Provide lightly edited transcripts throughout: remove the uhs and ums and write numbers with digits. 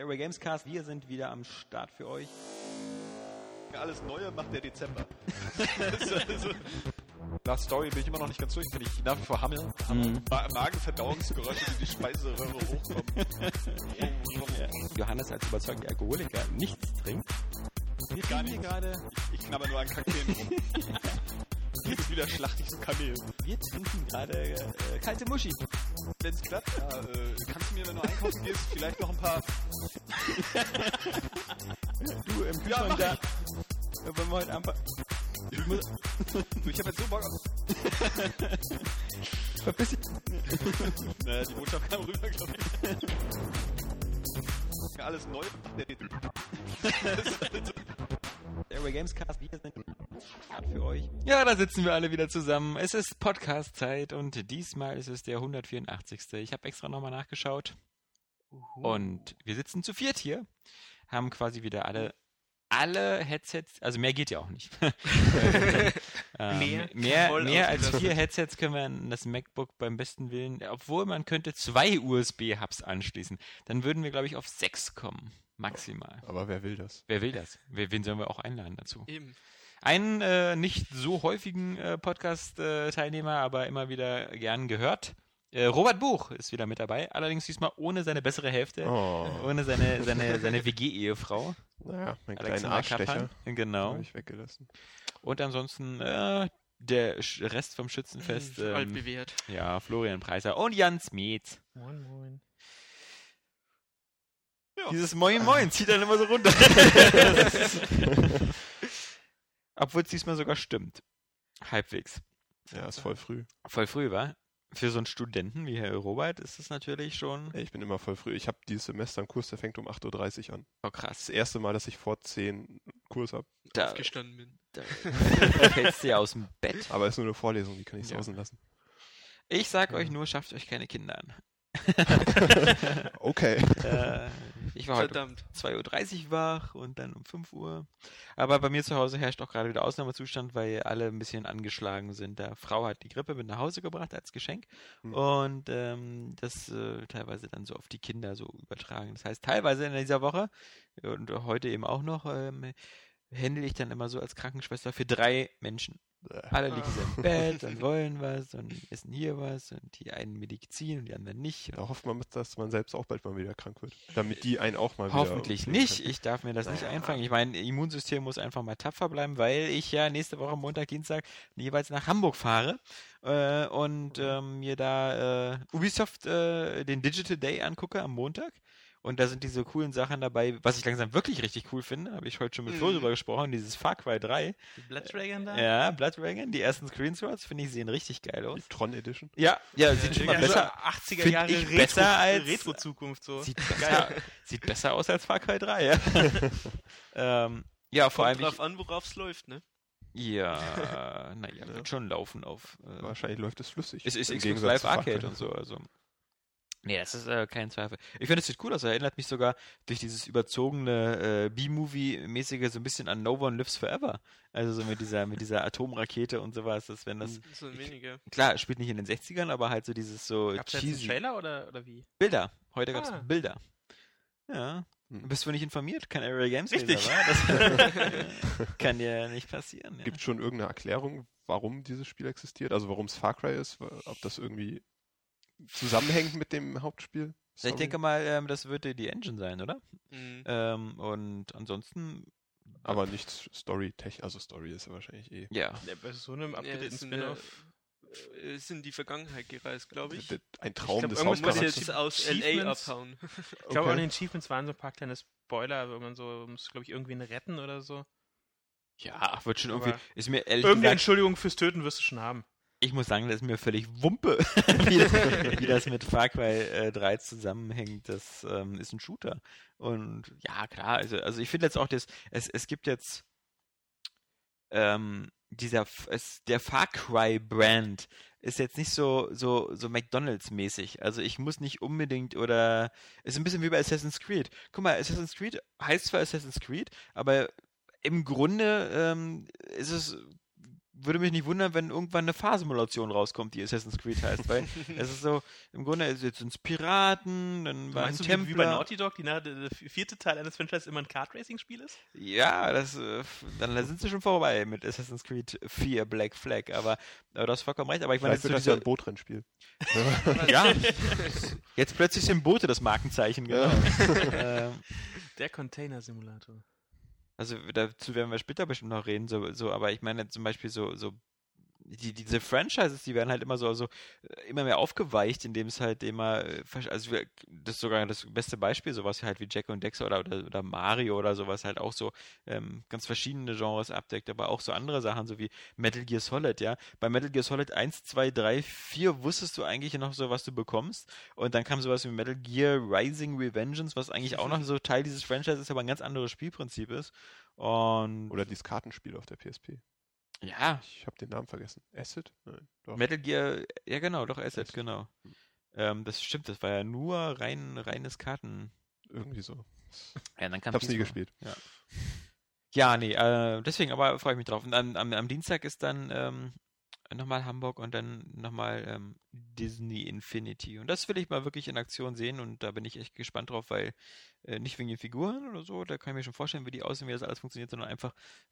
Airway Gamescast, wir sind wieder am Start für euch. Alles Neue macht der Dezember. Nach Story bin ich immer noch nicht ganz durch, wenn ich nach wie vor Hammel. Magenverdauungsgeräusche, die Speiseröhre hochkommen. Johannes als überzeugter Alkoholiker nichts trinkt. Wir Gar trinken hier nicht. gerade. Ich knabber nur an Kakteen rum. Jetzt wieder schlachte ich so Kamel. Wir trinken gerade kalte Muschi. Wenn's klappt, ja, kannst du mir, wenn du einkaufen gehst, vielleicht noch ein paar... Du im Kühlschrank da. Wollen wir heute einfach... Ich hab jetzt so Bock auf... Verpiss dich. Naja, die Botschaft kam rüber, glaube ich. Alles neu. Airway Gamescast, wir sind Start für euch. Ja, da sitzen wir alle wieder zusammen. Es ist Podcast-Zeit und diesmal ist es der 184. Ich habe extra nochmal nachgeschaut. Und wir sitzen zu viert hier, haben quasi wieder alle Headsets, also mehr geht ja auch nicht. Mehr als 4 Headsets können wir an das MacBook beim besten Willen, obwohl man könnte 2 USB-Hubs anschließen. Dann würden wir, glaube ich, auf 6 kommen, maximal. Aber wer will das? Wer will das? Wen sollen wir auch einladen dazu? Eben. Einen nicht so häufigen Podcast-Teilnehmer, aber immer wieder gern gehört. Robert Buch ist wieder mit dabei, allerdings diesmal ohne seine bessere Hälfte, ohne seine WG-Ehefrau. Naja, mein kleiner Alexander Arschstecher. Kappan. Genau. Habe ich weggelassen. Und ansonsten der Rest vom Schützenfest. Altbewährt. Ja, Florian Preiser und Jan Smeets. Moin, moin. Ja. Dieses Moin Moin zieht dann immer so runter. Obwohl es diesmal sogar stimmt. Halbwegs. Ja, ist voll früh. Voll früh, war. Für so einen Studenten wie Herr Robert ist es natürlich schon... Ich bin immer voll früh. Ich habe dieses Semester einen Kurs, der fängt um 8.30 Uhr an. Oh, Das krass. ist das erste Mal, dass ich vor 10 einen Kurs habe. Da Aufgestanden bin. fällst du ja aus dem Bett. Aber es ist nur eine Vorlesung, die kann ich Ja. sausen lassen. Ich sag euch nur, schafft euch keine Kinder an. Okay. Ich war heute Verdammt. 2.30 Uhr wach und dann um 5 Uhr. Aber bei mir zu Hause herrscht auch gerade wieder Ausnahmezustand, weil alle ein bisschen angeschlagen sind. Der Frau hat die Grippe mit nach Hause gebracht als Geschenk und das teilweise dann so auf die Kinder so übertragen. Das heißt, teilweise in dieser Woche und heute eben auch noch handle ich dann immer so als Krankenschwester für 3 Menschen. Alle liegen so im Bett und wollen was und essen hier was und die einen Medizin und die anderen nicht. Da hofft man, dass man selbst auch bald mal wieder krank wird. Damit die einen auch mal wieder... Hoffentlich nicht. Ich darf mir das nicht einfangen. Ich meine, Immunsystem muss einfach mal tapfer bleiben, weil ich ja nächste Woche Montag, Dienstag jeweils nach Hamburg fahre und mir da Ubisoft den Digital Day angucke am Montag. Und da sind diese coolen Sachen dabei, was ich langsam wirklich richtig cool finde, habe ich heute schon mit Flo drüber gesprochen, dieses Far Cry 3. Die Blood Dragon da? Ja, Blood Dragon, die ersten Screenshots, finde ich, sehen richtig geil aus. Tron Edition. Ja, sieht schon mal besser. 80er Find Jahre ich besser als- Retro-Zukunft so. Sieht besser aus als Far Cry 3, ja. Ja, vor allem. Kommt drauf an, worauf es läuft, ne? Ja, naja, wird schon laufen auf. Wahrscheinlich läuft es flüssig. Es ist Im Xbox Gegensatz Live zu Far Arcade Cry. und so, also. Nee, das ist kein Zweifel. Ich finde, es sieht cool aus. Erinnert mich sogar durch dieses überzogene B-Movie-mäßige so ein bisschen an No One Lives Forever. Also so mit dieser Atomrakete und sowas. Dass wenn das So weniger. klar, es spielt nicht in den 60ern, aber halt so dieses so Gab's jetzt einen cheesy. Trailer oder wie? Bilder. Heute gab es Ah. Bilder. Ja. Bist du nicht informiert? Kein Area Games Richtig. Leser, wa? Das kann dir nicht passieren. Ja. Gibt es schon irgendeine Erklärung, warum dieses Spiel existiert? Also warum es Far Cry ist? Ob das irgendwie zusammenhängt mit dem Hauptspiel? Ich denke mal, das wird die Engine sein, oder? Mhm. Und ansonsten, Aber nicht Story-Tech, also Story ist ja wahrscheinlich eh. ja. Ja, bei so einem Ja, abgedateten ist Spin-off. ist in die Vergangenheit gereist, glaube ich. Ein Traum glaub, des irgendwas Muss Hauptcharakters. jetzt aus LA Achievements? abhauen. Ich glaube, an den Achievements waren so ein paar kleine Spoiler, wenn man so, muss, glaube ich, irgendwen retten oder so. Ja, wird schon irgendwie, Aber ist mir ehrlich Irgendeine gesagt, Entschuldigung fürs Töten wirst du schon haben. ich muss sagen, das ist mir völlig Wumpe, wie das mit Far Cry 3 zusammenhängt. Das ist ein Shooter. Und ja, klar, also ich finde jetzt auch, es gibt jetzt der Far Cry Brand ist jetzt nicht so McDonalds-mäßig. Also ich muss nicht unbedingt ist ein bisschen wie bei Assassin's Creed. Guck mal, Assassin's Creed heißt zwar Assassin's Creed, aber im Grunde ist es würde mich nicht wundern, wenn irgendwann eine Fahrsimulation rauskommt, die Assassin's Creed heißt, weil es ist so, im Grunde jetzt sind es Piraten, dann war ein Templer. Wie bei Naughty Dog, der 4. Teil eines Franchises immer ein Kart-Racing-Spiel ist? Ja, dann sind sie schon vorbei mit Assassin's Creed 4 Black Flag, aber du hast vollkommen recht, aber ich meine, vielleicht wird das ja ein Bootrennspiel. Ja, jetzt plötzlich sind Boote das Markenzeichen, genau. Der Container-Simulator. Also dazu werden wir später bestimmt noch reden, aber ich meine zum Beispiel diese Franchises, die werden halt immer immer mehr aufgeweicht, indem es halt immer, das ist sogar das beste Beispiel, sowas halt wie Jack und Dexter oder Mario oder sowas halt auch so ganz verschiedene Genres abdeckt, aber auch so andere Sachen, so wie Metal Gear Solid, ja. Bei Metal Gear Solid 1, 2, 3, 4 wusstest du eigentlich noch so, was du bekommst, und dann kam sowas wie Metal Gear Rising Revengeance, was eigentlich auch noch so Teil dieses Franchises ist, aber ein ganz anderes Spielprinzip ist. Oder dieses Kartenspiel auf der PSP. Ja. Ich habe den Namen vergessen. Acid? Nein, doch. Metal Gear, ja genau, doch Acid, genau. Das stimmt, das war ja nur reines Karten. Irgendwie so. Ja, dann ich hab's nie gespielt. Ja, nee, deswegen, aber freue ich mich drauf. Und am Dienstag ist dann nochmal Hamburg und dann nochmal Disney Infinity. Und das will ich mal wirklich in Aktion sehen, und da bin ich echt gespannt drauf, weil nicht wegen den Figuren oder so, da kann ich mir schon vorstellen, wie die aussehen, wie das alles funktioniert, sondern einfach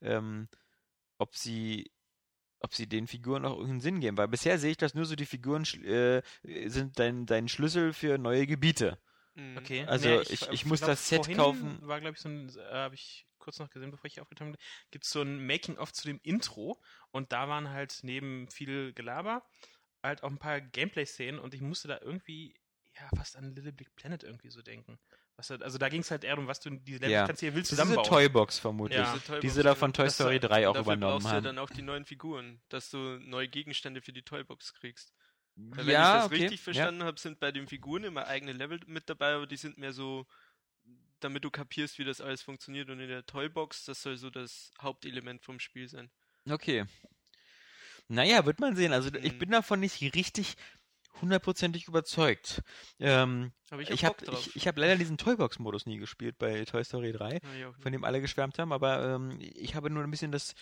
ob sie den Figuren noch irgendeinen Sinn geben. Weil bisher sehe ich das nur so, die Figuren sind dein Schlüssel für neue Gebiete. Okay. Also ja, ich muss das Set kaufen. War, glaube ich, habe ich kurz noch gesehen, bevor ich aufgetan habe, gibt es so ein Making-of zu dem Intro, und da waren halt neben viel Gelaber halt auch ein paar Gameplay-Szenen, und ich musste da irgendwie fast an Little Big Planet irgendwie so denken. Also da ging es halt eher um, was du in diese Level kannst hier willst zusammenbauen. Diese Toybox vermutlich. Ja. Diese da von Toy Story 3 auch übernommen haben. Du dann auch die neuen Figuren, dass du neue Gegenstände für die Toybox kriegst. Weil wenn ich das richtig verstanden habe, sind bei den Figuren immer eigene Level mit dabei, aber die sind mehr so, damit du kapierst, wie das alles funktioniert, und in der Toybox, das soll so das Hauptelement vom Spiel sein. Okay. Naja, wird man sehen. Also ich bin davon nicht richtig hundertprozentig überzeugt. Aber ich habe leider diesen Toybox-Modus nie gespielt bei Toy Story 3, von dem alle geschwärmt haben, aber ich habe nur ein bisschen das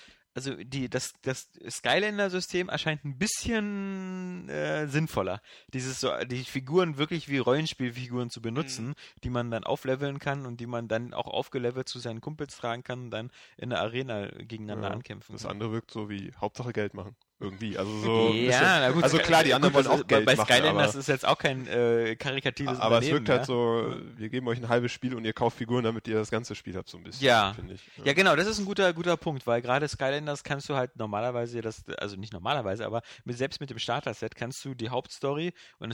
Skylander-System erscheint ein bisschen sinnvoller. Die Figuren wirklich wie Rollenspielfiguren zu benutzen, die man dann aufleveln kann und die man dann auch aufgelevelt zu seinen Kumpels tragen kann und dann in der Arena gegeneinander ankämpfen kann. Das andere wirkt so wie Hauptsache Geld machen. Irgendwie, also so. Ja, na gut. Also klar, die anderen wollen auch Geld machen. Bei Skylanders ist jetzt auch kein karikatives aber Unternehmen. Aber es wirkt halt so, wir geben euch ein halbes Spiel und ihr kauft Figuren, damit ihr das ganze Spiel habt, so ein bisschen, finde ich. Ja, genau, das ist ein guter Punkt, weil gerade Skylanders kannst du halt normalerweise, also nicht normalerweise, aber selbst mit dem Starter-Set kannst du die Hauptstory, und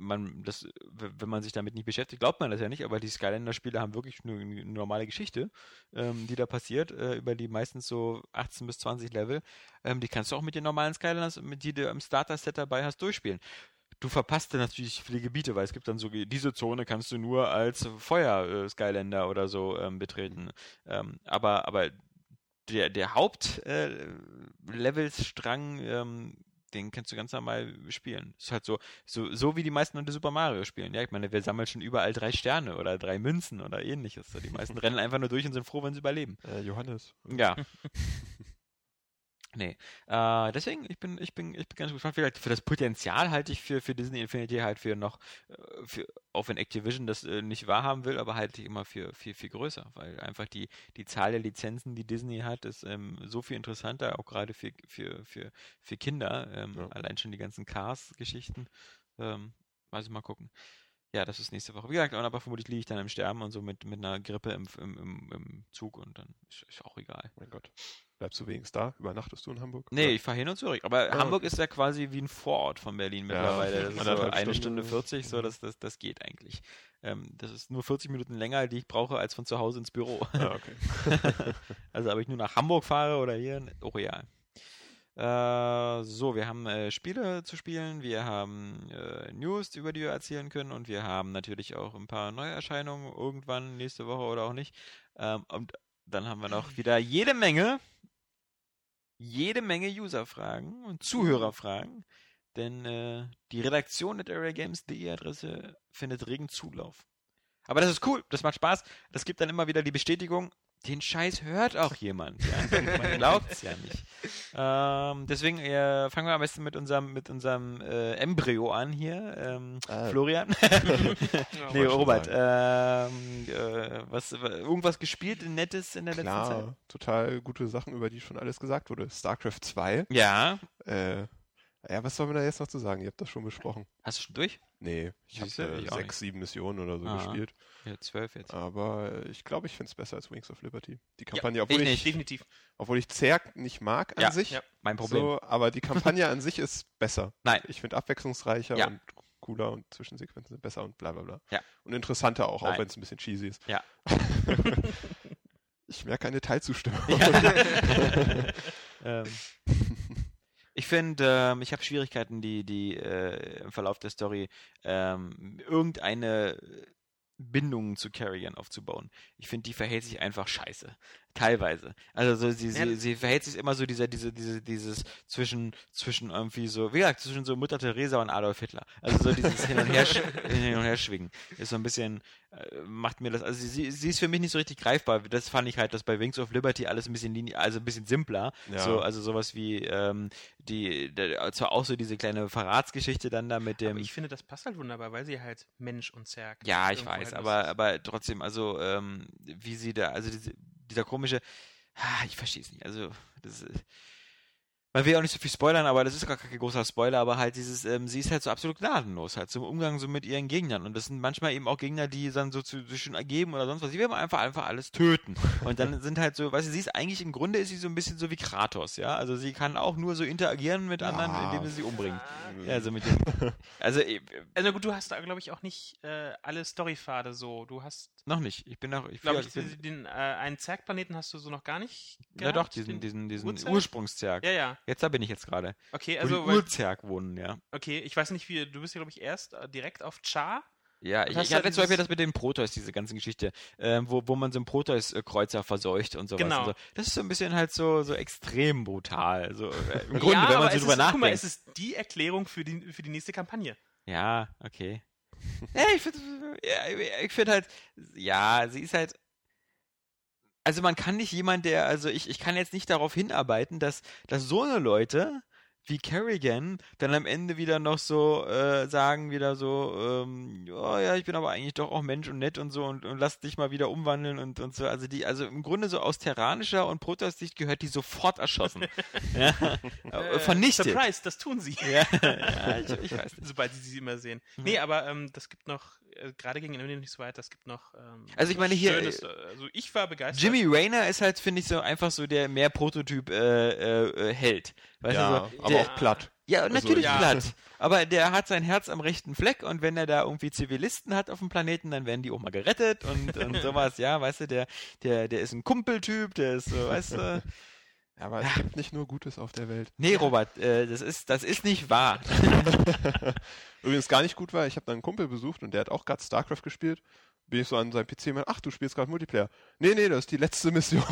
wenn man sich damit nicht beschäftigt, glaubt man das ja nicht, aber die Skylanders-Spiele haben wirklich nur eine normale Geschichte, die da passiert, über die meistens so 18 bis 20 Level. Die kannst du auch mit den normalen Skylanders, die du im Starter-Set dabei hast, durchspielen. Du verpasst dann natürlich viele Gebiete, weil es gibt dann so, diese Zone kannst du nur als Feuer-Skylander oder so betreten. Aber der Haupt-Levels-Strang, den kannst du ganz normal spielen. Das ist halt so wie die meisten Leute Super Mario spielen. Ja, ich meine, wir sammeln schon überall 3 Sterne oder 3 Münzen oder ähnliches. Die meisten rennen einfach nur durch und sind froh, wenn sie überleben. Johannes. Ja. Nee. Deswegen, ich bin ganz gespannt. Vielleicht für das Potenzial halte ich für Disney Infinity halt auch wenn Activision das nicht wahrhaben will, aber halte ich immer für viel, viel größer, weil einfach die Zahl der Lizenzen, die Disney hat, ist so viel interessanter, auch gerade für Kinder. Allein schon die ganzen Cars-Geschichten. Mal gucken. Ja, das ist nächste Woche. Wie gesagt, aber vermutlich liege ich dann im Sterben und so mit einer Grippe im Zug, und dann ist auch egal. Mein Gott. Bleibst du wenigstens da? Übernachtest du in Hamburg? Nee, ich fahre hin und zurück. Aber Hamburg ist ja quasi wie ein Vorort von Berlin mittlerweile. Das ist so 1 Stunde 40, so das geht eigentlich. Das ist nur 40 Minuten länger, die ich brauche, als von zu Hause ins Büro. Ja, okay. Also ob ich nur nach Hamburg fahre oder hier, real. Wir haben Spiele zu spielen, wir haben News, über die wir erzählen können, und wir haben natürlich auch ein paar Neuerscheinungen irgendwann nächste Woche oder auch nicht. Und dann haben wir noch wieder jede Menge User-Fragen und Zuhörerfragen, denn die Redaktion at areagames.de Adresse findet regen Zulauf. Aber das ist cool, das macht Spaß, das gibt dann immer wieder die Bestätigung, den Scheiß hört auch jemand. Ja? Man glaubt es ja nicht. Deswegen fangen wir am besten mit unserem Embryo an hier. Florian. Nee, Robert. Irgendwas gespielt, Nettes in der letzten Zeit? Total gute Sachen, über die schon alles gesagt wurde. StarCraft 2. Ja. Ja, was soll man da jetzt noch zu sagen? Ihr habt das schon besprochen. Hast du schon durch? Nee, ich habe 6, 7 Missionen oder so gespielt. Ja, 12 jetzt. Aber ich glaube, ich finde es besser als Wings of Liberty. Die Kampagne, definitiv. Obwohl ich Zerg nicht mag an sich. Ja, mein Problem. So, aber die Kampagne an sich ist besser. Nein. Ich finde abwechslungsreicher und cooler und Zwischensequenzen sind besser und bla bla bla. Ja. Und interessanter auch wenn es ein bisschen cheesy ist. Ja. Ich merke eine Teilzustimmung. Ja. Ich finde, ich habe Schwierigkeiten, die im Verlauf der Story irgendeine Bindung zu Kerrigan aufzubauen. Ich finde, die verhält sich einfach scheiße. Teilweise. Also so, sie verhält sich immer so dieses zwischen irgendwie so, wie gesagt, zwischen so Mutter Teresa und Adolf Hitler. Also so dieses Hin und Her schwingen. Ist so ein bisschen, macht mir das, also sie ist für mich nicht so richtig greifbar. Das fand ich halt, dass bei Wings of Liberty alles ein bisschen simpler. Ja. So, also sowas wie zwar auch so diese kleine Verratsgeschichte dann da mit dem. Aber ich finde, das passt halt wunderbar, weil sie halt Mensch und Zerg. Ja, ich weiß, aber trotzdem, also wie sie da, also dieser komische, ich verstehe es nicht, also das ist, man will auch nicht so viel spoilern, aber das ist gar kein großer Spoiler, aber halt dieses, sie ist halt so absolut gnadenlos, halt zum Umgang so mit ihren Gegnern und das sind manchmal eben auch Gegner, die dann so zwischen ergeben oder sonst was, sie will einfach alles töten und dann sind halt so, weißt du, sie ist eigentlich, im Grunde ist sie so ein bisschen so wie Kratos, ja, also sie kann auch nur so interagieren mit anderen, indem sie umbringt. Ja, also mit dem, also gut, du hast da, glaube ich, auch nicht alle Storypfade so, du hast noch nicht, einen Zergplaneten hast du so noch gar nicht gehabt? Ja doch, diesen Ursprungszerg. Ja. Jetzt da bin ich jetzt gerade. Okay, also wo die Urzerg wohnen, ja. Okay, ich weiß nicht, du bist ja, glaube ich, erst direkt auf Char. Ja, ich hatte zum Beispiel das mit den Proteus, diese ganze Geschichte, wo man so einen Proteus-Kreuzer verseucht und sowas. Genau. Und so. Das ist so ein bisschen halt so extrem brutal. So, im Grunde, wenn man so drüber nachdenkt. Guck mal, es ist die Erklärung für die nächste Kampagne. Ja, okay. Ja, ich finde halt, ja, sie ist halt. Also man kann nicht ich kann jetzt nicht darauf hinarbeiten, dass so eine Leute wie Kerrigan dann am Ende wieder noch so sagen wieder so, ich bin aber eigentlich doch auch Mensch und nett und so und lass dich mal wieder umwandeln und so. Also im Grunde so aus terranischer und Protoss-Sicht gehört die sofort erschossen. Vernichtet. Surprise, das tun sie. Ja, ich weiß nicht. Sobald sie immer sehen. Nee, aber das gibt noch, gerade gegen Ende nicht so weit, das gibt noch also ich meine hier, also ich war begeistert. Jimmy Raynor ist halt, finde ich, so einfach so der mehr Prototyp Held. Weißt du, so, aber auch platt. Ja, natürlich platt. Aber der hat sein Herz am rechten Fleck und wenn er da irgendwie Zivilisten hat auf dem Planeten, dann werden die auch mal gerettet und sowas, ja, weißt du, der ist ein Kumpeltyp, der ist so, weißt du. Ja, aber es gibt nicht nur Gutes auf der Welt. Nee, Robert, das ist nicht wahr. Übrigens gar nicht gut war, ich habe da einen Kumpel besucht und der hat auch gerade StarCraft gespielt. Bin ich so an seinem PC und meinte, ach, du spielst gerade Multiplayer. Nee, das ist die letzte Mission.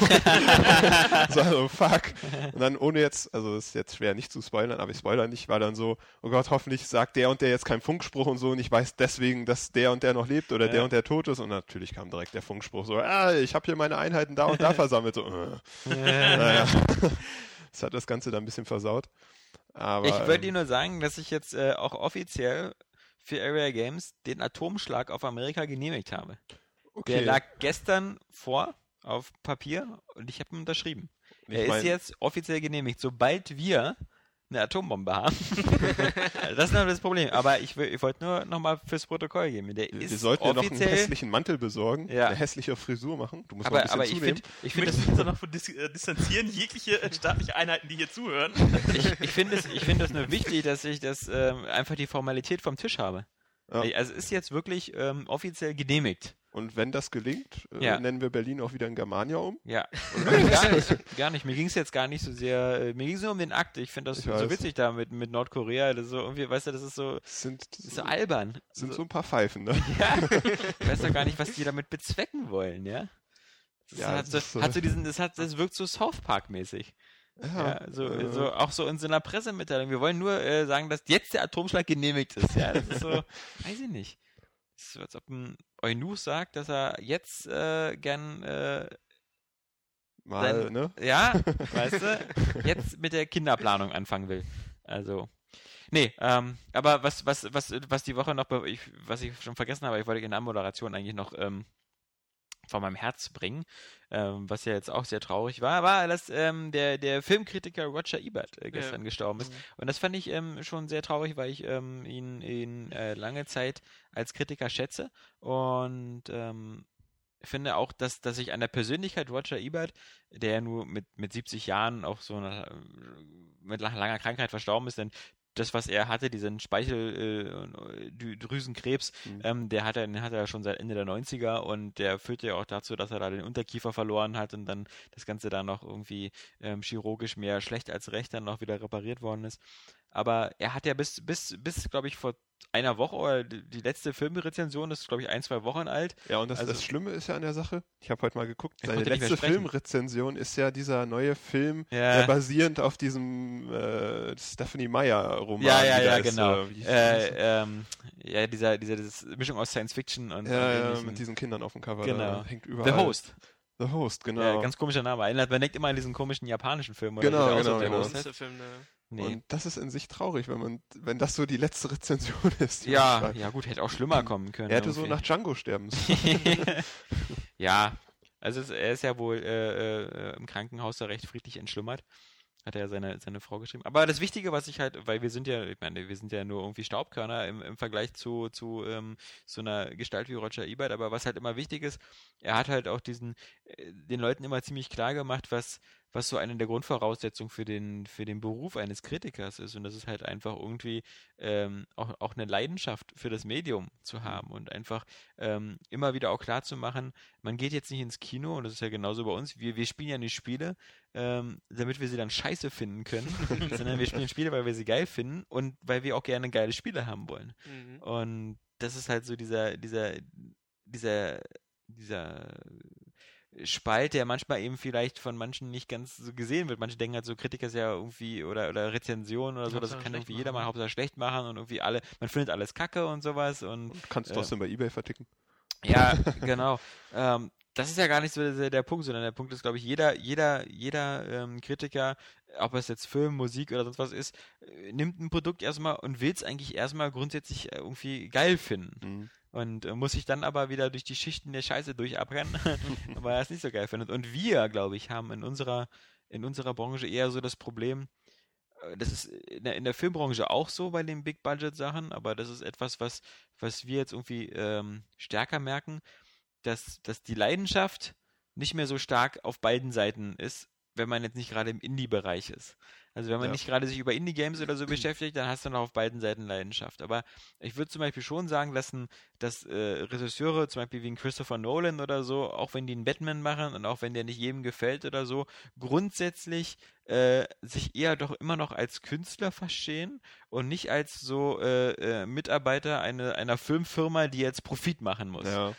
So, fuck. Und dann ohne jetzt, also ist jetzt schwer nicht zu spoilern, aber ich spoilere nicht, war dann so, oh Gott, hoffentlich sagt der und der jetzt keinen Funkspruch und so und ich weiß deswegen, dass der und der noch lebt oder der und der tot ist und natürlich kam direkt der Funkspruch so, ich habe hier meine Einheiten da und da versammelt. So, naja. Das hat das Ganze dann ein bisschen versaut. Aber, ich würde dir nur sagen, dass ich jetzt auch offiziell für Area Games den Atomschlag auf Amerika genehmigt habe. Okay. Der lag gestern vor auf Papier und ich habe ihn unterschrieben. Er ist jetzt offiziell genehmigt. Sobald wir eine Atombombe haben. Das ist noch das Problem. Aber ich wollte nur nochmal fürs Protokoll geben. Wir sollten ja noch einen hässlichen Mantel besorgen, eine hässliche Frisur machen. Du musst noch ein bisschen zunehmen. Ich möchte uns noch distanzieren, jegliche staatliche Einheiten, die hier zuhören. Ich finde es nur wichtig, dass ich das einfach die Formalität vom Tisch habe. Ja. Also es ist jetzt wirklich offiziell genehmigt. Und wenn das gelingt, nennen wir Berlin auch wieder in Germania um? Ja. Gar nicht. Mir ging es jetzt gar nicht so sehr, mir ging es nur um den Akt. Ich finde das so witzig da mit Nordkorea. Das ist so irgendwie, weißt du, das ist so, so albern. Sind so ein paar Pfeifen, ne? Ja. Ich weiß doch gar nicht, was die damit bezwecken wollen, ja? Das wirkt so South Park-mäßig. Ja, so auch so in so einer Pressemitteilung. Wir wollen nur sagen, dass jetzt der Atomschlag genehmigt ist. Ja, das ist so, weiß ich nicht. Das ist so, als ob ein Eunuch sagt, dass er jetzt gern mal, dann, ne? Ja, weißt du, jetzt mit der Kinderplanung anfangen will. Also, nee, aber was die Woche noch, was ich schon vergessen habe, ich wollte in der Moderation eigentlich noch von meinem Herz bringen, was ja jetzt auch sehr traurig war, dass der Filmkritiker Roger Ebert gestern gestorben ist. Und das fand ich schon sehr traurig, weil ich ihn lange Zeit als Kritiker schätze und finde auch, dass sich an der Persönlichkeit Roger Ebert, der ja nur mit 70 Jahren auch so mit langer Krankheit verstorben ist, denn das, was er hatte, diesen Speicheldrüsenkrebs, den hat er schon seit Ende der 90er und der führte ja auch dazu, dass er da den Unterkiefer verloren hat und dann das Ganze dann noch irgendwie chirurgisch mehr schlecht als recht dann noch wieder repariert worden ist. Aber er hat ja bis glaube ich, vor einer Woche oder die letzte Filmrezension ist, glaube ich, 1-2 Wochen alt. Ja, und das Schlimme ist ja an der Sache, ich habe heute mal geguckt, seine konnte nicht mehr letzte sprechen. Filmrezension ist ja dieser neue Film, der basierend auf diesem Stephanie Meyer-Roman Ja, ist, genau. wie hieß das? Diese Mischung aus Science Fiction und mit diesen Kindern auf dem Cover. Genau. Da hängt überall. The Host, genau. Ja, ganz komischer Name. Man denkt immer an diesen komischen japanischen Film. Oder Genau, so, der auch so genau. The Host heißt. Film, ne? Nee. Und das ist in sich traurig, wenn das so die letzte Rezension ist. die man Ja, schreibt. ja gut, hätte auch schlimmer kommen können. Er hätte so irgendwie. nach Django sterben sollen. Ja, also er ist ja wohl im Krankenhaus da recht friedlich entschlummert. Hat er ja seine Frau geschrieben. Aber das Wichtige, was ich halt, weil wir sind ja nur irgendwie Staubkörner im Vergleich zu so einer Gestalt wie Roger Ebert, aber was halt immer wichtig ist, er hat halt auch den Leuten immer ziemlich klar gemacht, was so eine der Grundvoraussetzungen für den Beruf eines Kritikers ist. Und das ist halt einfach irgendwie auch eine Leidenschaft für das Medium zu haben und einfach immer wieder auch klar zu machen, man geht jetzt nicht ins Kino, und das ist ja genauso bei uns, wir spielen ja nicht Spiele, damit wir sie dann scheiße finden können, sondern wir spielen Spiele, weil wir sie geil finden und weil wir auch gerne geile Spiele haben wollen. Und das ist halt so dieser Spalt, der manchmal eben vielleicht von manchen nicht ganz so gesehen wird. Manche denken halt so, Kritiker ist ja irgendwie, oder Rezensionen oder so, das kann irgendwie jeder mal Hauptsache schlecht machen und irgendwie man findet alles kacke und sowas. Und Kannst du trotzdem bei eBay verticken. Ja, genau. Das ist ja gar nicht so der Punkt, sondern der Punkt ist, glaube ich, jeder Kritiker, ob es jetzt Film, Musik oder sonst was ist, nimmt ein Produkt erstmal und will es eigentlich erstmal grundsätzlich irgendwie geil finden. Und muss sich dann aber wieder durch die Schichten der Scheiße durchabrennen, weil er es nicht so geil findet. Und wir, glaube ich, haben in unserer Branche eher so das Problem, das ist in der Filmbranche auch so bei den Big-Budget-Sachen, aber das ist etwas, was wir jetzt irgendwie stärker merken, dass die Leidenschaft nicht mehr so stark auf beiden Seiten ist, wenn man jetzt nicht gerade im Indie-Bereich ist. Also wenn man nicht gerade sich über Indie-Games oder so beschäftigt, dann hast du noch auf beiden Seiten Leidenschaft. Aber ich würde zum Beispiel schon sagen lassen, dass Regisseure, zum Beispiel wie ein Christopher Nolan oder so, auch wenn die einen Batman machen und auch wenn der nicht jedem gefällt oder so, grundsätzlich sich eher doch immer noch als Künstler verstehen und nicht als so Mitarbeiter einer Filmfirma, die jetzt Profit machen muss. Ja.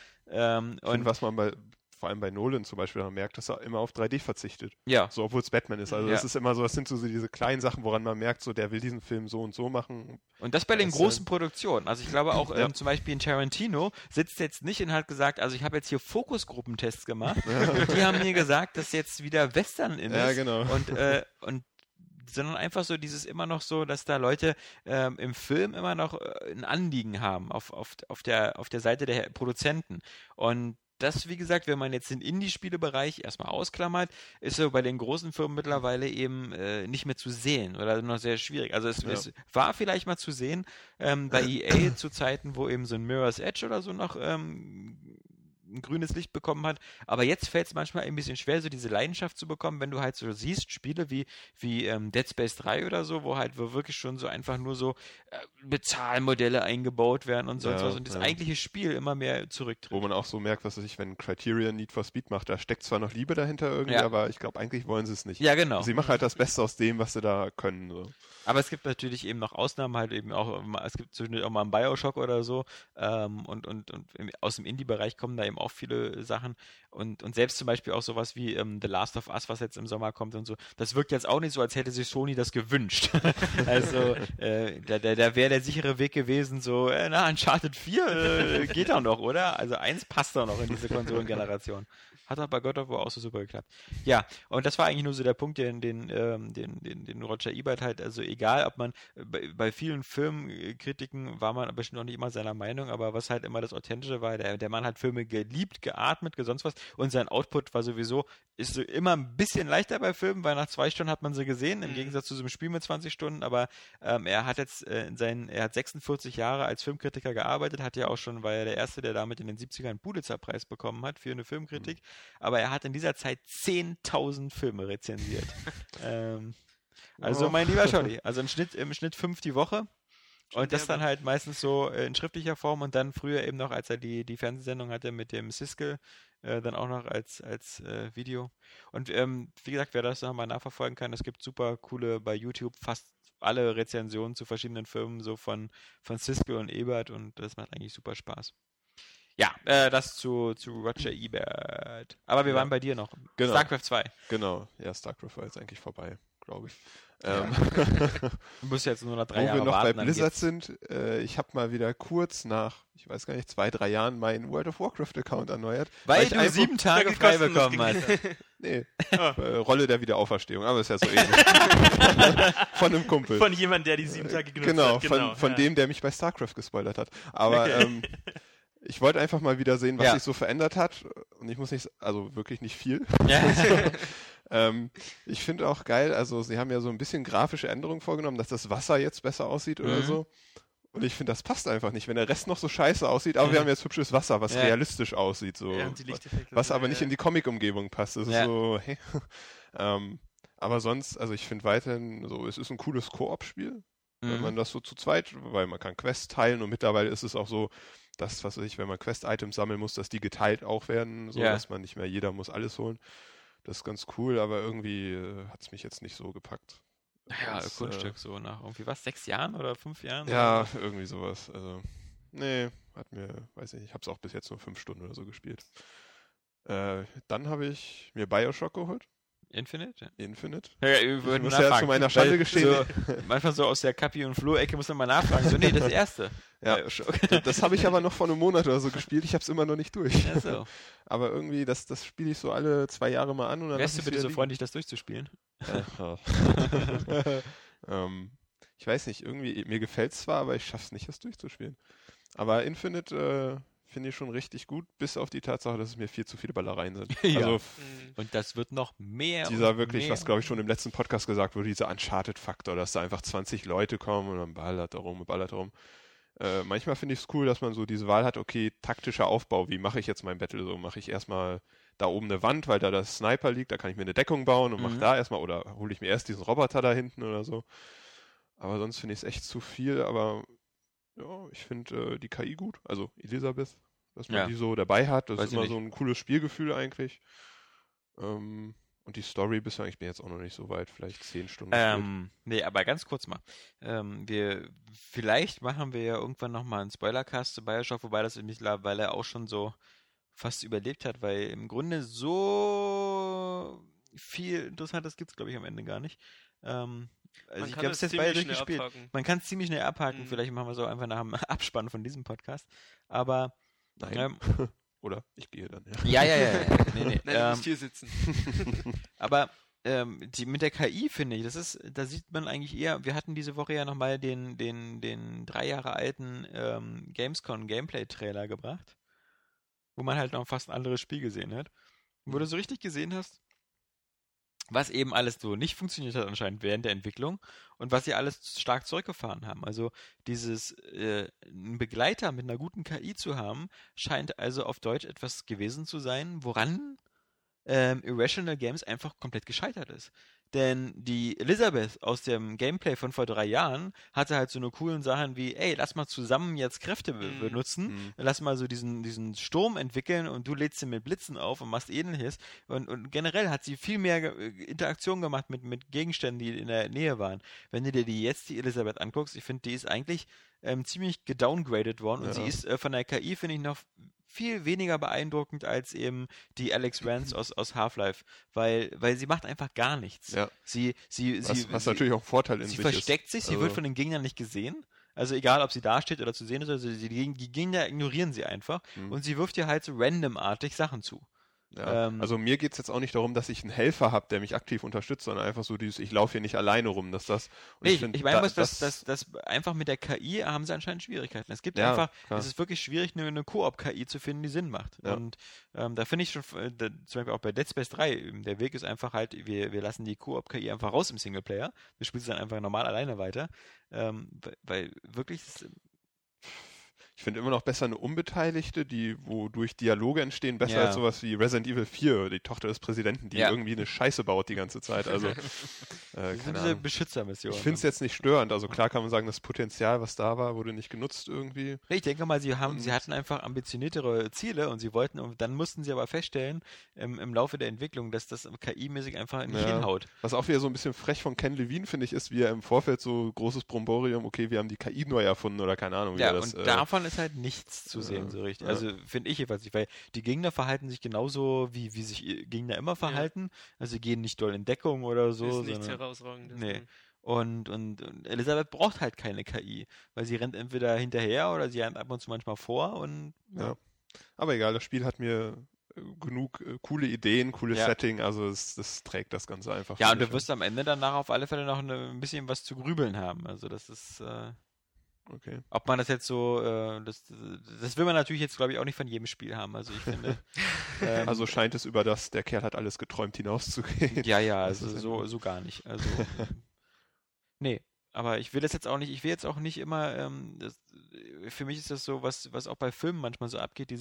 Und was man vor allem bei Nolan zum Beispiel merkt, dass er immer auf 3D verzichtet. Ja. So, obwohl es Batman ist. Also das ist immer so, das sind so diese kleinen Sachen, woran man merkt, so der will diesen Film so und so machen. Und das bei den großen Produktionen. Also ich glaube auch zum Beispiel in Tarantino sitzt jetzt nicht und hat gesagt, also ich habe jetzt hier Fokusgruppentests gemacht und die haben mir gesagt, dass jetzt wieder Western in ist. Ja, genau. Und sondern einfach so dieses immer noch so, dass da Leute im Film immer noch ein Anliegen haben auf der Seite der Produzenten. Und das, wie gesagt, wenn man jetzt den Indie-Spielebereich erstmal ausklammert, ist so bei den großen Firmen mittlerweile eben nicht mehr zu sehen oder noch sehr schwierig. Also es war vielleicht mal zu sehen bei EA zu Zeiten, wo eben so ein Mirror's Edge oder so noch ein grünes Licht bekommen hat, aber jetzt fällt es manchmal ein bisschen schwer, so diese Leidenschaft zu bekommen, wenn du halt so siehst, Spiele wie Dead Space 3 oder so, wo wirklich schon so einfach nur so Bezahlmodelle eingebaut werden und sonst was und das eigentliche Spiel immer mehr zurücktritt. Wo man auch so merkt, was weiß ich, wenn Criterion Need for Speed macht, da steckt zwar noch Liebe dahinter irgendwie, aber ich glaube, eigentlich wollen sie es nicht. Ja, genau. Sie machen halt das Beste aus dem, was sie da können. So. Aber es gibt natürlich eben noch Ausnahmen, halt eben auch, es gibt zwischendurch auch mal einen Bioshock oder so und aus dem Indie-Bereich kommen da eben auch viele Sachen und selbst zum Beispiel auch sowas wie The Last of Us, was jetzt im Sommer kommt und so, das wirkt jetzt auch nicht so, als hätte sich Sony das gewünscht. Also da wäre der sichere Weg gewesen, so, Uncharted 4 geht doch noch, oder? Also 1 passt doch noch in diese Konsolengeneration. Hat auch bei God of War auch so super geklappt. Ja, und das war eigentlich nur so der Punkt, den Roger Ebert halt, also egal, ob man, bei vielen Filmkritiken war man bestimmt noch nicht immer seiner Meinung, aber was halt immer das Authentische war, der Mann hat Filme geliebt, geatmet, sonst was, und sein Output war sowieso, ist so immer ein bisschen leichter bei Filmen, weil nach 2 Stunden hat man sie gesehen, im Gegensatz zu so einem Spiel mit 20 Stunden, aber er hat jetzt er hat 46 Jahre als Filmkritiker gearbeitet, hat ja auch schon, war er der Erste, der damit in den 70ern einen Pulitzer-Preis bekommen hat für eine Filmkritik, aber er hat in dieser Zeit 10.000 Filme rezensiert. Also mein lieber Scholli, also im Schnitt 5 die Woche. Und das dann halt meistens so in schriftlicher Form und dann früher eben noch, als er die Fernsehsendung hatte mit dem Siskel, dann auch noch als Video. Und wie gesagt, wer das nochmal nachverfolgen kann, es gibt super coole bei YouTube fast alle Rezensionen zu verschiedenen Filmen, so von Siskel und Ebert, und das macht eigentlich super Spaß. Ja, das zu Roger Ebert. Aber wir waren bei dir noch. Genau. StarCraft 2. Genau, ja, StarCraft war jetzt eigentlich vorbei, glaube ich. Du musst jetzt nur noch 3 Jahre Wo wir noch warten, bei Blizzard sind, ich habe mal wieder kurz nach, ich weiß gar nicht, 2-3 Jahren meinen World of Warcraft-Account erneuert. Weil du 7 Tage frei bekommen hast. Nee, Rolle der Wiederauferstehung, aber ist ja so ähnlich. Von einem Kumpel. Von jemandem, der die 7 Tage genutzt hat. Genau, von dem, der mich bei StarCraft gespoilert hat. Aber ich wollte einfach mal wieder sehen, was sich so verändert hat. Und ich muss nicht, also wirklich nicht viel. Ja. Ich finde auch geil, also sie haben ja so ein bisschen grafische Änderungen vorgenommen, dass das Wasser jetzt besser aussieht oder so. Und ich finde, das passt einfach nicht, wenn der Rest noch so scheiße aussieht, aber wir haben jetzt hübsches Wasser, was realistisch aussieht, so. Ja, und die Lichteffekte was aber nicht in die Comic-Umgebung passt. Das ist so, hey. Aber sonst, also ich finde weiterhin so, es ist ein cooles Koop-Spiel, wenn man das so zu zweit, weil man kann Quests teilen und mittlerweile ist es auch so, dass, was weiß ich, wenn man Quest-Items sammeln muss, dass die geteilt auch werden, so dass man nicht mehr, jeder muss alles holen. Das ist ganz cool, aber irgendwie hat es mich jetzt nicht so gepackt. Ja, Kunststück so nach irgendwie 6 Jahren oder 5 Jahren? Ja, irgendwie sowas. Also, nee, hat mir, weiß ich nicht, ich habe es auch bis jetzt nur 5 Stunden oder so gespielt. Dann habe ich mir BioShock geholt. Infinite? Ja. Infinite. Ja, ich muss ja zu meiner Schande gestehen. So, manchmal so aus der Kapi- und Flo-Ecke muss man mal nachfragen. So, nee, das erste. Ja, das habe ich aber noch vor einem Monat oder so gespielt. Ich habe es immer noch nicht durch. Ja, so. Aber irgendwie, das spiele ich so alle 2 Jahre mal an. Und dann wärst du bitte so freundlich, das durchzuspielen? Ich weiß nicht, irgendwie, mir gefällt es zwar, aber ich schaffe es nicht, das durchzuspielen. Aber Infinite finde ich schon richtig gut, bis auf die Tatsache, dass es mir viel zu viele Ballereien sind. Ja. Also, und das wird noch mehr. Dieser wirklich, was glaube ich schon im letzten Podcast gesagt wurde, dieser Uncharted-Faktor, dass da einfach 20 Leute kommen und dann ballert da rum. Manchmal finde ich es cool, dass man so diese Wahl hat, okay, taktischer Aufbau, wie mache ich jetzt mein Battle? So mache ich erstmal da oben eine Wand, weil da das Sniper liegt, da kann ich mir eine Deckung bauen und mache da erstmal, oder hole ich mir erst diesen Roboter da hinten oder so. Aber sonst finde ich es echt zu viel, aber ja, ich finde die KI gut, also Elisabeth, dass man die so dabei hat, das ist immer so ein cooles Spielgefühl eigentlich. Und die Story bisher, ich bin jetzt auch noch nicht so weit, vielleicht 10 Stunden. Nee, aber ganz kurz mal. Vielleicht machen wir ja irgendwann nochmal einen Spoilercast zu BioShock, wobei das mittlerweile auch schon so fast überlebt hat, weil im Grunde so viel Interessantes gibt es, glaube ich, am Ende gar nicht. Also ich habe es jetzt beide durchgespielt. Man kann es ziemlich schnell abhaken, vielleicht machen wir so einfach nach dem Abspann von diesem Podcast. Aber nein. Oder? Ich gehe dann, ja. Nee. Nein, du musst hier sitzen. Aber mit der KI, finde ich, da sieht man eigentlich eher, wir hatten diese Woche ja nochmal den 3 Jahre alten Gamescom Gameplay-Trailer gebracht, wo man halt noch fast ein anderes Spiel gesehen hat. Und wo du so richtig gesehen hast, was eben alles so nicht funktioniert hat anscheinend während der Entwicklung und was sie alles stark zurückgefahren haben. Also einen Begleiter mit einer guten KI zu haben, scheint also auf Deutsch etwas gewesen zu sein, woran Irrational Games einfach komplett gescheitert ist. Denn die Elisabeth aus dem Gameplay von vor 3 Jahren hatte halt so eine coolen Sachen wie, ey, lass mal zusammen jetzt Kräfte benutzen, lass mal so diesen Sturm entwickeln und du lädst ihn mit Blitzen auf und machst Ähnliches. Und generell hat sie viel mehr Interaktion gemacht mit Gegenständen, die in der Nähe waren. Wenn du dir die Elisabeth anguckst, ich finde, die ist eigentlich ziemlich gedowngradet worden und sie ist von der KI, finde ich, noch viel weniger beeindruckend als eben die Alex Rance aus Half-Life, weil sie macht einfach gar nichts. Ja. Was natürlich auch ein Vorteil in sich ist. Sie versteckt sich, sie wird von den Gegnern nicht gesehen. Also egal, ob sie da steht oder zu sehen ist, also die Gegner ignorieren sie einfach und sie wirft dir halt so randomartig Sachen zu. Ja, also mir geht es jetzt auch nicht darum, dass ich einen Helfer habe, der mich aktiv unterstützt, sondern einfach so dieses, ich laufe hier nicht alleine rum, dass das... Nee, ich meine, das einfach mit der KI haben sie anscheinend Schwierigkeiten. Es gibt einfach, es ist wirklich schwierig, eine Koop-KI zu finden, die Sinn macht. Ja. Und da finde ich schon, zum Beispiel auch bei Dead Space 3, der Weg ist einfach halt, wir lassen die Koop-KI einfach raus im Singleplayer. Wir spielen sie dann einfach normal alleine weiter. Weil wirklich... Ich finde immer noch besser eine Unbeteiligte, wodurch Dialoge entstehen, besser als sowas wie Resident Evil 4, die Tochter des Präsidenten, die irgendwie eine Scheiße baut die ganze Zeit. Also, diese Beschützermission. Ich finde es jetzt nicht störend. Also klar kann man sagen, das Potenzial, was da war, wurde nicht genutzt irgendwie. Ich denke mal, sie hatten einfach ambitioniertere Ziele und sie wollten, und dann mussten sie aber feststellen, im Laufe der Entwicklung, dass das KI-mäßig einfach nicht hinhaut. Was auch wieder so ein bisschen frech von Ken Levine, finde ich, ist, wie er im Vorfeld so großes Bromborium, okay, wir haben die KI neu erfunden oder keine Ahnung. Ja, und davon ist halt nichts zu sehen, so richtig. Also finde ich jedenfalls nicht, weil die Gegner verhalten sich genauso, wie sich Gegner immer verhalten. Also sie gehen nicht doll in Deckung oder so. Ist nichts Herausragendes. Nee. Und Elisabeth braucht halt keine KI, weil sie rennt entweder hinterher oder sie rennt ab und zu manchmal vor und ja. Aber egal, das Spiel hat mir genug coole Ideen, cooles Setting, also das trägt das Ganze einfach. Ja, und du wirst am Ende danach auf alle Fälle noch ein bisschen was zu grübeln haben. Also das ist okay. Ob man das jetzt so, das will man natürlich jetzt, glaube ich, auch nicht von jedem Spiel haben. Also ich finde. Also scheint es über das, der Kerl hat alles geträumt, hinauszugehen. Ja, also so gar nicht. Also nee, aber ich will jetzt auch nicht immer, für mich ist das so, was auch bei Filmen manchmal so abgeht,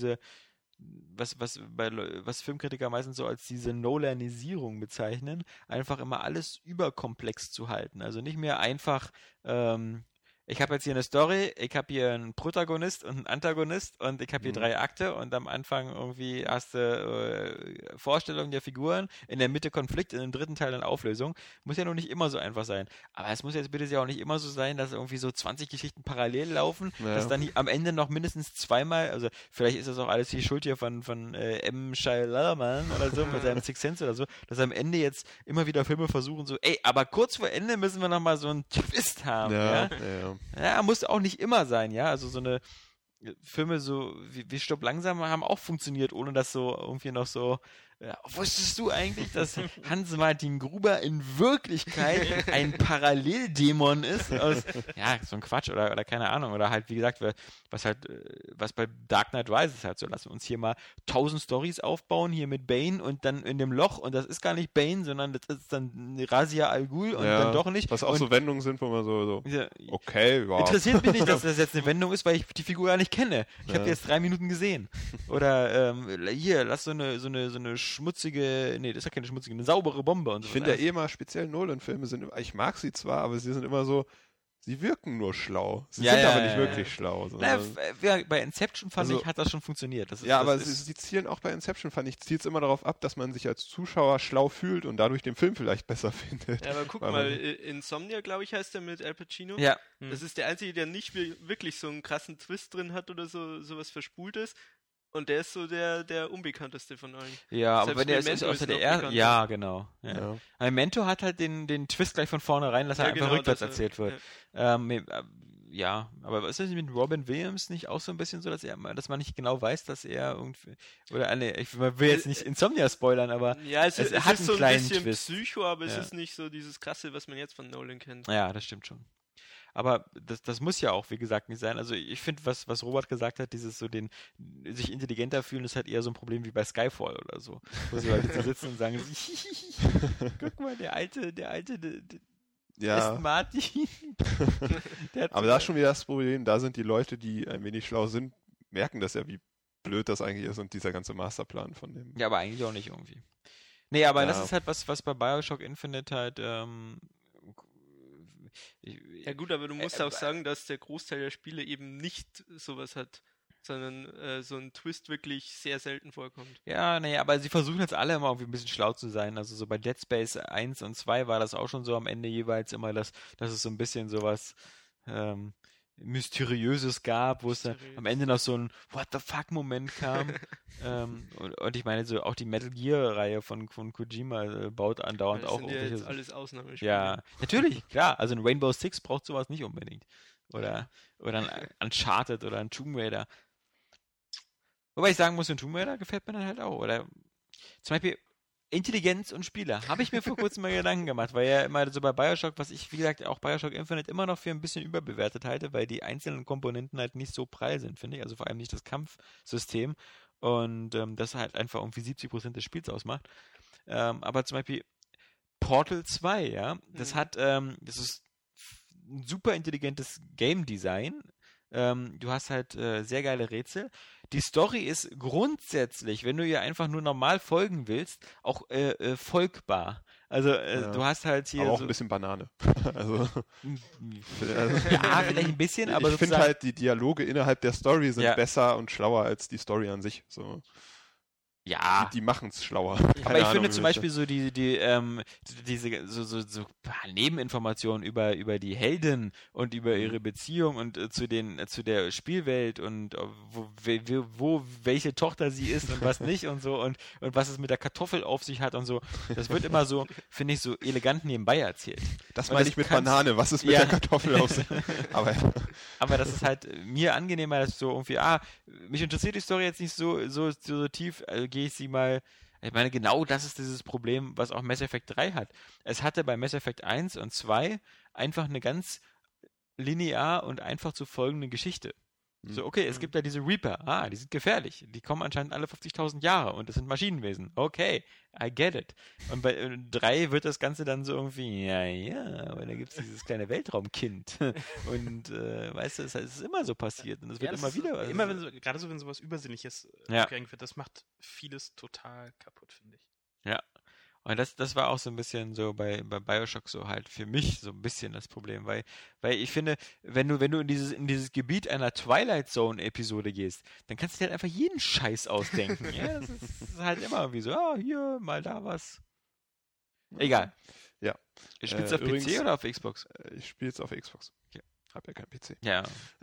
was Filmkritiker meistens so als diese Nolanisierung bezeichnen, einfach immer alles überkomplex zu halten. Also nicht mehr einfach, ich habe jetzt hier eine Story, ich habe hier einen Protagonist und einen Antagonist und ich habe hier 3 Akte und am Anfang irgendwie hast du Vorstellungen der Figuren, in der Mitte Konflikt, in dem dritten Teil dann Auflösung. Muss ja noch nicht immer so einfach sein. Aber es muss jetzt bitte ja auch nicht immer so sein, dass irgendwie so 20 Geschichten parallel laufen, dass dann am Ende noch mindestens zweimal, also vielleicht ist das auch alles die Schuld hier von M. Shyamalan oder so, mit seinem Sixth Sense oder so, dass am Ende jetzt immer wieder Filme versuchen so, aber kurz vor Ende müssen wir nochmal so einen Twist haben, ja, muss auch nicht immer sein, ja. Also so eine Filme so wie Stopp langsam haben auch funktioniert, ohne dass so irgendwie noch so wusstest du eigentlich, dass Hans-Martin Gruber in Wirklichkeit ein Paralleldämon ist? So ein Quatsch oder keine Ahnung. Oder halt, wie gesagt, was bei Dark Knight Rises halt so, lassen wir uns hier mal 1000 Storys aufbauen, hier mit Bane und dann in dem Loch und das ist gar nicht Bane, sondern das ist dann Ra's al Ghul und dann doch nicht. Was auch so Wendungen sind, wo man so okay, wow. Interessiert mich nicht, dass das jetzt eine Wendung ist, weil ich die Figur ja nicht kenne. Ich habe die jetzt 3 Minuten gesehen. Oder hier, lass so eine schmutzige, nee, das ist ja keine schmutzige, eine saubere Bombe und so. Ich finde ja immer speziell Nolan-Filme ich mag sie zwar, aber sie sind immer so, sie wirken nur schlau. Sie sind aber nicht wirklich schlau. Bei Inception fand ich, hat das schon funktioniert. Sie zielen auch bei Inception, fand ich, zielt es immer darauf ab, dass man sich als Zuschauer schlau fühlt und dadurch den Film vielleicht besser findet. Ja, aber guck mal, Insomnia, glaube ich, heißt der mit Al Pacino. Ja. Das ist der Einzige, der nicht wirklich so einen krassen Twist drin hat oder sowas Verspultes. Und der ist so der unbekannteste von allen. Ja, aber wenn der ist außer der erste. Ja, genau. Ja. Memento hat halt den Twist gleich von vornherein, dass er einfach rückwärts erzählt wird. Ja, aber ist das mit Robin Williams nicht auch so ein bisschen so, dass man nicht genau weiß, dass er irgendwie. Ich will jetzt nicht Insomnia spoilern, aber ja, es hat ist einen so ein kleinen bisschen Twist. Psycho, aber es ist nicht so dieses Krasse, was man jetzt von Nolan kennt. Ja, das stimmt schon. Aber das muss ja auch, wie gesagt, nicht sein. Also ich finde, was Robert gesagt hat, dieses so sich intelligenter fühlen, ist halt eher so ein Problem wie bei Skyfall oder so. Wo sie halt so sitzen und sagen, guck mal, der alte Aston Martin. Aber da ist schon wieder das Problem, da sind die Leute, die ein wenig schlau sind, merken das ja, wie blöd das eigentlich ist und dieser ganze Masterplan von dem. Ja, aber eigentlich auch nicht irgendwie. Nee, aber das ist halt was bei Bioshock Infinite halt ja gut, aber du musst auch sagen, dass der Großteil der Spiele eben nicht sowas hat, sondern so ein Twist wirklich sehr selten vorkommt. Ja, naja, aber sie versuchen jetzt alle immer irgendwie ein bisschen schlau zu sein. Also so bei Dead Space 1 und 2 war das auch schon so am Ende jeweils immer, dass es so ein bisschen sowas Mysteriöses gab, wo es dann am Ende noch so ein What the fuck Moment kam. und ich meine, so auch die Metal Gear Reihe von Kojima baut andauernd auch irgendwelche. Das sind ja jetzt alles Ausnahmespiele. Ja, natürlich, klar. Also ein Rainbow Six braucht sowas nicht unbedingt. Oder ein Uncharted oder ein Tomb Raider. Wobei ich sagen muss, ein Tomb Raider gefällt mir dann halt auch. Oder Zum Beispiel Intelligenz und Spieler. Habe ich mir vor kurzem mal Gedanken gemacht, weil ja immer so bei Bioshock, was ich, wie gesagt, auch Bioshock Infinite immer noch für ein bisschen überbewertet halte, weil die einzelnen Komponenten halt nicht so prall sind, finde ich. Also vor allem nicht das Kampfsystem und das halt einfach irgendwie 70% des Spiels ausmacht. Aber zum Beispiel Portal 2, ja, das ist ein super intelligentes Game Design. Du hast halt sehr geile Rätsel. Die Story ist grundsätzlich, wenn du ihr einfach nur normal folgen willst, auch folgbar. Also du hast halt hier aber auch so ein bisschen Banane. Also, ja, vielleicht ein bisschen, aber ich finde halt, die Dialoge innerhalb der Story sind besser und schlauer als die Story an sich. So. Ja. Die machen es schlauer. Aber ich finde zum Beispiel so diese so Nebeninformationen über die Helden und über ihre Beziehung und zu der Spielwelt und wo welche Tochter sie ist und was nicht und so und was es mit der Kartoffel auf sich hat und so. Das wird immer so, finde ich, so elegant nebenbei erzählt. Das meine ich mit Banane. Was ist mit der Kartoffel auf sich? Aber das ist halt mir angenehmer, dass so irgendwie, mich interessiert die Story jetzt nicht so tief, gehe ich sie mal. Ich meine, genau das ist dieses Problem, was auch Mass Effect 3 hat. Es hatte bei Mass Effect 1 und 2 einfach eine ganz linear und einfach zu folgende Geschichte. So, okay, es gibt da diese Reaper. Die sind gefährlich. Die kommen anscheinend alle 50.000 Jahre und das sind Maschinenwesen. Okay, I get it. Und bei 3 wird das Ganze dann so irgendwie, aber da gibt es dieses kleine Weltraumkind. Und weißt du, es ist immer so passiert. Und es wird immer wieder. Immer gerade so, wenn sowas Übersinnliches aufgehängt wird, das macht vieles total kaputt, finde ich. Ja. Und das war auch so ein bisschen so bei Bioshock so halt für mich so ein bisschen das Problem, weil ich finde, wenn du in dieses Gebiet einer Twilight Zone Episode gehst, dann kannst du dir halt einfach jeden Scheiß ausdenken. Ja, das ist halt immer irgendwie so, hier, mal da was. Egal. Ja. Spielst du auf PC oder auf Xbox? Ich spiele jetzt auf Xbox. Okay. Hab ja keinen PC. Ja.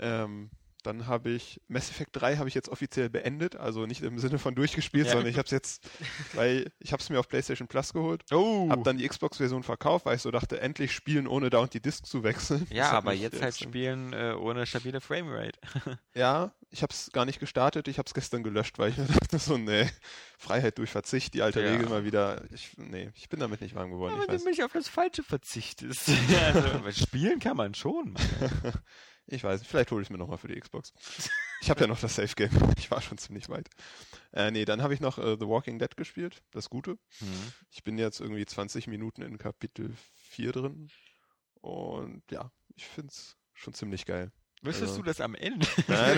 Dann habe ich Mass Effect 3 habe ich jetzt offiziell beendet, also nicht im Sinne von durchgespielt, sondern ich habe es jetzt, weil ich habe es mir auf PlayStation Plus geholt, habe dann die Xbox-Version verkauft, weil ich so dachte, endlich spielen, ohne dauernd die Disc zu wechseln. Ja, aber jetzt halt spielen ohne stabile Framerate. Ja, ich habe es gar nicht gestartet, ich habe es gestern gelöscht, weil ich mir dachte so, nee, Freiheit durch Verzicht, die alte Regel mal wieder, ich bin damit nicht warm geworden. Aber wenn du nicht auf das Falsche verzichtest. Also, spielen kann man schon. Ich weiß nicht, vielleicht hole ich es mir nochmal für die Xbox. Ich habe ja noch das Safe-Game. Ich war schon ziemlich weit. Dann habe ich noch The Walking Dead gespielt, das Gute. Ich bin jetzt irgendwie 20 Minuten in Kapitel 4 drin. Und ja, ich finde es schon ziemlich geil. Wüsstest du das am Ende?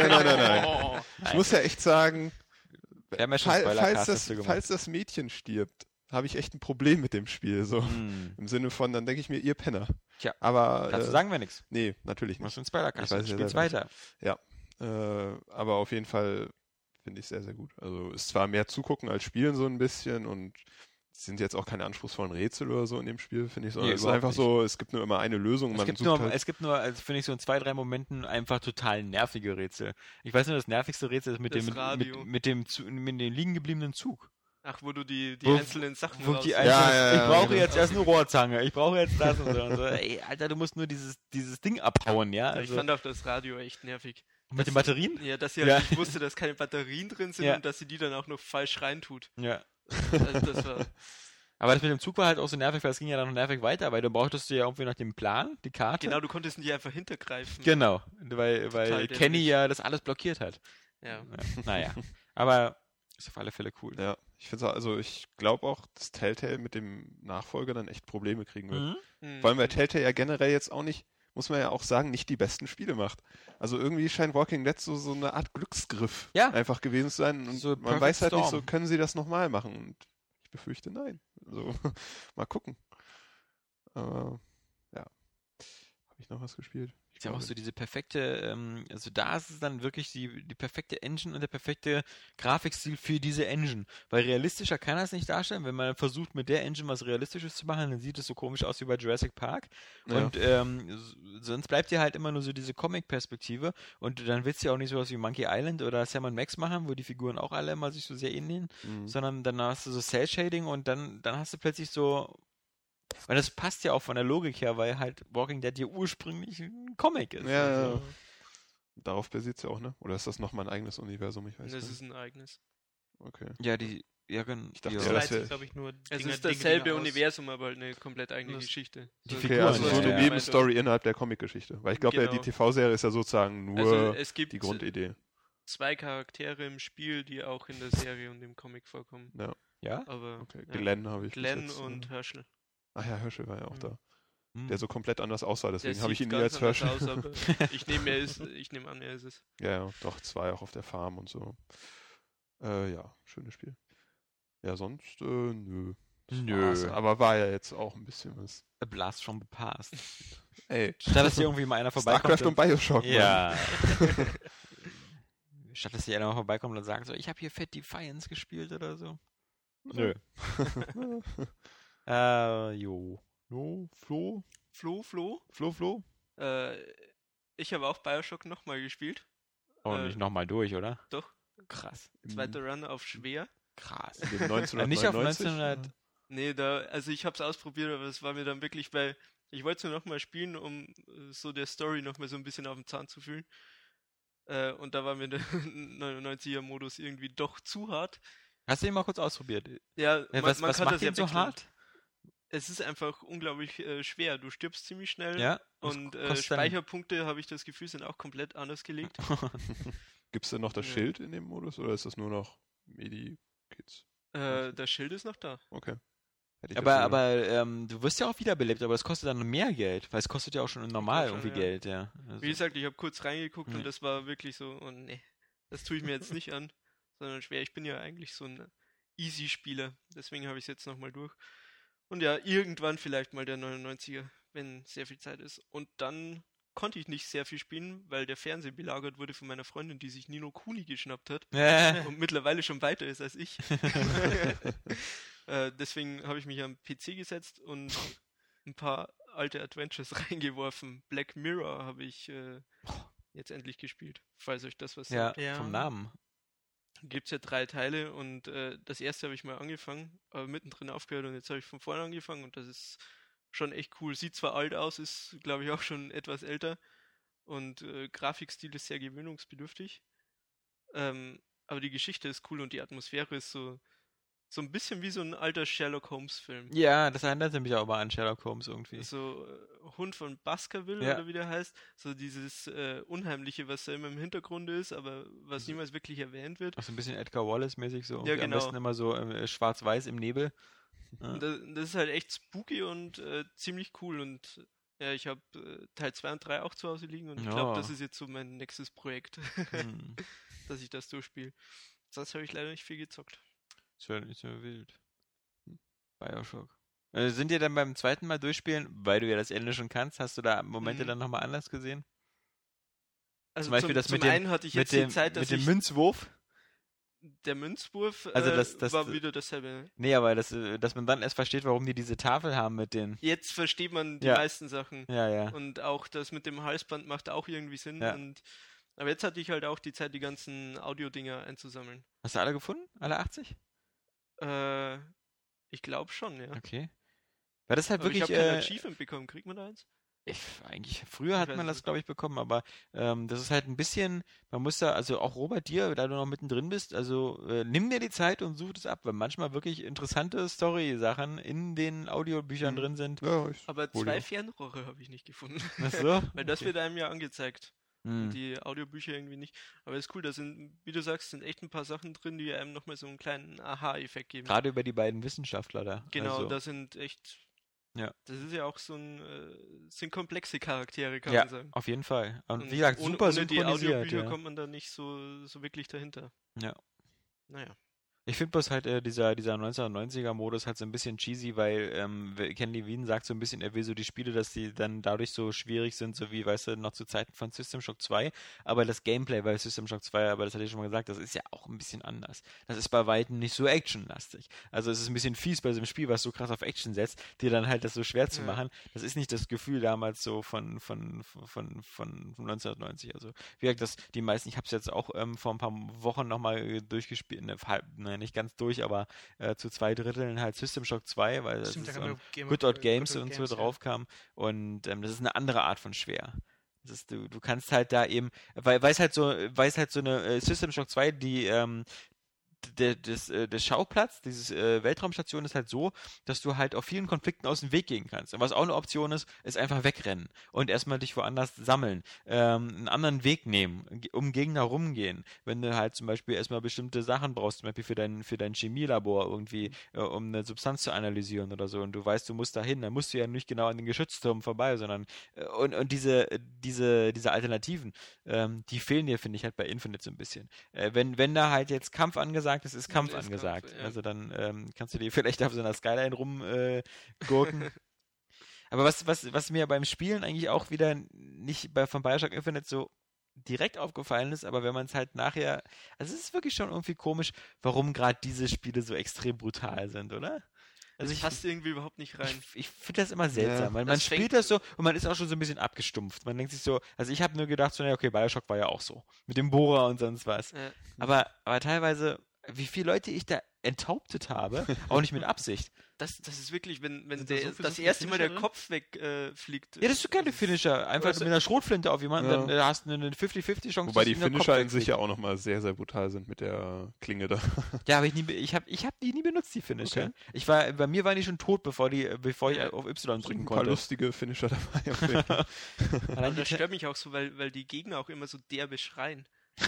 Nein. Ich muss ja echt sagen, wir haben ja schon falls das Mädchen stirbt, habe ich echt ein Problem mit dem Spiel. So im Sinne von, dann denke ich mir, ihr Penner. Tja, aber dazu sagen wir nichts. Nee, natürlich nicht. Machst du einen Spoilercast und spielst weiter. Ja, aber auf jeden Fall finde ich sehr, sehr gut. Also ist zwar mehr zugucken als spielen so ein bisschen und es sind jetzt auch keine anspruchsvollen Rätsel oder so in dem Spiel, finde ich. Sondern es ist einfach so, es gibt nur immer eine Lösung. Es gibt nur, also finde ich, so in 2-3 Momenten einfach total nervige Rätsel. Ich weiß nur, das nervigste Rätsel ist mit dem liegen gebliebenen Zug. Ach, wo du die einzelnen Sachen ich brauche jetzt erst eine Rohrzange, ich brauche jetzt das und so. Und so. Ey, Alter, du musst nur dieses Ding abhauen, ja? Also, ich fand auch das Radio echt nervig. Mit den Batterien? Ja, dass sie halt nicht wusste, dass keine Batterien drin sind und dass sie die dann auch noch falsch reintut. Ja. Also das war... Aber das mit dem Zug war halt auch so nervig, weil es ging ja dann noch nervig weiter, weil du brauchtest ja irgendwie nach dem Plan, die Karte. Genau, du konntest nicht einfach hintergreifen. Genau, weil Kenny ja das alles blockiert hat. Ja. Naja, aber ist auf alle Fälle cool. Ja, ich glaube auch, dass Telltale mit dem Nachfolger dann echt Probleme kriegen wird. Vor allem, weil Telltale ja generell jetzt auch nicht, muss man ja auch sagen, nicht die besten Spiele macht. Also irgendwie scheint Walking Dead so eine Art Glücksgriff einfach gewesen zu sein. Und so man weiß halt nicht so, können sie das nochmal machen? Und ich befürchte, nein. Also, mal gucken. Ja. Habe ich noch was gespielt? Ist ja auch so diese perfekte, also da ist es dann wirklich die perfekte Engine und der perfekte Grafikstil für diese Engine. Weil realistischer kann er es nicht darstellen. Wenn man versucht, mit der Engine was Realistisches zu machen, dann sieht es so komisch aus wie bei Jurassic Park. Ja. Und sonst bleibt dir halt immer nur so diese Comic-Perspektive und dann willst du ja auch nicht sowas wie Monkey Island oder Sam & Max machen, wo die Figuren auch alle immer sich so sehr ähneln, sondern dann hast du so Cell-Shading und dann hast du plötzlich so. Weil das passt ja auch von der Logik her, weil halt Walking Dead ja ursprünglich ein Comic ist. Ja, also. Darauf basiert es ja auch, ne? Oder ist das nochmal ein eigenes Universum? Ich weiß nicht. Das ist ein eigenes. Okay. Ja, die Ja, Ich dachte, ja. ja, das wär- glaube ich, nur Es Dinge- ist Dinge, dasselbe Dinge aus- Universum, aber halt eine komplett eigene Das- Geschichte. Die So- Okay, Figuren, also so ja, eine ja. Nebenstory innerhalb der Comic-Geschichte. Weil ich glaube, Genau. die TV-Serie ist ja sozusagen nur Also es gibt die Grundidee. 2 Charaktere im Spiel, die auch in der Serie und im Comic vorkommen. Ja? Aber Okay, ja. Glenn habe ich bis Glenn jetzt, und Herschel. Ach ja, Herschel war ja auch Mhm. da. Hm. Der so komplett anders aussah, Der deswegen habe ich sieht ihn nie ganz als anders Herschel. aus, aber ich nehme an, er ist es. Ja, doch, 2 auch auf der Farm und so. Ja, schönes Spiel. Ja, sonst, nö. Das Nö. war's. Aber war ja jetzt auch ein bisschen was. A Blast from the Past. Ey, Statt dass hier irgendwie mal einer vorbeikommt. StarCraft und Bioshock, Ja. Statt dass hier einer mal vorbeikommt und sagt so, ich habe hier Fett Defiance gespielt oder so. Nö. Jo. No, Flo? Flo? Ich habe auch Bioshock nochmal gespielt. Oh, nicht nochmal durch, oder? Doch. Krass. Zweiter Run auf schwer. Krass. Dem 1999, Nicht auf 1900. Nee, also ich hab's ausprobiert, aber es war mir dann wirklich, weil ich wollte es nur nochmal spielen, um so der Story nochmal so ein bisschen auf den Zahn zu fühlen. Und da war mir der 99er-Modus irgendwie doch zu hart. Hast du ihn mal kurz ausprobiert? Ja, Was kann macht das ja ihn so wechseln. hart? Es ist einfach unglaublich schwer. Du stirbst ziemlich schnell. Ja. Und Was kostet Speicherpunkte, habe ich das Gefühl, sind auch komplett anders gelegt. Gibt es denn noch das Ja. Schild in dem Modus oder ist das nur noch Medikits? Das Schild ist noch da. Okay. Hätte ich aber jetzt du wirst ja auch wiederbelebt, aber das kostet dann mehr Geld, weil es kostet ja auch schon normal glaub schon, irgendwie ja. Geld, ja. Also, Wie gesagt, ich habe kurz reingeguckt Ja. und das war wirklich so, oh nee, das tue ich mir jetzt nicht an, sondern schwer. Ich bin ja eigentlich so ein Easy-Spieler, deswegen habe ich es jetzt nochmal durch. Und ja, irgendwann vielleicht mal der 99er, wenn sehr viel Zeit ist. Und dann konnte ich nicht sehr viel spielen, weil der Fernseher belagert wurde von meiner Freundin, die sich Nino Kuni geschnappt hat und mittlerweile schon weiter ist als ich. Deswegen habe ich mich am PC gesetzt und ein paar alte Adventures reingeworfen. Black Mirror habe ich jetzt endlich gespielt, falls euch das was ja, sagt. Ja. vom Namen. Gibt's ja 3 Teile und das erste habe ich mal angefangen, aber mittendrin aufgehört und jetzt habe ich von vorne angefangen und das ist schon echt cool. Sieht zwar alt aus, ist glaube ich auch schon etwas älter und Grafikstil ist sehr gewöhnungsbedürftig, aber die Geschichte ist cool und die Atmosphäre ist so ein bisschen wie so ein alter Sherlock Holmes Film. Ja, das erinnert mich auch mal an Sherlock Holmes irgendwie. So Hund von Baskerville Ja. oder wie der heißt. So dieses Unheimliche, was da immer im Hintergrund ist, aber was niemals wirklich erwähnt wird. Auch so ein bisschen Edgar Wallace-mäßig so. Ja, Am genau. besten immer so schwarz-weiß im Nebel. Ja. Und das ist halt echt spooky und ziemlich cool und ja, ich habe Teil 2 und 3 auch zu Hause liegen und ich glaube, Ja. das ist jetzt so mein nächstes Projekt, Hm. dass ich das durchspiele. Sonst habe ich leider nicht viel gezockt. Ist ja nicht so wild. Bioshock. Sind dir dann beim zweiten Mal durchspielen, weil du ja das Ende schon kannst, hast du da Momente Mhm. dann nochmal anders gesehen? Also Zum Beispiel das mit dem- einen hatte ich Mit jetzt dem, die Zeit, dass mit dem ich Münzwurf? der Münzwurf Also das- war wieder dasselbe. Nee, aber dass man dann erst versteht, warum die diese Tafel haben mit den. Jetzt versteht man die Ja. meisten Sachen. Ja, ja. Und auch das mit dem Halsband macht auch irgendwie Sinn. Ja. Aber jetzt hatte ich halt auch die Zeit, die ganzen Audio-Dinger einzusammeln. Hast du alle gefunden? Alle 80? Ich glaube schon, ja. Okay. Weil das halt Aber ich wirklich. habe kein Achievement bekommen. Kriegt man da eins? Früher hat weiß man es das, nicht. glaube ich, bekommen, aber das ist halt ein bisschen, man muss da, also auch Robert, dir, da du noch mittendrin bist, also nimm dir die Zeit und such das ab, weil manchmal wirklich interessante Story-Sachen in den Audiobüchern drin sind. Ja, Aber Hol 2 dir. Fernrohre habe ich nicht gefunden. Ach so? Weil das Okay. wird einem ja angezeigt. Hm. Die Audiobücher irgendwie nicht. Aber ist cool, da sind, wie du sagst, sind echt ein paar Sachen drin, die einem nochmal so einen kleinen Aha-Effekt geben. Gerade über die beiden Wissenschaftler da. Genau, also, das sind echt. Ja. Das ist ja auch so ein. Sind komplexe Charaktere, kann ja, man sagen. auf jeden Fall. Und, Und wie gesagt, ohne, super ohne die synchronisiert. Audiobücher Ja. kommt man da nicht so wirklich dahinter. Ja. Naja. Ich finde bloß halt, dieser 1990er-Modus halt so ein bisschen cheesy, weil Ken Levine sagt so ein bisschen, er will so die Spiele, dass die dann dadurch so schwierig sind, so wie, weißt du, noch zu Zeiten von System Shock 2. Aber das Gameplay bei System Shock 2, aber das hatte ich schon mal gesagt, das ist ja auch ein bisschen anders. Das ist bei Weitem nicht so actionlastig. Also es ist ein bisschen fies bei so einem Spiel, was so krass auf Action setzt, dir dann halt das so schwer zu Ja. machen. Das ist nicht das Gefühl damals so von 1990. Also wie gesagt, die meisten, ich habe es jetzt auch vor ein paar Wochen nochmal durchgespielt, nicht ganz durch, aber zu 2 Dritteln halt System Shock 2, weil das Stimmt, da ist kann so man Game Good of- Old Games Good Old und so Games, ja. drauf kam und das ist eine andere Art von schwer. Das ist, du kannst halt da eben, weil es halt so eine System Shock 2, der Schauplatz, dieses Weltraumstation ist halt so, dass du halt auf vielen Konflikten aus dem Weg gehen kannst. Und was auch eine Option ist einfach wegrennen und erstmal dich woanders sammeln, einen anderen Weg nehmen, um Gegner rumgehen. Wenn du halt zum Beispiel erstmal bestimmte Sachen brauchst, zum Beispiel für dein Chemielabor irgendwie, um eine Substanz zu analysieren oder so, und du weißt, du musst da hin, dann musst du ja nicht genau an den Geschützturm vorbei, sondern und diese Alternativen, die fehlen dir, finde ich, halt bei Infinite so ein bisschen. Wenn da halt jetzt Kampf angesagt ist, ist Kampf angesagt. Kampf, ja. Also dann kannst du dir vielleicht auf so einer Skyline rumgurken. Aber was mir beim Spielen eigentlich auch wieder nicht von Bioshock Infinite so direkt aufgefallen ist, aber wenn man es halt nachher, also es ist wirklich schon irgendwie komisch, warum gerade diese Spiele so extrem brutal sind, oder? Also ich passt irgendwie überhaupt nicht rein. Ich finde das immer seltsam, Ja. weil Das man spielt das so und man ist auch schon so ein bisschen abgestumpft. Man denkt sich so, also ich habe nur gedacht, so, okay, Bioshock war ja auch so. Mit dem Bohrer und sonst was. Aber teilweise, wie viele Leute ich da enthauptet habe, auch nicht mit Absicht. Das ist wirklich, wenn Sind da das viele erste Mal der Finisher Kopf wegfliegt. Ja, das ist so keine Finisher. Einfach mit einer Schrotflinte auf jemanden, Ja. dann hast du eine 50-50 Chance, Wobei die dass ihm der Kopf Finisher in sich wegfliegt. ja auch nochmal sehr, sehr brutal sind mit der Klinge da. Ja, aber ich hab die nie benutzt, die Finisher. Okay. Bei mir waren die schon tot, bevor ich auf Y Sind drücken ein paar konnte. lustige Finisher dabei. Auf jeden Fall. Allein Das die stört mich auch so, weil die Gegner auch immer so derbe schreien.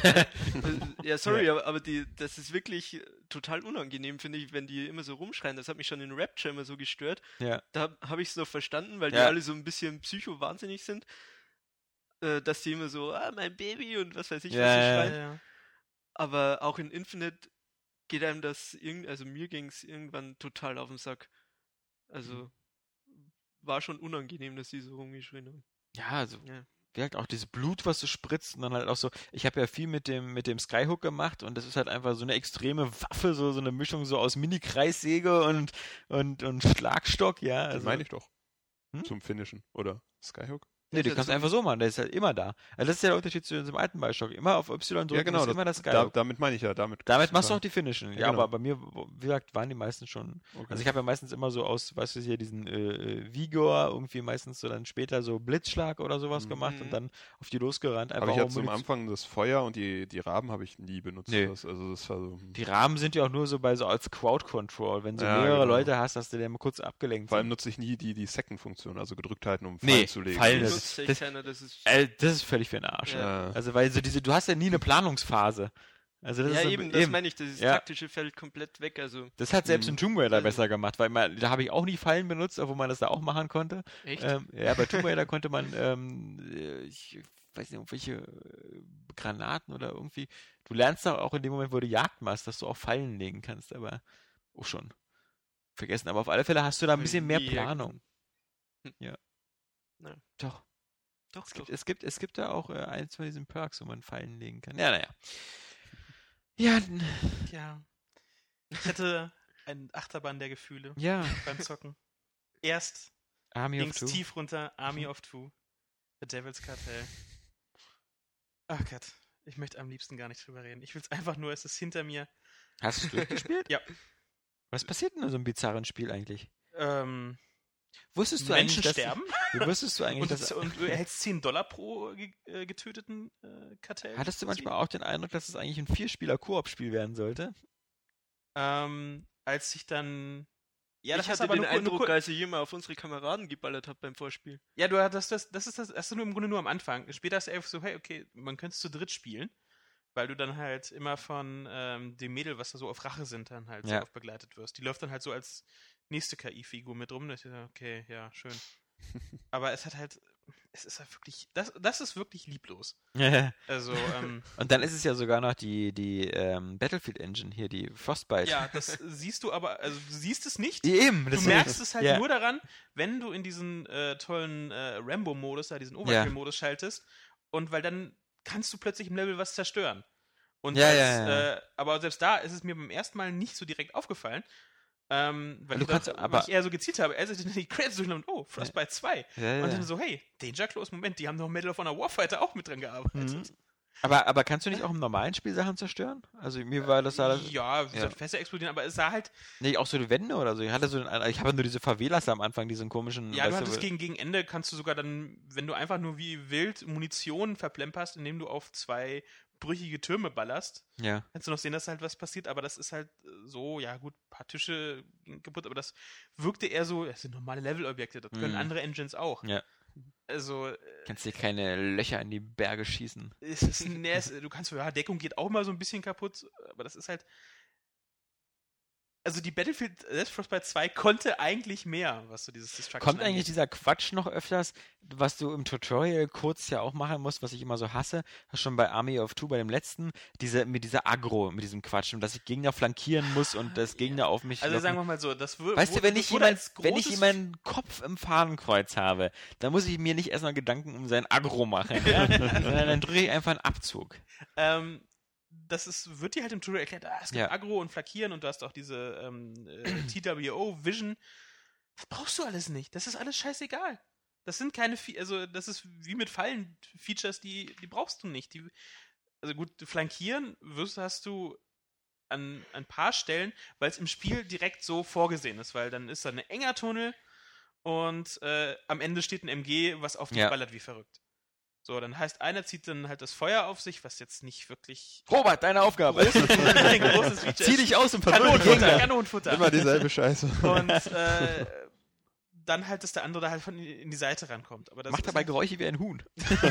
Ja, sorry, aber das ist wirklich total unangenehm, finde ich, wenn die immer so rumschreien. Das hat mich schon in Rapture immer so gestört. Ja. Da habe ich es noch verstanden, weil die Ja. alle so ein bisschen psycho-wahnsinnig sind, dass die immer so, mein Baby und was weiß ich, Ja, was sie ja, schreien. Ja. Aber auch in Infinite geht einem das also mir ging es irgendwann total auf den Sack. Also war schon unangenehm, dass die so rumgeschrien haben. Ja, also Ja. wie halt auch dieses Blut, was so spritzt und dann halt auch so, ich habe ja viel mit dem Skyhook gemacht und das ist halt einfach so eine extreme Waffe, so eine Mischung so aus Mini-Kreissäge und Schlagstock, ja. Den Also, meine ich doch. Hm? Zum Finishen, oder? Skyhook? nee, du Ja, kannst so- einfach so machen, der ist halt immer da. Also das ist ja der Unterschied zu unserem alten Bioshock. Immer auf Y drücken, Ja, genau. ist immer das Da, Skyhook. damit meine ich ja. Damit Damit machst du auch die Finishen. Ja, Ja, genau. aber bei mir, wie gesagt, waren die meisten schon. Okay. Also ich habe ja meistens immer so aus, weißt du, hier diesen Vigor, irgendwie meistens so dann später so Blitzschlag oder sowas gemacht und dann auf die losgerannt. Einfach Aber ich auch hatte zum Munition- Anfang das Feuer und die Raben habe ich nie benutzt. Nee. Das war so. Die Rahmen sind ja auch nur so so als Crowd Control. Wenn du Ja, mehrere genau. Leute hast, dass du den mal kurz abgelenkt. Vor allem sind. nutze ich nie die Second-Funktion, also gedrückt halten, um Nee, Fallen zu legen. Fallen Die das- nutzt das- keiner, das ist... Das ist völlig für den Arsch. Ja. Also weil so du hast ja nie eine Planungsphase. Also das Ja, ist so, eben, das meine ich, das Ja. taktische fällt komplett weg, also... Das hat selbst in Tomb Raider Also- besser gemacht, weil da habe ich auch nie Fallen benutzt, obwohl man das da auch machen konnte. Echt? Ja, bei Tomb Raider konnte man, ich weiß nicht, irgendwelche Granaten oder irgendwie. Du lernst doch auch in dem Moment, wo du Jagd machst, dass du auch Fallen legen kannst, aber auch schon vergessen. Aber auf alle Fälle hast du da ein bisschen mehr Nie Planung. Hm. Ja. Ja. Doch. Doch, Es gibt da auch eins von diesen Perks, wo man Fallen legen kann. Ja, naja. Ja, Ja. Ich hatte eine Achterbahn der Gefühle ja. beim Zocken. Erst Army of ging's Two. tief runter, Army of Two, The Devil's Cartel. Ach Gott, ich möchte am liebsten gar nicht drüber reden. Ich will es einfach nur, es ist hinter mir. Hast du es durchgespielt? Ja. Was passiert denn in so einem bizarren Spiel eigentlich? Wusstest du Menschen eigentlich, dass sterben wusstest du eigentlich, dass und du erhältst $10 pro getöteten Kartell. hattest du manchmal auch den Eindruck, dass es eigentlich ein 4-Spieler-Koop-Spiel werden sollte? Als ich dann... Ja, das ich hast hatte aber den nur, Eindruck, als ich immer auf unsere Kameraden geballert habe beim Vorspiel. Ja, du hattest das ist nur im Grunde nur am Anfang. Später ist er so, hey, okay, man könnte es zu dritt spielen, weil du dann halt immer von dem Mädel, was da so auf Rache sind, dann halt so Ja. oft begleitet wirst. Die läuft dann halt so als nächste KI-Figur mit rum. Da ist ja, okay, ja, schön. Aber es ist halt wirklich, das ist wirklich lieblos. Also, Und dann ist es ja sogar noch die Battlefield-Engine hier, die Frostbite. ja, das siehst du aber, also du siehst es nicht. Eben. Du merkst es halt ja. nur daran, wenn du in diesen tollen Rambo-Modus, da diesen Overkill-Modus schaltest, und weil dann kannst du plötzlich im Level was zerstören. Und Ja, ja. aber selbst da ist es mir beim ersten Mal nicht so direkt aufgefallen, weil Du kannst aber- ich eher so gezielt habe, als ich dann die Credits durchlaufen, oh, Frostbite 2. Ja. Und dann so, hey, Danger Close, Moment, die haben doch Medal of Honor Warfighter auch mit dran gearbeitet. Mhm. Aber kannst du nicht auch im normalen Spiel Sachen zerstören? Also mir war das Ja, wie ja. gesagt, Fässer explodieren, aber es sah halt, Nee, auch so die Wände oder so. Ich habe nur diese Favelas am Anfang, diesen komischen. ja, du weißt hattest gegen Ende kannst du sogar dann, wenn du einfach nur wie wild Munition verplemperst, indem du auf 2 brüchige Türme ballerst, Ja. kannst du noch sehen, dass halt was passiert, aber das ist halt so, ja gut, ein paar Tische gingen kaputt, aber das wirkte eher so, das sind normale Levelobjekte, das können andere Engines auch. Ja. Also, Kannst dir keine Löcher in die Berge schießen. du kannst, ja, Deckung geht auch mal so ein bisschen kaputt, aber das ist halt, also die Battlefield, selbst Frostbite 2 konnte eigentlich mehr, was so dieses Destruction Kommt angeht. eigentlich dieser Quatsch noch öfters, was du im Tutorial kurz ja auch machen musst, was ich immer so hasse, hast schon bei Army of Two, bei dem letzten, mit dieser Aggro, mit diesem Quatsch, und dass ich Gegner flankieren muss und das Gegner auf mich Also locken. sagen wir mal so, das wurde, Weißt du, wenn ich wenn jemanden Kopf im Fadenkreuz habe, dann muss ich mir nicht erstmal Gedanken um sein Aggro machen, ja? Sondern dann drücke ich einfach einen Abzug. wird dir halt im Tutorial erklärt, es gibt Aggro und Flankieren und du hast auch diese TWO-Vision. Das brauchst du alles nicht. Das ist alles scheißegal. Das sind keine, das ist wie mit Fallen-Features, die brauchst du nicht. Also gut, Flankieren hast du an ein paar Stellen, weil es im Spiel direkt so vorgesehen ist, weil dann ist da ein enger Tunnel und am Ende steht ein MG, was auf dich ballert wie verrückt. So, dann heißt, einer zieht dann halt das Feuer auf sich, was jetzt nicht wirklich... Robert, deine Aufgabe. Ein großes Feature Zieh dich aus und verwirre die Gegner. Kanonenfutter. Immer dieselbe Scheiße. Und dann halt, dass der andere da halt in die Seite rankommt. Aber das macht dabei Geräusche wie ein Huhn.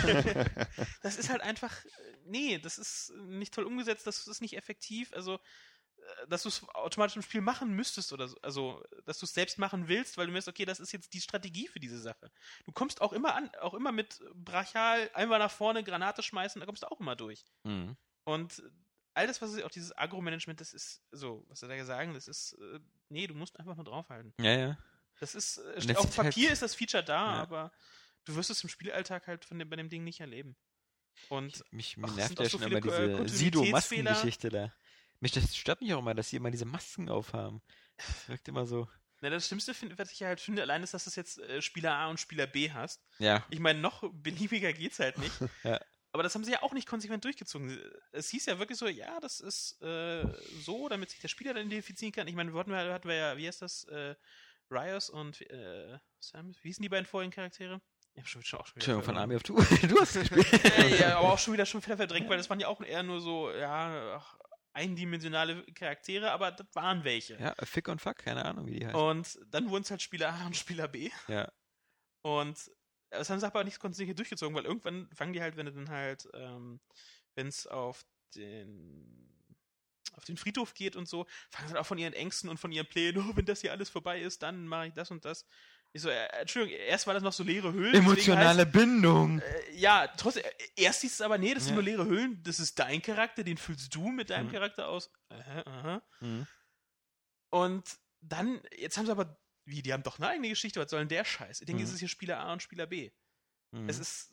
Das ist halt einfach... Nee, das ist nicht toll umgesetzt, das ist nicht effektiv. Also, dass du es automatisch im Spiel machen müsstest oder so, also, dass du es selbst machen willst, weil du merkst, okay, das ist jetzt die Strategie für diese Sache. Du kommst auch immer mit brachial, einmal nach vorne, Granate schmeißen, da kommst du auch immer durch. Mhm. Und all das, was auch dieses Agro-Management, das ist so, was soll ich da sagen, das ist, nee, du musst einfach nur draufhalten. Ja. Das ist, das auf sieht Papier halt, ist das Feature da, aber du wirst es im Spielalltag halt bei dem Ding nicht erleben. Und mich nervt ja so schon immer diese Sido-Maskengeschichte da. Das stört mich auch immer, dass sie immer diese Masken aufhaben. Das wirkt immer so. Na, das Schlimmste, was ich halt finde, allein ist, dass du jetzt Spieler A und Spieler B hast. Ja. Ich meine, noch beliebiger geht's halt nicht. Ja. Aber das haben sie ja auch nicht konsequent durchgezogen. Es hieß ja wirklich so, ja, das ist so, damit sich der Spieler dann identifizieren kann. Ich meine, hatten wir ja, wie heißt das, Rios und Sam, wie hießen die beiden vorigen Charaktere? Ich hab schon auch schon wieder von Army of Two. Du hast gespielt. Ja, aber auch schon wieder verdrängt, weil das waren ja auch eher nur so, eindimensionale Charaktere, aber das waren welche. Ja, Fick und Fuck, keine Ahnung, wie die heißen. Und dann wurden es halt Spieler A und Spieler B. Ja. Und das haben sie aber nicht konsequent durchgezogen, weil irgendwann fangen die halt, wenn du dann halt, wenn es auf den Friedhof geht und so, fangen sie dann auch von ihren Ängsten und von ihren Plänen, wenn das hier alles vorbei ist, dann mache ich das und das. Ich so, Entschuldigung, erst war das noch so leere Höhlen. Emotionale Bindung. Ja, trotzdem, erst hieß es aber, nee, das sind nur leere Höhlen, das ist dein Charakter, den füllst du mit deinem Charakter aus. Mhm. Und dann, jetzt haben sie aber, die haben doch eine eigene Geschichte, was soll denn der Scheiß? Ich denke, es ist hier Spieler A und Spieler B. Es ist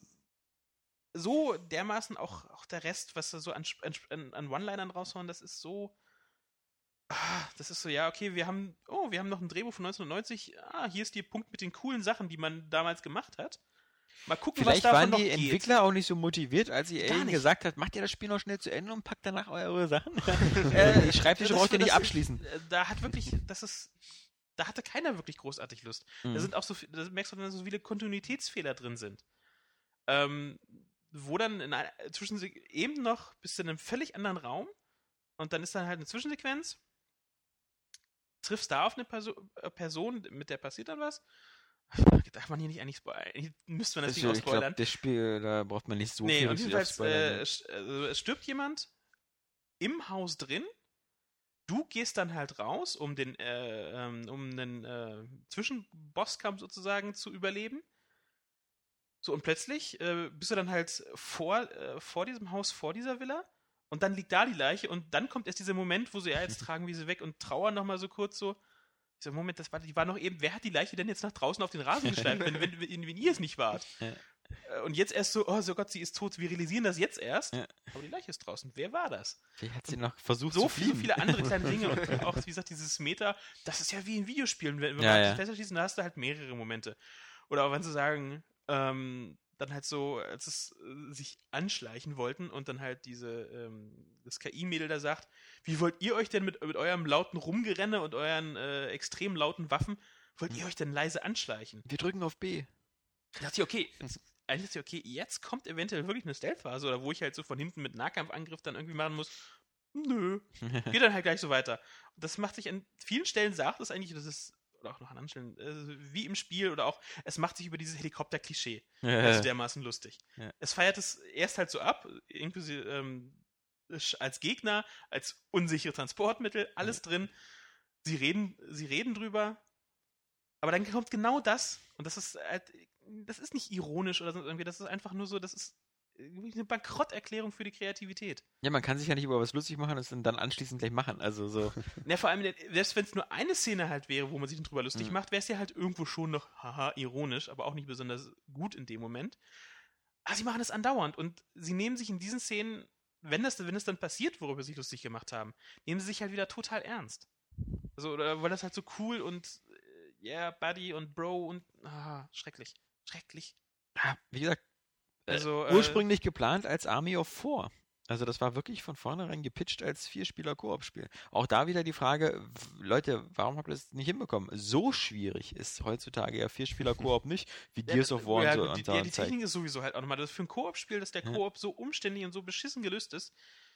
so dermaßen auch der Rest, was da so an One-Linern raushauen, das ist so... das ist so, ja, okay, wir haben noch ein Drehbuch von 1990. Hier ist der Punkt mit den coolen Sachen, die man damals gemacht hat. Mal gucken, vielleicht was davon waren die noch geht. Entwickler auch nicht so motiviert, als sie ihnen gesagt hat, macht ihr das Spiel noch schnell zu Ende und packt danach eure Sachen. Die Schreibtische braucht ihr nicht abschließen. Da hatte keiner wirklich großartig Lust. Da sind auch da merkst du dann, so viele Kontinuitätsfehler drin sind. Wo dann eben noch bist du in einem völlig anderen Raum und dann ist dann halt eine Zwischensequenz. Triffst da auf eine Person, mit der passiert dann was? Darf man hier nicht eigentlich spoilern? Müsste man das nicht auch spoilern? Ich glaube, das Spiel, da braucht man nicht so viel. Nee, und jedenfalls, es stirbt jemand im Haus drin. Du gehst dann halt raus, um einen Zwischenbosskampf sozusagen zu überleben. So, und plötzlich bist du dann halt vor diesem Haus, vor dieser Villa. Und dann liegt da die Leiche und dann kommt erst dieser Moment, wo sie, jetzt tragen wir sie weg und trauern nochmal so kurz so. Ich so, Moment, die war noch eben, wer hat die Leiche denn jetzt nach draußen auf den Rasen geschleift, wenn ihr es nicht wart? Ja. Und jetzt erst so, oh so Gott, sie ist tot, wir realisieren das jetzt erst, aber die Leiche ist draußen. Wer war das? Wie hat sie noch versucht so zu fliehen? So viele andere kleine Dinge und auch, wie gesagt, dieses Meta, das ist ja wie in Videospielen, wenn man das besser schießt, dann hast du halt mehrere Momente. Oder auch wenn sie sagen, dann halt so, als es sich anschleichen wollten und dann halt das KI-Mädel da sagt, wie wollt ihr euch denn mit eurem lauten Rumgerenne und euren extrem lauten Waffen, wollt ihr euch denn leise anschleichen? Wir drücken auf B. Da dachte ich, okay, eigentlich ist okay, jetzt kommt eventuell wirklich eine Stealth-Phase oder wo ich halt so von hinten mit Nahkampfangriff dann irgendwie machen muss. Nö. Geht dann halt gleich so weiter. Und das macht sich an vielen Stellen, sagt es eigentlich, das ist, oder auch noch an anderen Stellen, wie im Spiel oder auch, es macht sich über dieses Helikopter-Klischee also dermaßen lustig. Ja. Es feiert es erst halt so ab, inklusive als Gegner, als unsichere Transportmittel, alles drin. Sie reden drüber, aber dann kommt genau das, und das ist halt, das ist nicht ironisch oder so irgendwie, das ist einfach nur so, das ist eine Bankrotterklärung für die Kreativität. Ja, man kann sich ja nicht über was lustig machen und es dann anschließend gleich machen, also so. Ja, vor allem, selbst wenn es nur eine Szene halt wäre, wo man sich drüber lustig macht, wäre es ja halt irgendwo schon noch, haha, ironisch, aber auch nicht besonders gut in dem Moment. Aber sie machen es andauernd und sie nehmen sich in diesen Szenen, wenn es dann passiert, worüber sie sich lustig gemacht haben, nehmen sie sich halt wieder total ernst. Also, oder weil das halt so cool und Buddy und Bro und schrecklich. Ja, wie gesagt, also, ursprünglich geplant als Army of Four. Also das war wirklich von vornherein gepitcht als 4-Spieler-Koop-Spiel. Auch da wieder die Frage, Leute, warum habt ihr das nicht hinbekommen? So schwierig ist heutzutage ja 4-Spieler-Koop nicht, wie Gears of War und so. Die Technik ist sowieso halt auch nochmal, das ist für ein Koop-Spiel, dass der Koop so umständlich und so beschissen gelöst ist.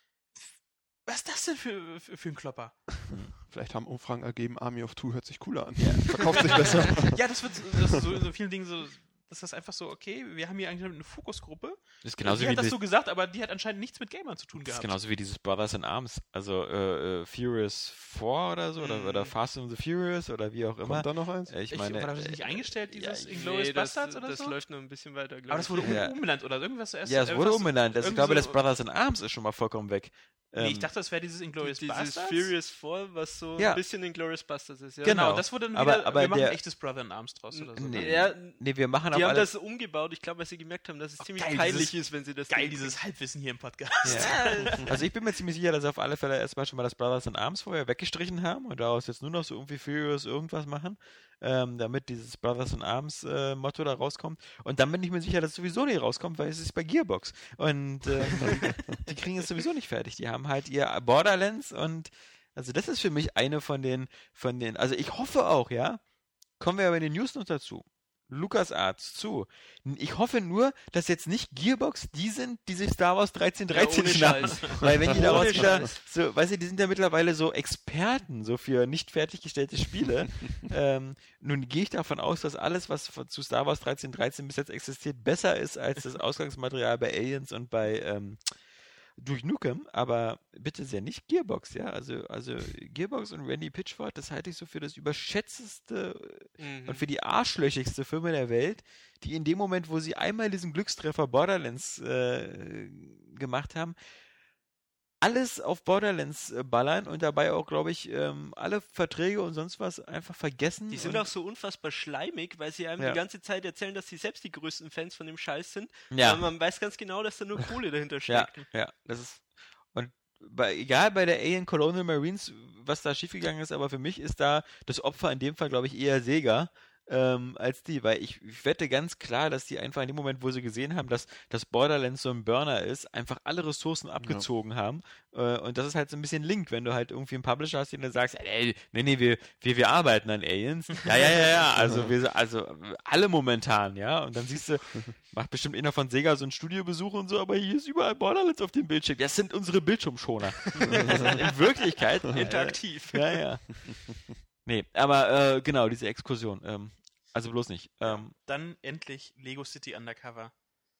Was ist das denn für ein Klopper? Vielleicht haben Umfragen ergeben, Army of Two hört sich cooler an. Ja. Verkauft sich besser. Ja, das ist so in so vielen Dingen so, das ist einfach so, okay, wir haben hier eigentlich eine Fokusgruppe. Das ist genauso die wie hat das so gesagt, aber die hat anscheinend nichts mit Gamern zu tun gehabt. Das ist genauso wie dieses Brothers in Arms, also Furious 4 oder so, oder Fast and the Furious oder wie auch immer. Kommt da noch eins? Ich meine, war das nicht eingestellt, dieses Inglourious Basterds oder so? Das läuft noch ein bisschen weiter, glaube ich. Aber das wurde umbenannt oder irgendwas zuerst. Ja, es wurde umbenannt. Also ich glaube, das Brothers in Arms ist schon mal vollkommen weg. Nee, ich dachte, das wäre dieses Inglourious Basterds. Dieses Furious 4, was so ein bisschen Inglourious Basterds ist. Ja. Genau, das wurde dann wieder, aber wir machen ein echtes Brother in Arms draus oder so. Nee, wir machen die haben das umgebaut, ich glaube, weil sie gemerkt haben, dass es ziemlich peinlich ist, wenn sie das geil, dieses Halbwissen hier im Podcast. Ja. Also ich bin mir ziemlich sicher, dass sie auf alle Fälle erstmal schon mal das Brothers in Arms vorher weggestrichen haben und daraus jetzt nur noch so irgendwie Furious irgendwas machen, damit dieses Brothers in Arms Motto da rauskommt. Und dann bin ich mir sicher, dass es sowieso nicht rauskommt, weil es ist bei Gearbox. Und die kriegen es sowieso nicht fertig. Die haben halt ihr Borderlands und also das ist für mich eine von den, also ich hoffe auch, ja, kommen wir aber in den News noch dazu. LucasArts zu. Ich hoffe nur, dass jetzt nicht Gearbox die sind, die sich Star Wars 1313 schnappen. Weil wenn die daraus wieder so, weißt du, die sind ja mittlerweile so Experten so für nicht fertiggestellte Spiele. Nun gehe ich davon aus, dass alles, was zu Star Wars 1313 bis jetzt existiert, besser ist als das Ausgangsmaterial bei Aliens und bei Duke Nukem, aber bitte sehr nicht Gearbox, ja, also Gearbox und Randy Pitchford, das halte ich so für das überschätzteste und für die arschlöchigste Firma der Welt, die in dem Moment, wo sie einmal diesen Glückstreffer Borderlands gemacht haben, alles auf Borderlands ballern und dabei auch, glaube ich, alle Verträge und sonst was einfach vergessen. Die sind auch so unfassbar schleimig, weil sie einem die ganze Zeit erzählen, dass sie selbst die größten Fans von dem Scheiß sind. Ja. Aber man weiß ganz genau, dass da nur Kohle dahinter steckt. Ja, das ist... Und egal bei der Alien Colonial Marines, was da schiefgegangen ist, aber für mich ist da das Opfer in dem Fall, glaube ich, eher Sega. Als die, weil ich wette ganz klar, dass die einfach in dem Moment, wo sie gesehen haben, dass das Borderlands so ein Burner ist, einfach alle Ressourcen abgezogen haben und das ist halt so ein bisschen Link, wenn du halt irgendwie einen Publisher hast, den du sagst, wir arbeiten an Aliens, also alle momentan, ja, und dann siehst du, macht bestimmt einer von Sega so einen Studiobesuch und so, aber hier ist überall Borderlands auf dem Bildschirm, das sind unsere Bildschirmschoner. In Wirklichkeit interaktiv. Ja. Nee, aber genau, diese Exkursion. Also bloß nicht. Dann endlich Lego City Undercover.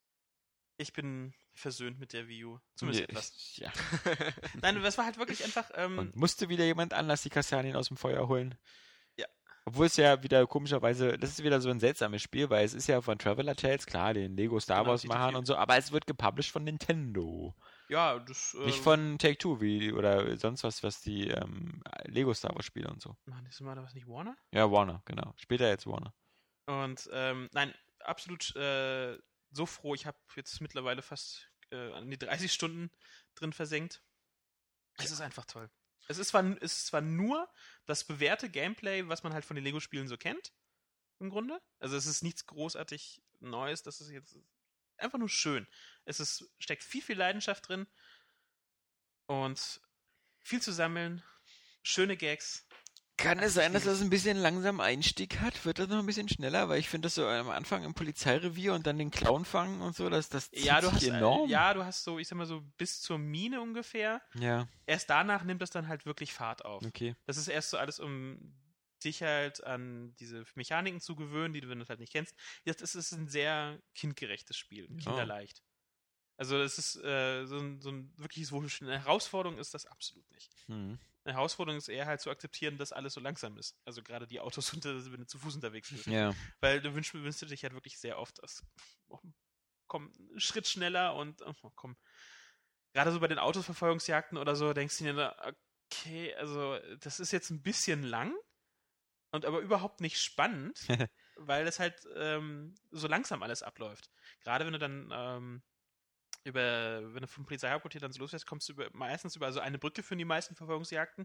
Ich bin versöhnt mit der Wii U. Zumindest etwas. Ja. Nein, das war halt wirklich einfach... Und musste wieder jemand anders die Kastanien aus dem Feuer holen? Ja. Obwohl es ja wieder komischerweise, das ist wieder so ein seltsames Spiel, weil es ist ja von Traveler Tales, klar, den Lego Star Wars machen und so, aber es wird gepublished von Nintendo. Ja, das... Nicht von Take-Two oder sonst was die Lego Star Wars Spiele und so. Machen das mal was nicht Warner? Ja, Warner, genau. Später jetzt Warner. Und nein, absolut so froh. Ich habe jetzt mittlerweile fast an die 30 Stunden drin versenkt. Es ist einfach toll. Es ist zwar nur das bewährte Gameplay, was man halt von den Lego-Spielen so kennt, im Grunde. Also es ist nichts großartig Neues, das ist jetzt einfach nur schön. Steckt viel Leidenschaft drin und viel zu sammeln, schöne Gags. Kann es sein, dass das ein bisschen langsam Einstieg hat? Wird das noch ein bisschen schneller? Weil ich finde das so am Anfang im Polizeirevier und dann den Clown fangen und so, das zieht sich enorm. Du hast so, ich sag mal so, bis zur Mine ungefähr. Ja. Erst danach nimmt das dann halt wirklich Fahrt auf. Okay. Das ist erst so alles, um dich halt an diese Mechaniken zu gewöhnen, die du, wenn du das halt nicht kennst. Das ist ein sehr kindgerechtes Spiel, kinderleicht. Also es ist so ein wirkliches, wo eine Herausforderung ist das absolut nicht. Eine Herausforderung ist eher halt zu akzeptieren, dass alles so langsam ist. Also gerade die Autos, wenn du zu Fuß unterwegs bist. Ja. Weil du wünschst du dich halt wirklich sehr oft, komm, einen Schritt schneller und komm. Gerade so bei den Autoverfolgungsjagden oder so, denkst du dir, okay, also das ist jetzt ein bisschen lang und aber überhaupt nicht spannend, weil das halt so langsam alles abläuft. Gerade wenn du dann wenn du vom Polizeihauptquartier dann so losfährst, kommst du meistens über so eine Brücke für die meisten Verfolgungsjagden.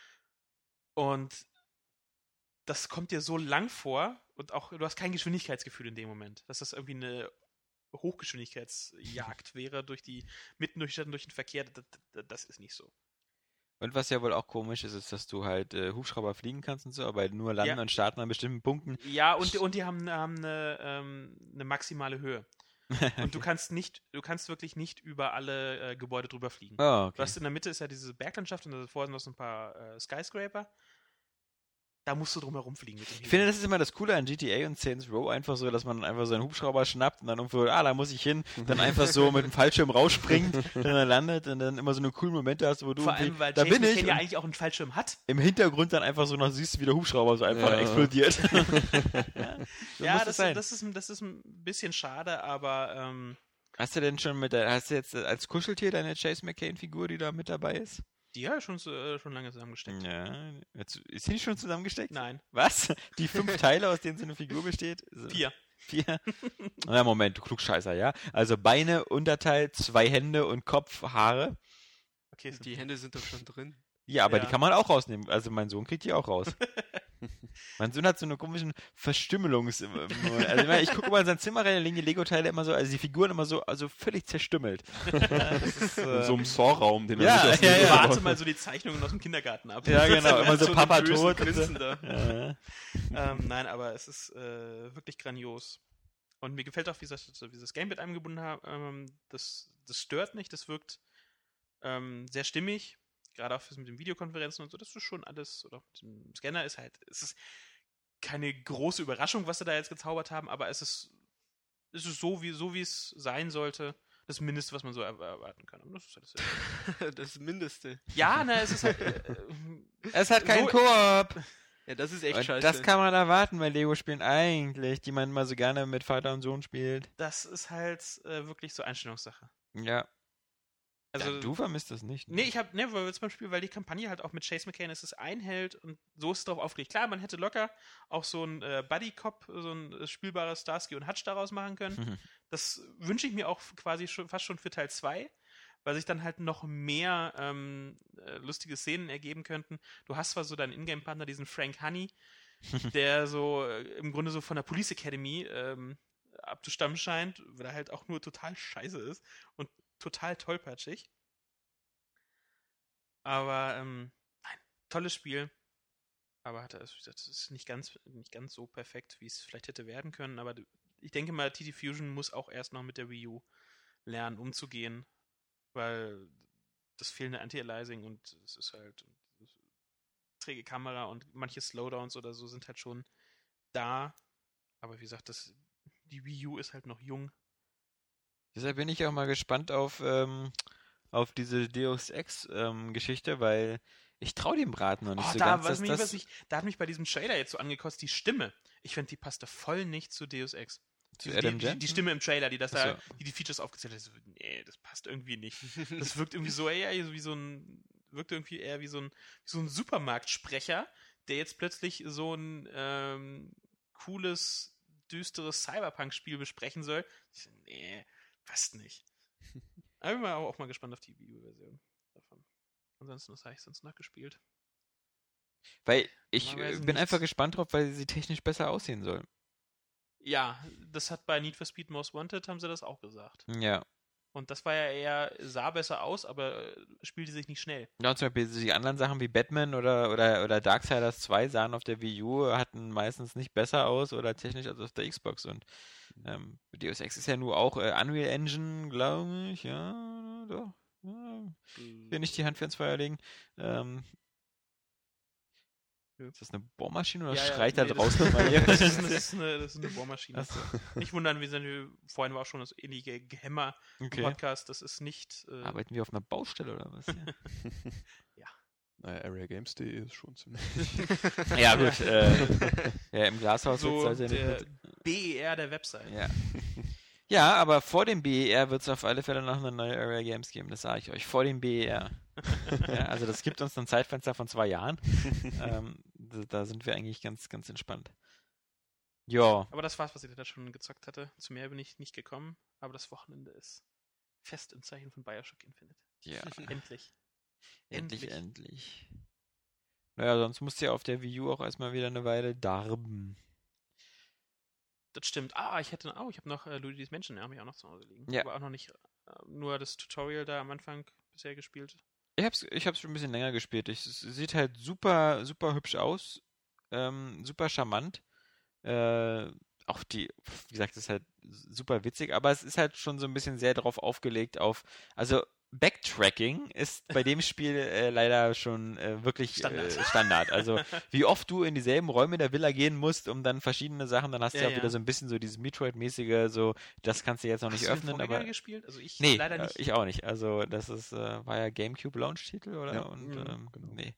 Und das kommt dir so lang vor und auch du hast kein Geschwindigkeitsgefühl in dem Moment, dass das irgendwie eine Hochgeschwindigkeitsjagd wäre mitten durch den Verkehr. Das ist nicht so. Und was ja wohl auch komisch ist, dass du halt Hubschrauber fliegen kannst und so, aber nur landen und starten an bestimmten Punkten. Ja, und die haben eine maximale Höhe. Und du kannst wirklich nicht über alle Gebäude drüber fliegen. Oh, okay. Du hast in der Mitte ist ja diese Berglandschaft und davor sind noch so ein paar Skyscraper. Da musst du drum herum fliegen mit dem Ich finde, das ist immer das Coole an GTA und Saints Row, einfach so, dass man einfach so einen Hubschrauber schnappt und dann irgendwo, da muss ich hin, dann einfach so mit dem Fallschirm rausspringt, dann landet und dann immer so eine coolen Momente hast, wo du vor allem, weil da Jason bin ich ja eigentlich auch einen Fallschirm hat. Im Hintergrund dann einfach so noch siehst, wie der Hubschrauber so einfach explodiert. Das ist ein bisschen schade, aber hast du denn schon hast du jetzt als Kuscheltier deine Chase McCain-Figur, die da mit dabei ist? Die habe ich schon lange zusammengesteckt. Ja. Ist sie nicht schon zusammengesteckt? Nein. Was? Die 5 Teile, aus denen so eine Figur besteht? 4. 4? Na, Moment, du Klugscheißer, ja? Also Beine, Unterteil, 2 Hände und Kopf, Haare. Okay, die Hände sind doch schon drin. Ja, aber die kann man auch rausnehmen. Also mein Sohn kriegt die auch raus. Mein Sohn hat so eine komischen Also ich gucke mal in sein Zimmer rein, da liegen die Lego-Teile immer so, also die Figuren immer so, also völlig zerstümmelt. Das ist, in so einem Saw-Raum, den er nicht aus Warte mal so die Zeichnungen aus dem Kindergarten ab. Ja, genau, immer so Papa tot. Nein, aber es ist wirklich grandios. Und mir gefällt auch, wie sie das Gamepad eingebunden haben. Das stört nicht, das wirkt sehr stimmig. Gerade auch mit den Videokonferenzen und so, das ist schon alles, oder mit dem Scanner es ist keine große Überraschung, was sie da jetzt gezaubert haben, aber es ist so, wie es sein sollte. Das Mindeste, was man so erwarten kann. Das ist halt das Mindeste. Ja, es ist halt... es hat keinen Koop. Ja, das ist echt und scheiße. Das kann man erwarten bei Lego-Spielen eigentlich, die man mal so gerne mit Vater und Sohn spielt. Das ist halt wirklich so Einstellungssache. Ja. Also, ja, du vermisst das nicht. Ne? Weil die Kampagne halt auch mit Chase McCain ist, es einhält und so ist es drauf aufgelegt. Klar, man hätte locker auch so ein Buddy-Cop, so ein spielbares Starsky und Hutch daraus machen können. Das wünsche ich mir auch quasi fast schon für Teil 2, weil sich dann halt noch mehr lustige Szenen ergeben könnten. Du hast zwar so deinen Ingame-Partner, diesen Frank Honey, der so im Grunde so von der Police Academy abzustammen scheint, weil er halt auch nur total scheiße ist und total tollpatschig. Aber, nein, tolles Spiel. Aber das ist nicht ganz so perfekt, wie es vielleicht hätte werden können. Aber ich denke mal, TT Fusion muss auch erst noch mit der Wii U lernen, umzugehen. Weil das fehlende Anti-Aliasing und es ist halt träge Kamera und manche Slowdowns oder so sind halt schon da. Aber wie gesagt, die Wii U ist halt noch jung. Deshalb bin ich auch mal gespannt auf diese Deus Ex-Geschichte, weil ich traue dem Braten noch nicht so ganz. Da hat mich bei diesem Trailer jetzt so angekotzt, die Stimme. Ich finde, die passte voll nicht zu Deus Ex. Die Stimme im Trailer, die die Features aufgezählt hat, nee, das passt irgendwie nicht. Das wirkt irgendwie so eher wie so ein Supermarktsprecher, der jetzt plötzlich so ein cooles, düsteres Cyberpunk-Spiel besprechen soll. Ich so, nee, passt nicht. Aber ich bin auch mal gespannt auf die Wii U-Version davon. Ansonsten, was habe ich sonst noch gespielt? Weil ich bin einfach gespannt drauf, weil sie technisch besser aussehen soll. Ja, das hat bei Need for Speed Most Wanted, haben sie das auch gesagt. Ja. Und das war ja eher, sah besser aus, aber spielte sich nicht schnell. Ja, und zum Beispiel die anderen Sachen wie Batman oder Darksiders 2 sahen auf der Wii U, hatten meistens nicht besser aus oder technisch als auf der Xbox. Und Deus Ex ist ja nur auch Unreal Engine, glaube ich, ja, doch. Ja, ich will nicht die Hand für ins Feuer legen. Ist das eine Bohrmaschine oder schreit da draußen mal jemand? Das ist eine Bohrmaschine. So. Nicht wundern, vorhin war auch schon das ähnliche Gehämmer im Podcast. Das ist nicht. Arbeiten wir auf einer Baustelle oder was? Ja. Naja, AreaGames.de ist schon ziemlich. Ja, gut. Im Glashaus so wird es der BER der Website. Ja. Ja, aber vor dem BER wird es auf alle Fälle noch eine neue Area Games geben, das sage ich euch. Vor dem BER. Ja, also das gibt uns ein Zeitfenster von 2 Jahren. Da sind wir eigentlich ganz, ganz entspannt. Ja. Aber das war's, was ich da schon gezockt hatte. Zu mehr bin ich nicht gekommen, aber das Wochenende ist fest im Zeichen von Bioshock Infinite. Ja. Endlich. Endlich. Naja, sonst musst du ja auf der Wii U auch erstmal wieder eine Weile darben. Das stimmt. Ich habe noch Luigi's Mansion, habe ich auch noch zu Hause liegen. Ja. Aber auch noch nicht nur das Tutorial da am Anfang bisher gespielt. Ich hab's schon ein bisschen länger gespielt. Es sieht halt super, super hübsch aus. Super charmant. Auch wie gesagt, das ist halt super witzig, aber es ist halt schon so ein bisschen sehr darauf aufgelegt also Backtracking ist bei dem Spiel leider schon wirklich Standard. Also wie oft du in dieselben Räume der Villa gehen musst, um dann verschiedene Sachen, dann hast du ja wieder so ein bisschen so dieses Metroid-mäßige, so das kannst du jetzt noch nicht öffnen. Hast du den aber gespielt? Also ich nee, leider nicht. Ich auch nicht. Also das war ja GameCube Launch-Titel, oder? Ja. Und Genau. nee.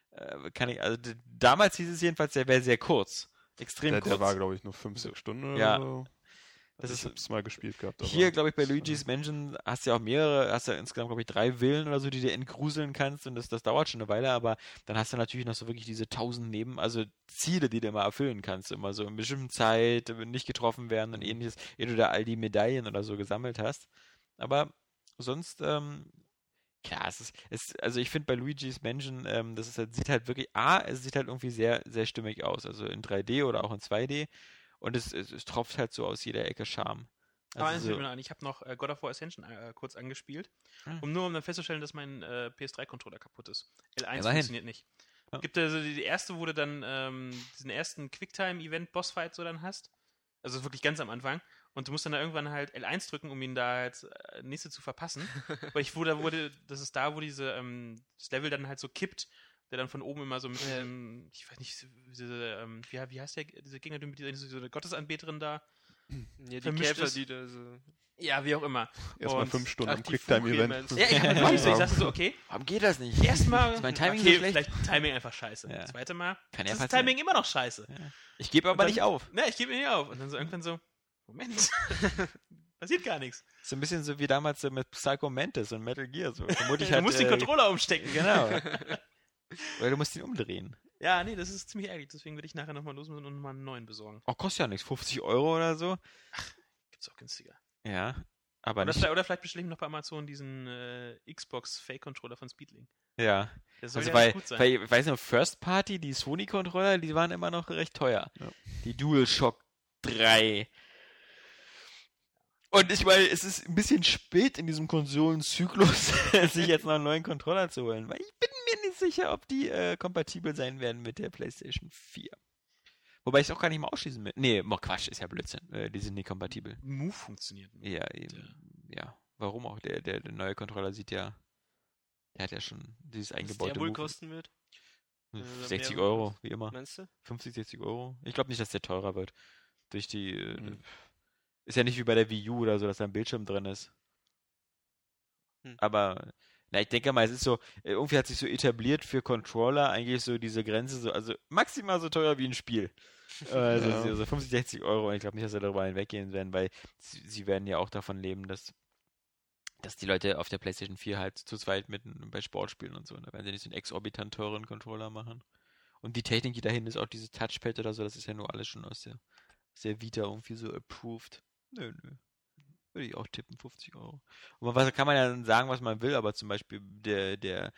Damals hieß es jedenfalls, der wäre sehr kurz. Extrem kurz. Der war, glaube ich, nur 5-6 Stunden Ja. oder so. Ich hab's mal gespielt gehabt. Hier, glaube ich, bei Luigi's Mansion hast du ja auch hast du insgesamt, glaube ich, 3 Villen oder so, die du entgruseln kannst und das dauert schon eine Weile, aber dann hast du natürlich noch so wirklich diese 1000 also Ziele, die du immer erfüllen kannst, immer so in bestimmten Zeit, nicht getroffen werden und ähnliches, ehe du da all die Medaillen oder so gesammelt hast. Aber sonst, klar, also ich finde bei Luigi's Mansion, sieht halt wirklich, es sieht halt irgendwie sehr, sehr stimmig aus, also in 3D oder auch in 2D. Und es tropft halt so aus jeder Ecke Charme. Aber eins fällt mir noch ein, ich habe noch God of War Ascension kurz angespielt, um dann festzustellen, dass mein PS3-Controller kaputt ist. L1 funktioniert nicht. Ja. Gibt also die erste, wo du dann diesen ersten Quicktime-Event-Bossfight so dann hast. Also wirklich ganz am Anfang. Und du musst dann da irgendwann halt L1 drücken, um ihn da halt nächste zu verpassen. Weil das ist da, wo das Level dann halt so kippt, der dann von oben immer so mit ich weiß nicht, wie heißt dieser Gegner, mit dieser Gottesanbeterin da? Ja, die Käfer, die da so... Ja, wie auch immer. Erstmal 5 Stunden am Quicktime-Event. Ja, ich dachte so, okay. Warum geht das nicht? Erstmal, ist mein Timing okay, so schlecht? vielleicht Timing einfach scheiße. Ja. Zweite Mal, Kann ja ist das passieren. Timing immer noch scheiße. Ja. Ich gebe aber nicht auf. Ne, ich gebe nicht auf. Und dann so irgendwann so, Moment, passiert gar nichts. So ein bisschen so wie damals so mit Psycho Mantis und Metal Gear. So. Du musst den Controller umstecken. Genau. Oder du musst ihn umdrehen. Ja, nee, das ist ziemlich ärgerlich. Deswegen würde ich nachher nochmal los und nochmal einen neuen besorgen. Oh, kostet ja nichts. 50 € oder so. Gibt's auch günstiger. Ja, aber Oder nicht. vielleicht bestelle ich noch bei Amazon diesen Xbox Fake-Controller von Speedlink. Ja. Der soll Also ja ganz gut sein. ich weiß noch, First Party, die Sony-Controller, die waren immer noch recht teuer. Ja. Die DualShock 3. Und ich meine, es ist ein bisschen spät in diesem Konsolenzyklus, sich jetzt noch einen neuen Controller zu holen, weil ich bin mir nicht sicher, ob die kompatibel sein werden mit der PlayStation 4. Wobei ich es auch gar nicht mal ausschließen will. Nee, Quatsch, ist ja Blödsinn. Die sind nicht kompatibel. Move funktioniert nur. Ja, eben. Ja, warum auch? Der neue Controller der hat ja schon dieses Was eingebaute der wohl Move. kosten wird? 60 mehr €, wie immer. Meinst du? 50, 60 €. Ich glaube nicht, dass der teurer wird. Durch die. Ist ja nicht wie bei der Wii U oder so, dass da ein Bildschirm drin ist. Aber, ich denke mal, es ist so, irgendwie hat sich so etabliert für Controller eigentlich so diese Grenze, so, also maximal so teuer wie ein Spiel. Also so 50, 60 €. Und ich glaube nicht, dass sie darüber hinweggehen werden, weil sie werden ja auch davon leben, dass die Leute auf der PlayStation 4 halt zu zweit bei Sportspielen und so, da werden sie nicht so einen exorbitant teuren Controller machen. Und die Technik, die dahin ist, auch dieses Touchpad oder so, das ist ja nur alles schon aus der Vita irgendwie so approved. Nö. Würde ich auch tippen, 50 €. Und was kann man ja dann sagen, was man will, aber zum Beispiel der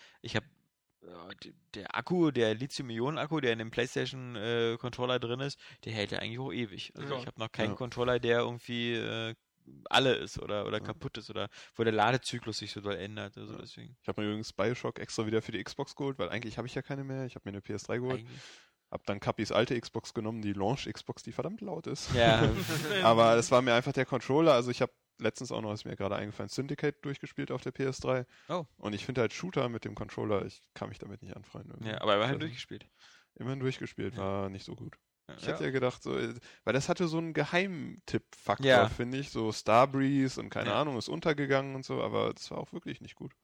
Akku, der Lithium-Ionen-Akku, der in dem PlayStation Controller drin ist, der hält ja eigentlich auch ewig. Also ich habe noch keinen Controller, der irgendwie alle ist oder kaputt ist oder wo der Ladezyklus sich so doll ändert. Also deswegen. Ich habe mir übrigens Bioshock extra wieder für die Xbox geholt, weil eigentlich habe ich ja keine mehr. Ich habe mir eine PS3 geholt. Hab dann Capis alte Xbox genommen, die Launch-Xbox, die verdammt laut ist. Ja. Aber es war mir einfach der Controller. Also ich habe letztens auch noch, ist mir gerade eingefallen, Syndicate durchgespielt auf der PS3. Oh. Und ich finde halt Shooter mit dem Controller, ich kann mich damit nicht anfreunden. Irgendwie. Ja, aber immerhin durchgespielt. Immerhin durchgespielt, war nicht so gut. Ja. Ich hätte ja gedacht, so, weil das hatte so einen Geheimtipp-Faktor, finde ich. So Starbreeze und keine Ahnung, ist untergegangen und so, aber das war auch wirklich nicht gut.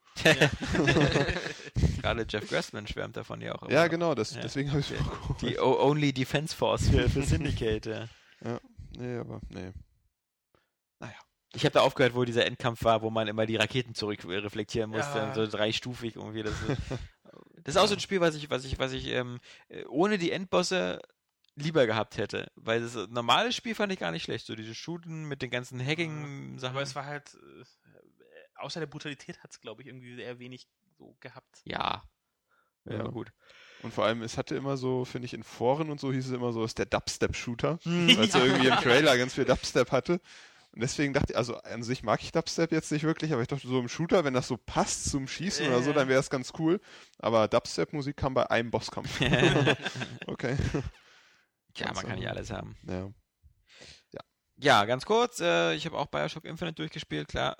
Gerade Jeff Grassman schwärmt davon ja auch immer. Ja, genau, deswegen habe ich es auch geholt. Die Only Defense Force für Syndicate, Ja, nee. Naja. Ich habe da aufgehört, wo dieser Endkampf war, wo man immer die Raketen zurückreflektieren musste, Ja. so dreistufig irgendwie. Das ist auch so ein Spiel, was ich ohne die Endbosse lieber gehabt hätte. Weil das normale Spiel fand ich gar nicht schlecht. So diese Shooten mit den ganzen Hacking-Sachen. Aber es war halt, außer der Brutalität hat es, glaube ich, irgendwie sehr wenig so gehabt. Ja, Ja. gut. Und vor allem, es hatte immer so, finde ich, in Foren und so hieß es immer so, ist der Dubstep-Shooter, weil es irgendwie im Trailer ganz viel Dubstep hatte. Und deswegen dachte ich, also an sich mag ich Dubstep jetzt nicht wirklich, aber ich dachte so im Shooter, wenn das so passt zum Schießen oder so, dann wäre es ganz cool. Aber Dubstep-Musik kam bei einem Bosskampf. Okay. Tja, man kann nicht alles haben. Ja. Ja, ganz kurz, ich habe auch Bioshock Infinite durchgespielt, klar.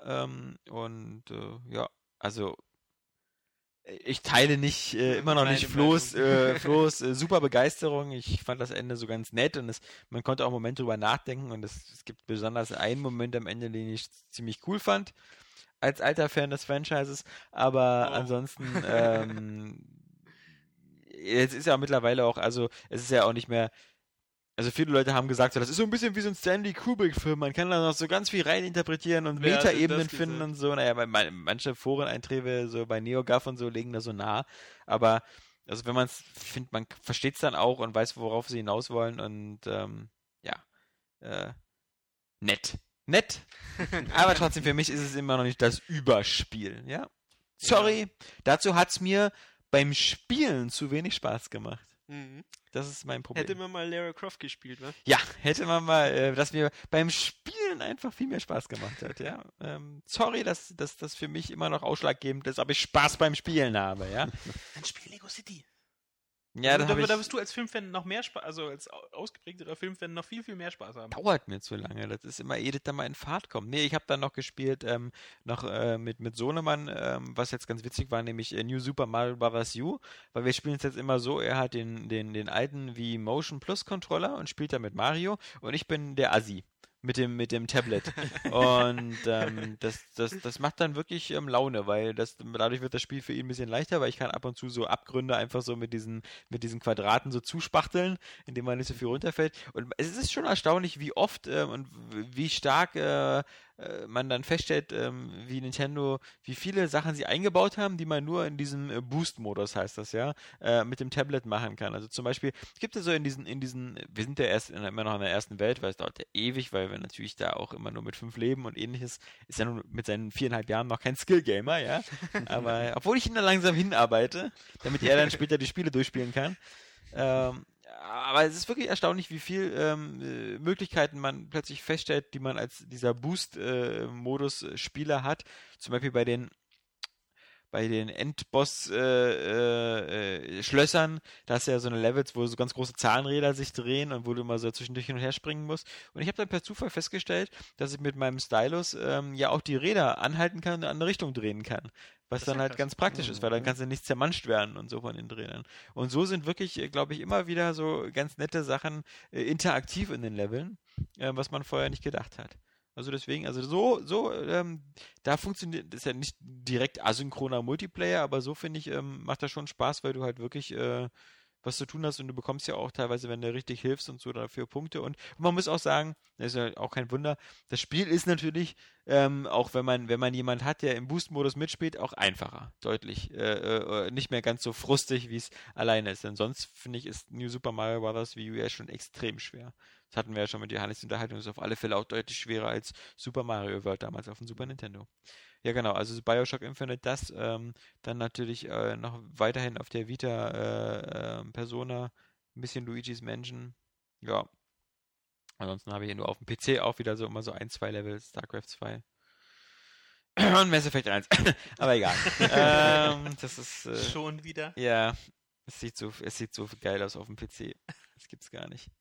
Also ich teile nicht, immer noch nicht Flo's super Begeisterung. Ich fand das Ende so ganz nett und man konnte auch einen Moment drüber nachdenken und es gibt besonders einen Moment am Ende, den ich ziemlich cool fand, als alter Fan des Franchises, aber ansonsten, jetzt ist ja mittlerweile auch, also es ist ja auch nicht mehr. Also viele Leute haben gesagt, so, das ist so ein bisschen wie so ein Stanley Kubrick-Film, man kann da noch so ganz viel reininterpretieren und Metaebenen finden und so. Naja, weil manche Foreneinträge so bei NeoGAF und so legen da so nah. Aber also wenn man es findet, man versteht es dann auch und weiß, worauf sie hinaus wollen und nett. Aber trotzdem, für mich ist es immer noch nicht das Überspiel, ja. Sorry, dazu hat es mir beim Spielen zu wenig Spaß gemacht. Mhm. Das ist mein Problem. Hätte man mal Lara Croft gespielt, wa? Ja, hätte man mal, dass mir beim Spielen einfach viel mehr Spaß gemacht hat, ja. Sorry, dass das für mich immer noch ausschlaggebend ist, ob ich Spaß beim Spielen habe, ja. Dann spiel Lego City. Ja, da wirst du als Filmfan noch mehr Spaß, also als ausgeprägterer Filmfan noch viel, viel mehr Spaß haben. Dauert mir zu lange. Das ist immer, ehe das dann mal in Fahrt kommt. Nee, ich habe dann noch gespielt, mit Sohnemann, was jetzt ganz witzig war, nämlich New Super Mario Bros. U, weil wir spielen es jetzt immer so, er hat den alten wie Motion Plus Controller und spielt da mit Mario und ich bin der Assi. Mit dem Tablet. Und das macht dann wirklich Laune, weil dadurch wird das Spiel für ihn ein bisschen leichter, weil ich kann ab und zu so Abgründe einfach so mit diesen Quadraten so zuspachteln, indem man nicht so viel runterfällt. Und es ist schon erstaunlich, wie oft und wie stark man dann feststellt, wie Nintendo, wie viele Sachen sie eingebaut haben, die man nur in diesem Boost-Modus, heißt das ja, mit dem Tablet machen kann. Also zum Beispiel, gibt es so in diesen, wir sind ja immer noch in der ersten Welt, weil es dauert ja ewig, weil wir natürlich da auch immer nur mit 5 leben und ähnliches, ist ja nun mit seinen 4,5 Jahren noch kein Skill-Gamer, ja. Aber obwohl ich ihn da langsam hinarbeite, damit er dann später die Spiele durchspielen kann. Aber es ist wirklich erstaunlich, wie viel Möglichkeiten man plötzlich feststellt, die man als dieser Boost-Modus-Spieler hat. Zum Beispiel bei den Endboss-Schlössern, da hast du ja so eine Levels, wo so ganz große Zahnräder sich drehen und wo du immer so zwischendurch hin und her springen musst. Und ich habe dann per Zufall festgestellt, dass ich mit meinem Stylus ja auch die Räder anhalten kann und in eine andere Richtung drehen kann. Was dann halt ganz praktisch ist, weil dann kannst du nicht zermanscht werden und so von den Rädern. Und so sind wirklich, glaube ich, immer wieder so ganz nette Sachen interaktiv in den Leveln, was man vorher nicht gedacht hat. Also deswegen, da funktioniert, das ist ja nicht direkt asynchroner Multiplayer, aber so finde ich, macht das schon Spaß, weil du halt wirklich was zu tun hast und du bekommst ja auch teilweise, wenn du richtig hilfst und so, dafür Punkte und man muss auch sagen, das ist ja auch kein Wunder, das Spiel ist natürlich, auch wenn man jemand hat, der im Boost-Modus mitspielt, auch einfacher, deutlich, nicht mehr ganz so frustig, wie es alleine ist, denn sonst finde ich, ist New Super Mario Bros. Wii U ja schon extrem schwer. Das hatten wir ja schon mit Johannes Unterhaltung, ist auf alle Fälle auch deutlich schwerer als Super Mario World damals auf dem Super Nintendo. Ja, genau, also Bioshock Infinite, das, dann natürlich noch weiterhin auf der Vita Persona, ein bisschen Luigi's Mansion, ja. Ansonsten habe ich nur auf dem PC auch wieder so immer so 1-2 Level StarCraft 2. Und Mass Effect 1. Aber egal. Das ist... Schon wieder. Ja, es sieht so geil aus auf dem PC. Das gibt's gar nicht.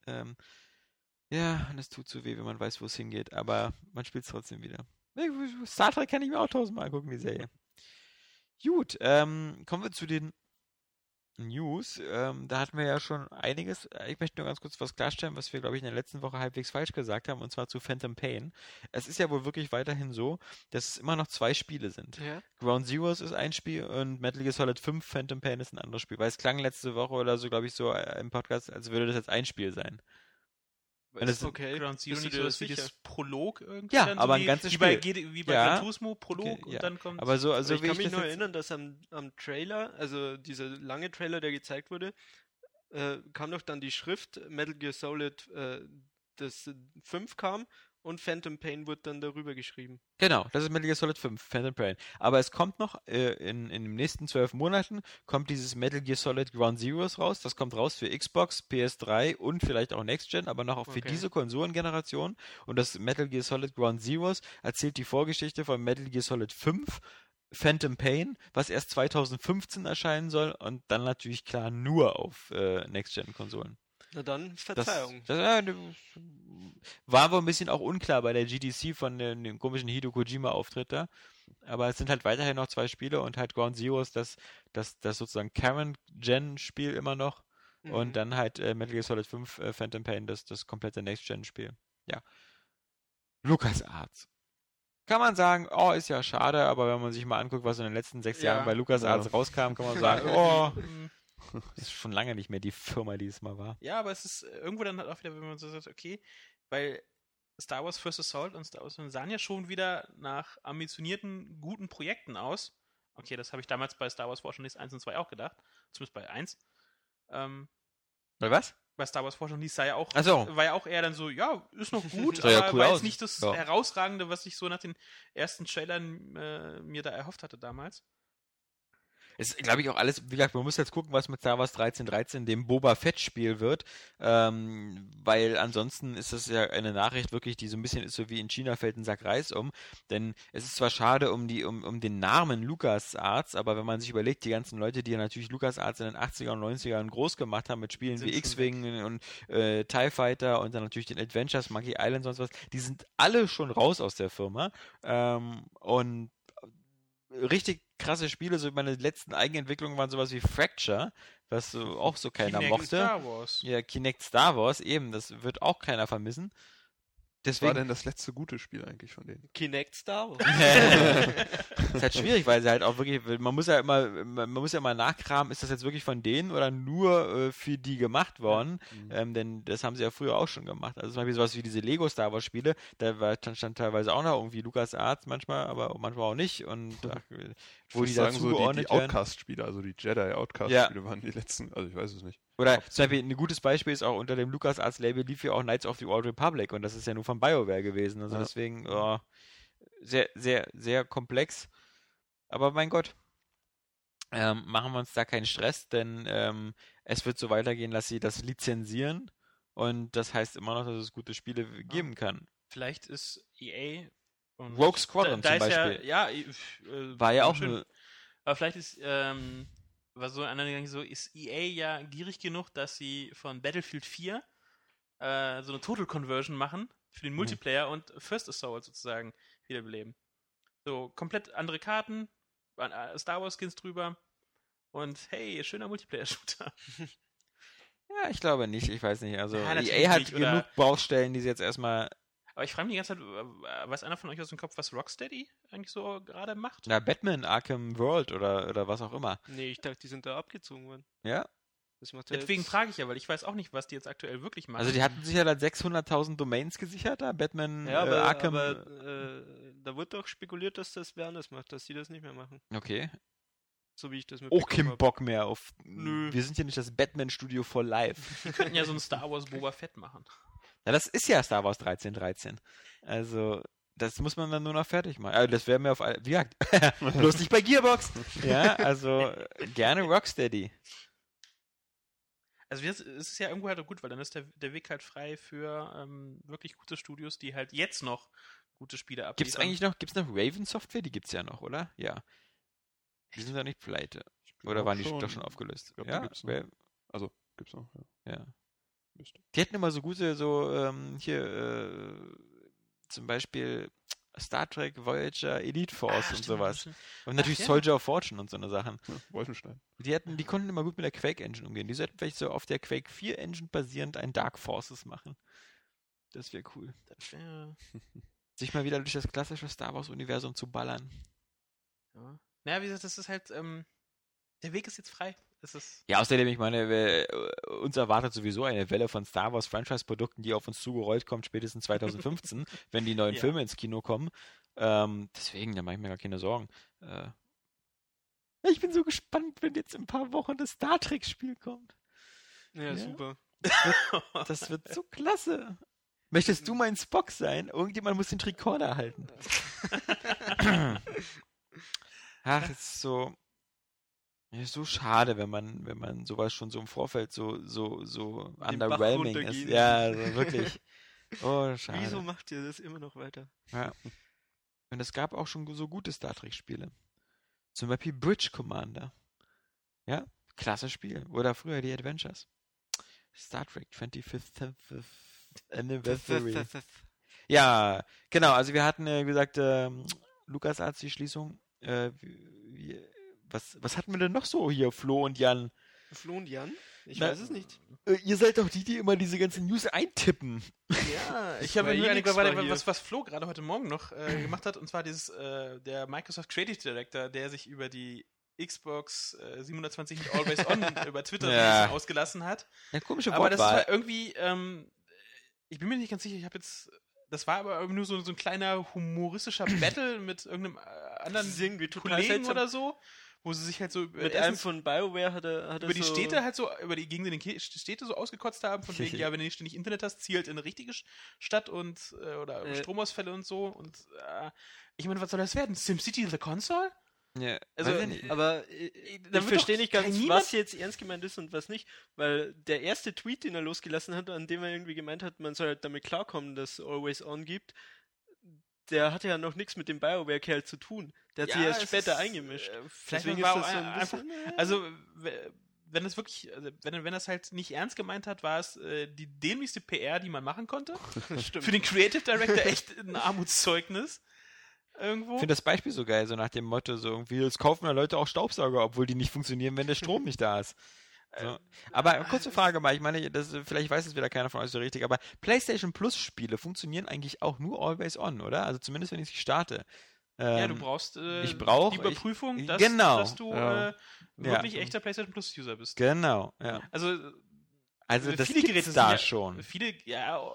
Ja, und es tut so weh, wenn man weiß, wo es hingeht. Aber man spielt es trotzdem wieder. Star Trek kann ich mir auch 1000-mal gucken, die Serie. Gut, kommen wir zu den News. Da hatten wir ja schon einiges. Ich möchte nur ganz kurz was klarstellen, was wir, glaube ich, in der letzten Woche halbwegs falsch gesagt haben, und zwar zu Phantom Pain. Es ist ja wohl wirklich weiterhin so, dass es immer noch 2 Spiele sind. Ja. Ground Zeroes ist ein Spiel und Metal Gear Solid 5 Phantom Pain ist ein anderes Spiel. Weil es klang letzte Woche oder so, glaube ich, so im Podcast, als würde das jetzt ein Spiel sein. Ist okay. Ground Zero Bist nicht du so dir das wie sicher? das Prolog irgendwie. Ja, dann aber so ein ganzes wie Spiel. Wie bei Ja. Gran Turismo, Prolog Okay, ja. und dann kommt... Aber so Also ich wie kann mich das nur jetzt- erinnern, dass am Trailer, also dieser lange Trailer, der gezeigt wurde, kam doch dann die Schrift Metal Gear Solid das 5 kam und Phantom Pain wurde dann darüber geschrieben. Genau, das ist Metal Gear Solid 5, Phantom Pain. Aber es kommt noch, in den nächsten 12 Monaten kommt dieses Metal Gear Solid Ground Zeroes raus. Das kommt raus für Xbox, PS3 und vielleicht auch Next Gen, aber noch auch für Okay. diese Konsolengeneration. Und das Metal Gear Solid Ground Zeroes erzählt die Vorgeschichte von Metal Gear Solid 5, Phantom Pain, was erst 2015 erscheinen soll und dann natürlich klar nur auf Next Gen Konsolen. Na dann, Das Verzeihung. war wohl ein bisschen auch unklar bei der GDC von dem komischen Hideo Kojima-Auftritt da. Aber es sind halt weiterhin noch 2 Spiele und halt Ground Zeroes, das sozusagen Current-Gen-Spiel immer noch. Mhm. Und dann halt Metal Gear Solid 5 Phantom Pain, das komplette Next-Gen-Spiel. Ja. LucasArts. Kann man sagen, oh, ist ja schade, aber wenn man sich mal anguckt, was in den letzten 6 Ja. Jahren bei LucasArts Ja. rauskam, kann man sagen, oh, Mm, ist schon lange nicht mehr die Firma, die es mal war. Ja, aber es ist irgendwo dann halt auch wieder, wenn man so sagt, okay, weil Star Wars First Assault und Star Wars sahen ja schon wieder nach ambitionierten, guten Projekten aus. Okay, das habe ich damals bei Star Wars Force Unleashed 1 und 2 auch gedacht. Zumindest bei 1. Bei was? Bei Star Wars Force Unleashed war ja auch eher dann so, ja, ist noch gut, Sah ja aber cool war aus. jetzt nicht das Ja. Herausragende, was ich so nach den ersten Trailern mir da erhofft hatte damals. Ist, glaube ich, auch alles, wie gesagt, man muss jetzt gucken, was mit Star Wars 1313, dem Boba Fett-Spiel wird, weil ansonsten ist das ja eine Nachricht wirklich, die so ein bisschen ist, so wie in China fällt ein Sack Reis um, denn es ist zwar schade um den Namen LucasArts, aber wenn man sich überlegt, die ganzen Leute, die ja natürlich LucasArts in den 80er und 90ern groß gemacht haben mit Spielen Sind wie schon X-Wing und TIE Fighter und dann natürlich den Adventures, Monkey Island und sonst was, die sind alle schon raus aus der Firma und richtig krasse Spiele, so meine letzten Eigenentwicklungen waren sowas wie Fracture, was so auch so keiner Kinect mochte. Star Wars. Ja, Kinect Star Wars, eben, das wird auch keiner vermissen. Was war Deswegen denn das letzte gute Spiel eigentlich von denen? Kinect Star Wars. ist halt schwierig, weil sie halt auch wirklich, man muss ja immer nachkramen, ist das jetzt wirklich von denen oder nur für die gemacht worden? Denn das haben sie ja früher auch schon gemacht. Also zum Beispiel sowas wie diese Lego Star Wars Spiele, stand teilweise auch noch irgendwie LucasArts manchmal, aber manchmal auch nicht und wo die da die zugeordnet werden. Outcast-Spiele, also die Jedi Outcast-Spiele waren die letzten, also ich weiß es nicht. Oder zum Beispiel ein gutes Beispiel ist auch unter dem LucasArts-Label lief ja auch Knights of the Old Republic und das ist ja nur von BioWare gewesen. Also Ja. deswegen sehr, sehr, sehr komplex. Aber mein Gott, machen wir uns da keinen Stress, denn es wird so weitergehen, dass sie das lizenzieren und das heißt immer noch, dass es gute Spiele geben kann. Vielleicht ist EA und Rogue Squadron da zum ist Beispiel. War ja auch schön. eine. Aber vielleicht ist, war so einer gegangen, so ist EA ja gierig genug, dass sie von Battlefield 4 so eine Total Conversion machen für den Multiplayer und First Assault sozusagen wiederbeleben. So komplett andere Karten, Star Wars Skins drüber und hey, schöner Multiplayer-Shooter. Ja, ich glaube nicht, ich weiß nicht. Also Ja, natürlich EA hat nicht, oder- genug Baustellen, die sie jetzt erstmal. Aber ich frage mich die ganze Zeit, weiß einer von euch aus dem Kopf, was Rocksteady eigentlich so gerade macht? Na, Batman, Arkham World oder was auch immer. Nee, ich dachte, die sind da abgezogen worden. Ja. Das macht ja Deswegen jetzt- frage ich ja, weil ich weiß auch nicht, was die jetzt aktuell wirklich machen. Also die hatten sich ja dann 600.000 Domains gesichert, da Batman, Ja, aber, Arkham. da wird doch spekuliert, dass das wer anders macht, dass sie das nicht mehr machen. Okay. So wie ich das Auch mitbekommen kein habe. Bock mehr auf. Nö. Wir sind ja nicht das Batman-Studio for Life. Wir könnten ja so ein Star Wars Boba Fett machen. Ja, das ist ja Star Wars 1313. Also, das muss man dann nur noch fertig machen. Also, das wäre mir auf all. Wie gesagt, bloß nicht bei Gearbox. Ja, also gerne Rocksteady. Also es ist ja irgendwo halt auch gut, weil dann ist der Weg halt frei für wirklich gute Studios, die halt jetzt noch gute Spiele abliefern. Gibt's noch Raven Software? Die gibt's ja noch, oder? Ja. Die sind doch nicht pleite. Oder waren die doch schon aufgelöst? Ich glaub, ja, die gibt's noch. Also, gibt's noch, ja. Ja. Müsste. Die hatten immer so gute, zum Beispiel Star Trek, Voyager, Elite Force und stimmt, sowas. stimmt. Und natürlich ja. Soldier of Fortune und so eine Sachen. Ja, Wolfenstein. Die konnten immer gut mit der Quake Engine umgehen. Die sollten vielleicht so auf der Quake 4 Engine basierend ein Dark Forces machen. Das wäre cool. Das wär, Sich mal wieder durch das klassische Star Wars Universum zu ballern. ja. Naja, wie gesagt, das ist halt, der Weg ist jetzt frei. Es ist, Ja, außerdem, ich meine, uns erwartet sowieso eine Welle von Star Wars Franchise-Produkten, die auf uns zugerollt kommt, spätestens 2015, wenn die neuen Ja. Filme ins Kino kommen. Deswegen, da mache ich mir gar keine Sorgen. Ich bin so gespannt, wenn jetzt in ein paar Wochen das Star Trek-Spiel kommt. Ja, Ja. super. Das wird so klasse. Möchtest du mein Spock sein? Irgendjemand muss den Tricorder halten. Ach, es ist so. Ja, so schade, wenn man sowas schon so im Vorfeld so underwhelming ist. runtergehen Ja, also wirklich. Oh, schade. Wieso macht ihr das immer noch weiter? Ja. Und es gab auch schon so gute Star Trek-Spiele. Zum Beispiel Bridge Commander. Ja, klasse Spiel. Oder früher die Adventures. Star Trek 25th Anniversary. Ja, genau. Also wir hatten, wie gesagt, LucasArts die Schließung. Was hatten wir denn noch so hier, Flo und Jan? Flo und Jan? Ich Na, weiß es nicht. Ihr seid doch die immer diese ganzen News eintippen. ja, ich war habe nur Unix war hier. was Flo gerade heute Morgen noch gemacht hat, und zwar der Microsoft Creative Director, der sich über die Xbox 720 nicht Always On über Twitter Ja. ein bisschen ausgelassen hat. Ja, komische Aber das Wortwahl. war irgendwie, ich bin mir nicht ganz sicher, das war aber nur so ein kleiner humoristischer Battle mit irgendeinem anderen Das ist irgendwie total Kollegen seltsam. oder so, wo sie sich halt so Mit einem von BioWare hat er über die so Städte halt so, gegen die Städte so ausgekotzt haben, von wegen, ja, wenn du nicht ständig Internet hast, zielt in eine richtige Stadt und, oder Stromausfälle und so, und, ich meine, was soll das werden? SimCity the Console? Ja, Also, weiß ich nicht. Aber da ich wird verstehe doch nicht ganz, niemand- was jetzt ernst gemeint ist und was nicht, weil der erste Tweet, den er losgelassen hat, an dem er irgendwie gemeint hat, man soll halt damit klarkommen, dass es Always On gibt, der hatte ja noch nichts mit dem BioWare-Kerl zu tun. Der hat sich erst später eingemischt. Vielleicht Deswegen war ist auch das so ein einfach, bisschen, also, wenn es wirklich, also wenn das halt nicht ernst gemeint hat, war es die dämlichste PR, die man machen konnte. Stimmt. Für den Creative Director echt ein Armutszeugnis. Irgendwo. Ich finde das Beispiel so geil, so nach dem Motto, so irgendwie, jetzt kaufen ja Leute auch Staubsauger, obwohl die nicht funktionieren, wenn der Strom nicht da ist. So. Aber kurze Frage mal, ich meine, vielleicht weiß es wieder keiner von euch so richtig, aber PlayStation Plus Spiele funktionieren eigentlich auch nur Always On, oder? Also zumindest wenn ich sie starte. Ja, du brauchst ich brauch- die Überprüfung, dass, genau. dass du Ja. wirklich echter PlayStation Plus User bist. Genau, ja. Also Das viele Geräte gibt's sind da ja, schon. Viele, ja,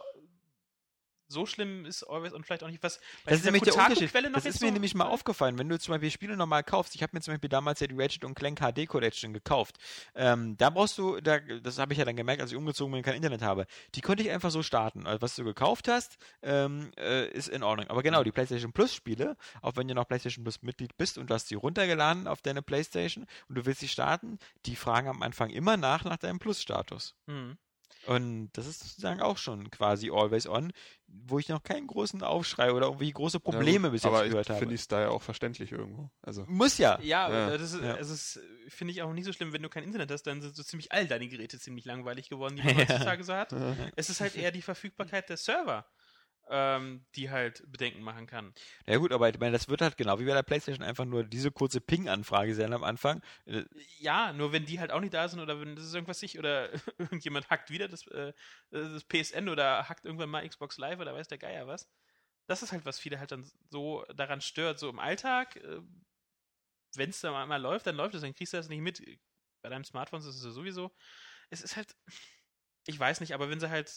so schlimm ist Always On vielleicht auch nicht. Was bei Das ist dieser nämlich der Unterschied. Kotaku-Quelle noch Das jetzt ist mir so- nämlich mal aufgefallen, wenn du zum Beispiel Spiele normal kaufst. Ich habe mir zum Beispiel damals ja die Ratchet und Clank HD Collection gekauft. Da brauchst du, das habe ich ja dann gemerkt, als ich umgezogen bin und kein Internet habe. Die konnte ich einfach so starten. Also was du gekauft hast, ist in Ordnung. Aber genau, die PlayStation Plus Spiele, auch wenn du noch PlayStation Plus Mitglied bist und du hast sie runtergeladen auf deine PlayStation und du willst sie starten, die fragen am Anfang immer nach deinem Plus-Status. Hm. Und das ist sozusagen auch schon quasi Always On, wo ich noch keinen großen Aufschrei oder irgendwie große Probleme bis jetzt aber gehört habe. finde ich es da ja auch verständlich irgendwo. Also, Muss ja. Ja, Ja. das ist, Ja. es ist, finde ich auch nicht so schlimm, wenn du kein Internet hast, dann sind so ziemlich all deine Geräte ziemlich langweilig geworden, die man Ja. heutzutage so hat. Es ist halt eher die Verfügbarkeit der Server, die halt Bedenken machen kann. Ja gut, aber ich meine, das wird halt genau wie bei der PlayStation einfach nur diese kurze Ping-Anfrage sein am Anfang. Ja, nur wenn die halt auch nicht da sind oder wenn das ist irgendwas oder irgendjemand hackt wieder das PSN oder hackt irgendwann mal Xbox Live oder weiß der Geier was. Das ist halt, was viele halt dann so daran stört. So im Alltag, wenn es dann mal läuft, dann läuft es, dann kriegst du das nicht mit. Bei deinem Smartphone ist es ja sowieso. Es ist halt, ich weiß nicht, aber wenn sie halt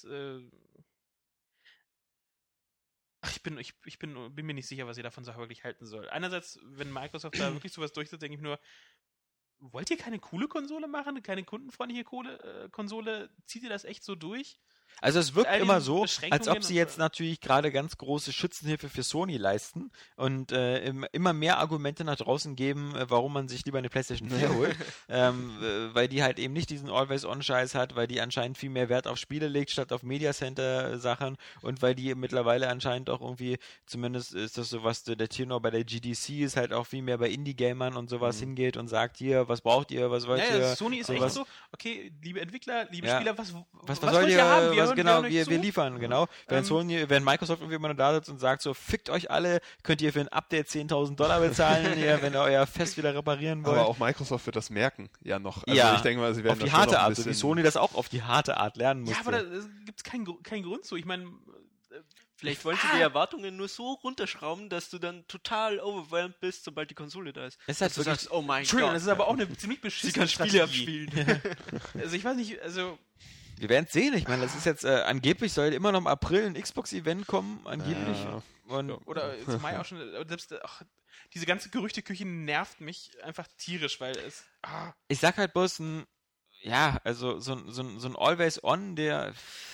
ich bin mir nicht sicher, was ihr davon so wirklich halten soll. Einerseits, wenn Microsoft da wirklich sowas durchsetzt, denke ich mir nur, wollt ihr keine coole Konsole machen? Keine kundenfreundliche Konsole? Zieht ihr das echt so durch? Also es wirkt all immer diesen so, als Beschränkungen ob sie und jetzt so. natürlich gerade ganz große Schützenhilfe für Sony leisten und immer mehr Argumente nach draußen geben, warum man sich lieber eine PlayStation 4 holt, weil die halt eben nicht diesen Always-On-Scheiß hat, weil die anscheinend viel mehr Wert auf Spiele legt, statt auf Media-Center-Sachen und weil die mittlerweile anscheinend auch irgendwie, zumindest ist das so, was der Tenor bei der GDC ist, halt auch viel mehr bei Indie-Gamern und sowas hingeht und sagt, hier, was braucht ihr, was wollt ihr? Sony ist sowas. echt so, okay, liebe Entwickler, liebe Ja. Spieler, was Was wollt soll ihr haben? was genau, hören euch wir zu. liefern, genau. Wenn Microsoft irgendwie immer nur da sitzt und sagt so, fickt euch alle, könnt ihr für ein Update $10.000 bezahlen, wenn ihr euer Fest wieder reparieren wollt. Aber auch Microsoft wird das merken, ja noch. Also Ja, ich denke mal, sie werden auf die das schon harte noch ein Art, so wie bisschen- Sony das auch auf die harte Art lernen musste. Ja, aber da gibt es keinen Grund zu. Ich meine, Vielleicht wollen sie die Erwartungen nur so runterschrauben, dass du dann total overwhelmed bist, sobald die Konsole da ist. Es ist halt Dass du wirklich- sagst, oh mein Entschuldigung, Gott. das ist aber auch eine ziemlich Sie beschissene kann Spiele Strategie. abspielen. Also ich weiß nicht, also Wir werden es sehen, ich meine, das ist jetzt, angeblich soll immer noch im April ein Xbox-Event kommen, angeblich. Ja. Und oder zum Mai auch schon, selbst diese ganze Gerüchteküche nervt mich einfach tierisch, weil es ich sag halt bloß also so ein Always-On, der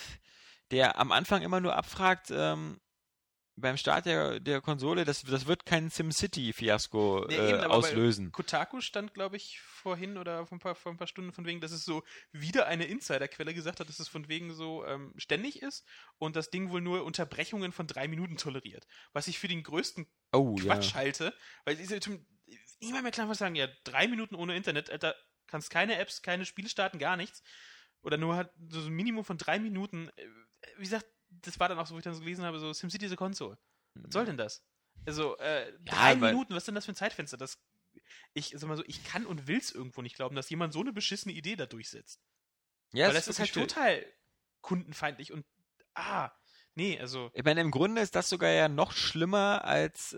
am Anfang immer nur abfragt, beim Start der Konsole, das wird kein SimCity-Fiasko Nee, eben, aber bei auslösen. Kotaku stand, glaube ich, vorhin oder vor ein paar Stunden von wegen, dass es so wieder eine Insiderquelle gesagt hat, dass es von wegen so ständig ist und das Ding wohl nur Unterbrechungen von 3 Minuten toleriert. Was ich für den größten Oh, Quatsch halte, weil niemand mehr klar was sagen, ja, 3 Minuten ohne Internet, Alter, kannst keine Apps, keine Spiele starten, gar nichts. Oder nur halt so ein Minimum von 3 Minuten. Wie gesagt, das war dann auch so, wo ich dann so gelesen habe, so SimCity ist eine Konsole. Was soll denn das? Also, 3 Minuten, was ist denn das für ein Zeitfenster? Ich sag mal so, ich kann und will es irgendwo nicht glauben, dass jemand so eine beschissene Idee da durchsetzt. Ja, Weil es das ist halt total kundenfeindlich und nee, also. Ich meine, im Grunde ist das sogar ja noch schlimmer als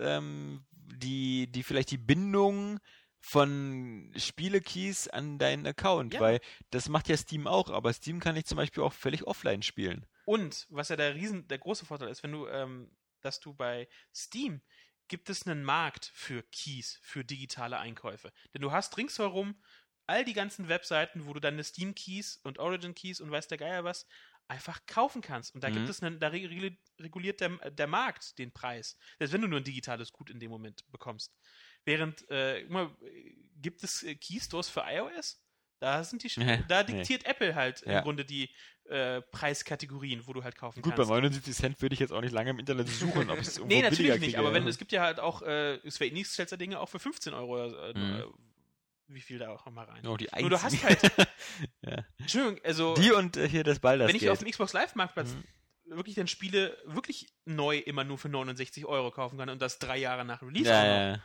die vielleicht die Bindung von Spielekeys an deinen Account, Ja. weil das macht ja Steam auch, aber Steam kann ich zum Beispiel auch völlig offline spielen. Und was ja der große Vorteil ist, wenn du, dass du bei Steam gibt es einen Markt für Keys, für digitale Einkäufe. Denn du hast ringsherum all die ganzen Webseiten, wo du deine Steam-Keys und Origin-Keys und weiß der Geier was einfach kaufen kannst. Und da gibt es da reguliert der Markt den Preis. Selbst wenn du nur ein digitales Gut in dem Moment bekommst. Während, gibt es Keystores für iOS? Da sind da diktiert Apple halt im Grunde die Preiskategorien, wo du halt kaufen Gut, kannst. bei 79 Cent würde ich jetzt auch nicht lange im Internet suchen, ob ich es irgendwo Nee, billiger natürlich nicht, kriege. aber es gibt ja halt auch, es wäre nächstes Dinge auch für 15 €, wie viel da auch immer rein. Oh, die Nur du hast einzigen. halt, Ja. Entschuldigung, also, Die und hier das Baldur's wenn ich Gate. auf dem Xbox Live Marktplatz wirklich dann Spiele wirklich neu immer nur für 69 € kaufen kann und das 3 Jahre nach Release auch noch,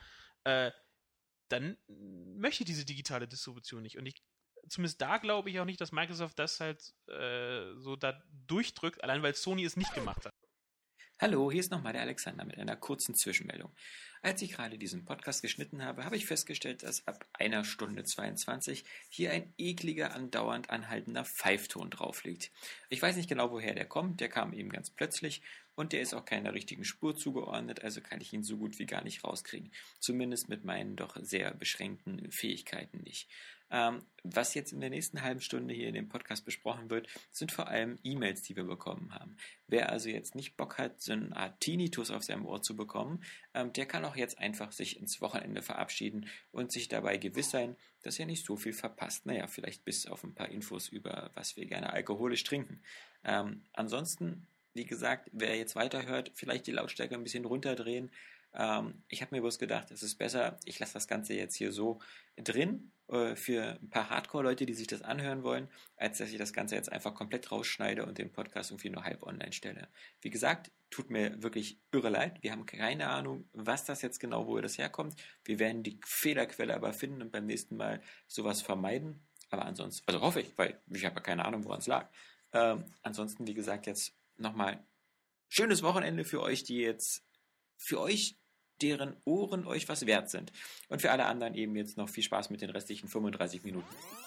dann möchte ich diese digitale Distribution nicht. Und zumindest da glaube ich auch nicht, dass Microsoft das halt so da durchdrückt, allein weil Sony es nicht gemacht hat. Hallo, hier ist nochmal der Alexander mit einer kurzen Zwischenmeldung. Als ich gerade diesen Podcast geschnitten habe, habe ich festgestellt, dass ab 1 Stunde 22 hier ein ekliger, andauernd anhaltender Pfeifton drauf liegt. Ich weiß nicht genau, woher der kommt, der kam eben ganz plötzlich und der ist auch keiner richtigen Spur zugeordnet, also kann ich ihn so gut wie gar nicht rauskriegen. Zumindest mit meinen doch sehr beschränkten Fähigkeiten nicht. Was jetzt in der nächsten halben Stunde hier in dem Podcast besprochen wird, sind vor allem E-Mails, die wir bekommen haben. Wer also jetzt nicht Bock hat, so eine Art Tinnitus auf seinem Ohr zu bekommen, der kann auch jetzt einfach sich ins Wochenende verabschieden und sich dabei gewiss sein, dass er nicht so viel verpasst. Naja, vielleicht bis auf ein paar Infos über, was wir gerne alkoholisch trinken. Ansonsten, wie gesagt, wer jetzt weiterhört, vielleicht die Lautstärke ein bisschen runterdrehen. Ich habe mir bloß gedacht, es ist besser, ich lasse das Ganze jetzt hier so drin für ein paar Hardcore-Leute, die sich das anhören wollen, als dass ich das Ganze jetzt einfach komplett rausschneide und den Podcast irgendwie nur halb online stelle. Wie gesagt, tut mir wirklich irre leid. Wir haben keine Ahnung, was das jetzt genau, wo das herkommt. Wir werden die Fehlerquelle aber finden und beim nächsten Mal sowas vermeiden. Aber ansonsten, also hoffe ich, weil ich habe ja keine Ahnung, woran es lag. Ansonsten, wie gesagt, jetzt nochmal schönes Wochenende für euch, die jetzt für euch deren Ohren euch was wert sind. Und für alle anderen eben jetzt noch viel Spaß mit den restlichen 35 Minuten.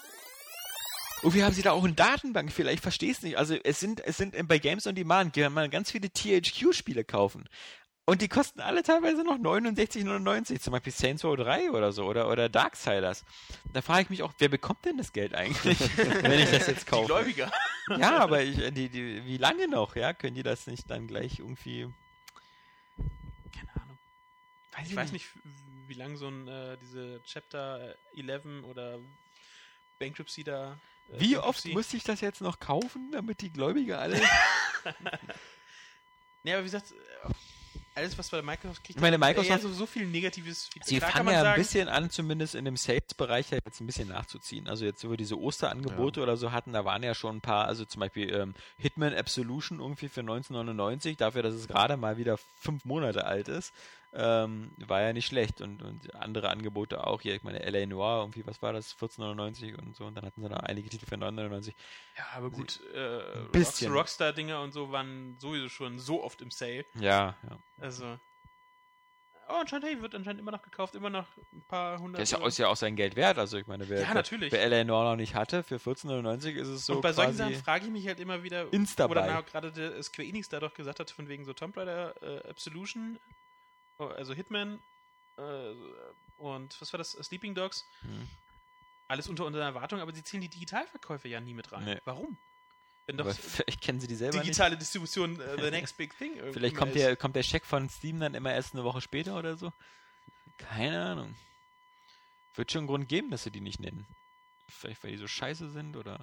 Und wir haben sie da auch in Datenbank, vielleicht verstehst du nicht. Also es sind bei Games on Demand, kann man ganz viele THQ-Spiele kaufen. Und die kosten alle teilweise noch 69,99, zum Beispiel Saints Row 3 oder so, oder Darksiders. Da frage ich mich auch, wer bekommt denn das Geld eigentlich, wenn ich das jetzt kaufe? Die Gläubiger. Ja, aber wie lange noch, ja? Können die das nicht dann gleich irgendwie... Keine Ahnung. Ich weiß nicht, wie lange so diese Chapter 11 oder Bankruptcy da... Wie oft muss ich das jetzt noch kaufen, damit die Gläubiger alle... Nee, aber wie gesagt, alles, was bei Microsoft kriegt, Ich meine, Microsoft, so viel negatives Feedback. sie Klar fangen ja ein bisschen an, zumindest in dem Sales-Bereich ja jetzt ein bisschen nachzuziehen. Also jetzt, wo wir diese Osterangebote oder so hatten, da waren ja schon ein paar, also zum Beispiel Hitman Absolution irgendwie für 1999, dafür, dass es gerade mal wieder 5 Monate alt ist, war ja nicht schlecht. Und andere Angebote auch hier, ich meine, L.A. Noire, irgendwie, was war das, 14,99 und so, und dann hatten sie noch einige Titel für 9,99. Ja, aber gut, bisschen. Rockstar-Dinger und so waren sowieso schon so oft im Sale. Ja. Also. Aber anscheinend, wird anscheinend immer noch gekauft, immer noch ein paar hundert. Das ist ja auch sein Geld wert, also ich meine, wer L.A. Noire noch nicht hatte, für 14,99 ist es so. Und bei solchen Sachen frage ich mich halt immer wieder, Insta-Buy. wo dann gerade der Square Enix da doch gesagt hat, von wegen so Tomb Raider Absolution, also Hitman und was war das, Sleeping Dogs, alles unter unseren Erwartungen, aber sie zählen die Digitalverkäufe ja nie mit rein. Nee. Warum? Wenn doch vielleicht kennen sie die selber digitale nicht. Distribution the next big thing. Vielleicht kommt der Scheck von Steam dann immer erst eine Woche später oder so. Keine Ahnung. Wird schon einen Grund geben, dass sie die nicht nennen. Vielleicht, weil die so scheiße sind oder...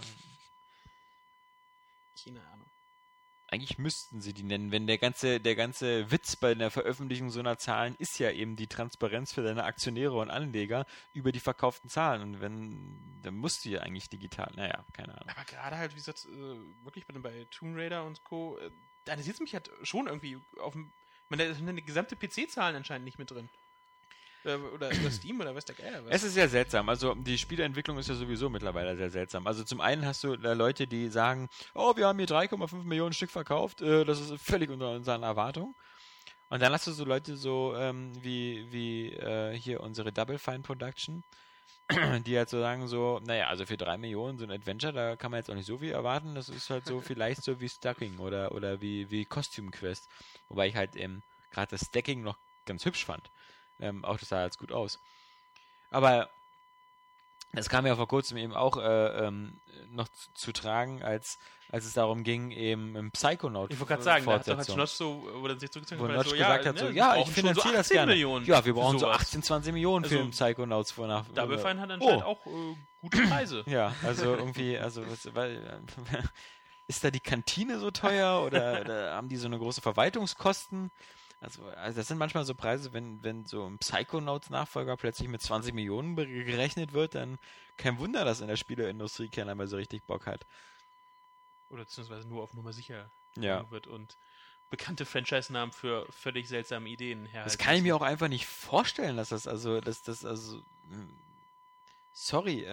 Keine Ahnung. Eigentlich müssten sie die nennen, wenn der ganze Witz bei der Veröffentlichung so einer Zahlen ist ja eben die Transparenz für deine Aktionäre und Anleger über die verkauften Zahlen. Und dann musst du ja eigentlich digital, naja, keine Ahnung. Aber gerade halt, wie gesagt, wirklich bei Tomb Raider und Co., da interessiert es mich halt schon irgendwie auf dem, ich meine, da sind die gesamte PC-Zahlen anscheinend nicht mit drin. Oder Steam oder was der Geier. Es ist ja seltsam. Also die Spieleentwicklung ist ja sowieso mittlerweile sehr seltsam. Also zum einen hast du da Leute, die sagen, oh, wir haben hier 3,5 Millionen Stück verkauft, das ist völlig unter unseren Erwartungen. Und dann hast du so Leute so wie hier unsere Double Fine Production, die halt so sagen so, naja, also für 3 Millionen so ein Adventure, da kann man jetzt auch nicht so viel erwarten. Das ist halt so vielleicht so wie Stacking oder wie Costume Quest. Wobei ich halt gerade das Stacking noch ganz hübsch fand. Auch das sah jetzt gut aus. Aber das kam ja vor kurzem eben auch noch zu tragen, als es darum ging, eben im Psychonaut. Ich wollte gerade sagen, da hat Notch so, wo er sich zurückgezogen hat, so, gesagt hat, ich finanziere das gerne. Millionen ja, wir brauchen so 18, 20 Millionen für den Psychonauts nach. Double Fine hat anscheinend auch gute Preise. Ja, also irgendwie, ist da die Kantine so teuer oder haben die so eine große Verwaltungskosten? Also das sind manchmal so Preise, wenn so ein Psychonauts-Nachfolger plötzlich mit 20 Millionen gerechnet wird, dann kein Wunder, dass in der Spieleindustrie keiner mehr so richtig Bock hat. Oder beziehungsweise nur auf Nummer sicher wird und bekannte Franchise-Namen für völlig seltsame Ideen herhalten. Das kann ich mir auch einfach nicht vorstellen, dass sorry,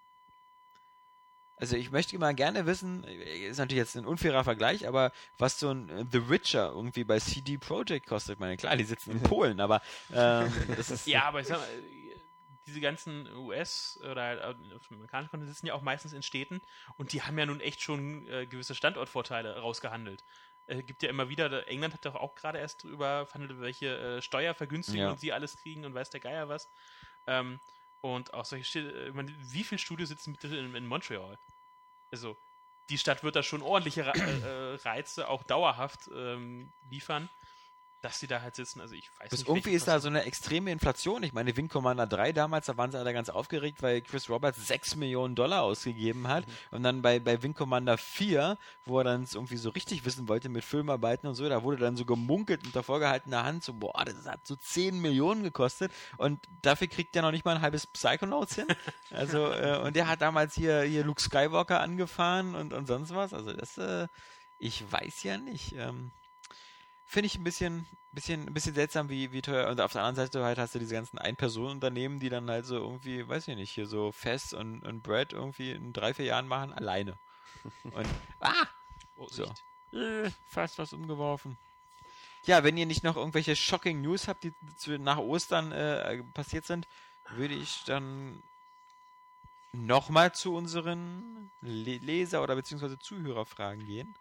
also ich möchte mal gerne wissen, ist natürlich jetzt ein unfairer Vergleich, aber was so ein The Witcher irgendwie bei CD Projekt kostet. Ich meine, klar, die sitzen in Polen, aber das ist... Ja, aber ich sag mal, diese ganzen US- oder amerikanischen Konten sitzen ja auch meistens in Städten und die haben ja nun echt schon gewisse Standortvorteile rausgehandelt. Gibt ja immer wieder, England hat doch auch gerade erst drüber verhandelt, welche Steuervergünstigungen sie alles kriegen und weiß der Geier was. Und auch solche Städte, wie viele Studios sitzen bitte in Montreal? Also, die Stadt wird da schon ordentliche Reize auch dauerhaft liefern, dass sie da halt sitzen. Also, ich weiß nicht. Irgendwie ist da so eine extreme Inflation. Ich meine, Wing Commander 3 damals, da waren sie alle ganz aufgeregt, weil Chris Roberts $6 Millionen ausgegeben hat. Und dann bei Wing Commander 4, wo er dann irgendwie so richtig wissen wollte mit Filmarbeiten und so, da wurde dann so gemunkelt mit der vorgehaltener Hand, so, boah, das hat so 10 Millionen gekostet. Und dafür kriegt der noch nicht mal ein halbes Psychonauts hin. Also, und der hat damals hier Luke Skywalker angefahren und sonst was. Also, das, ich weiß ja nicht. Finde ich ein bisschen seltsam, wie teuer. Und auf der anderen Seite halt hast du diese ganzen Ein-Personen-Unternehmen, die dann halt so irgendwie, weiß ich nicht, hier so Fest und Brad irgendwie in 3-4 Jahren machen, alleine. Und, so. Fast was umgeworfen. Ja, wenn ihr nicht noch irgendwelche shocking News habt, die nach Ostern passiert sind, würde ich dann nochmal zu unseren Leser- oder beziehungsweise Zuhörerfragen gehen.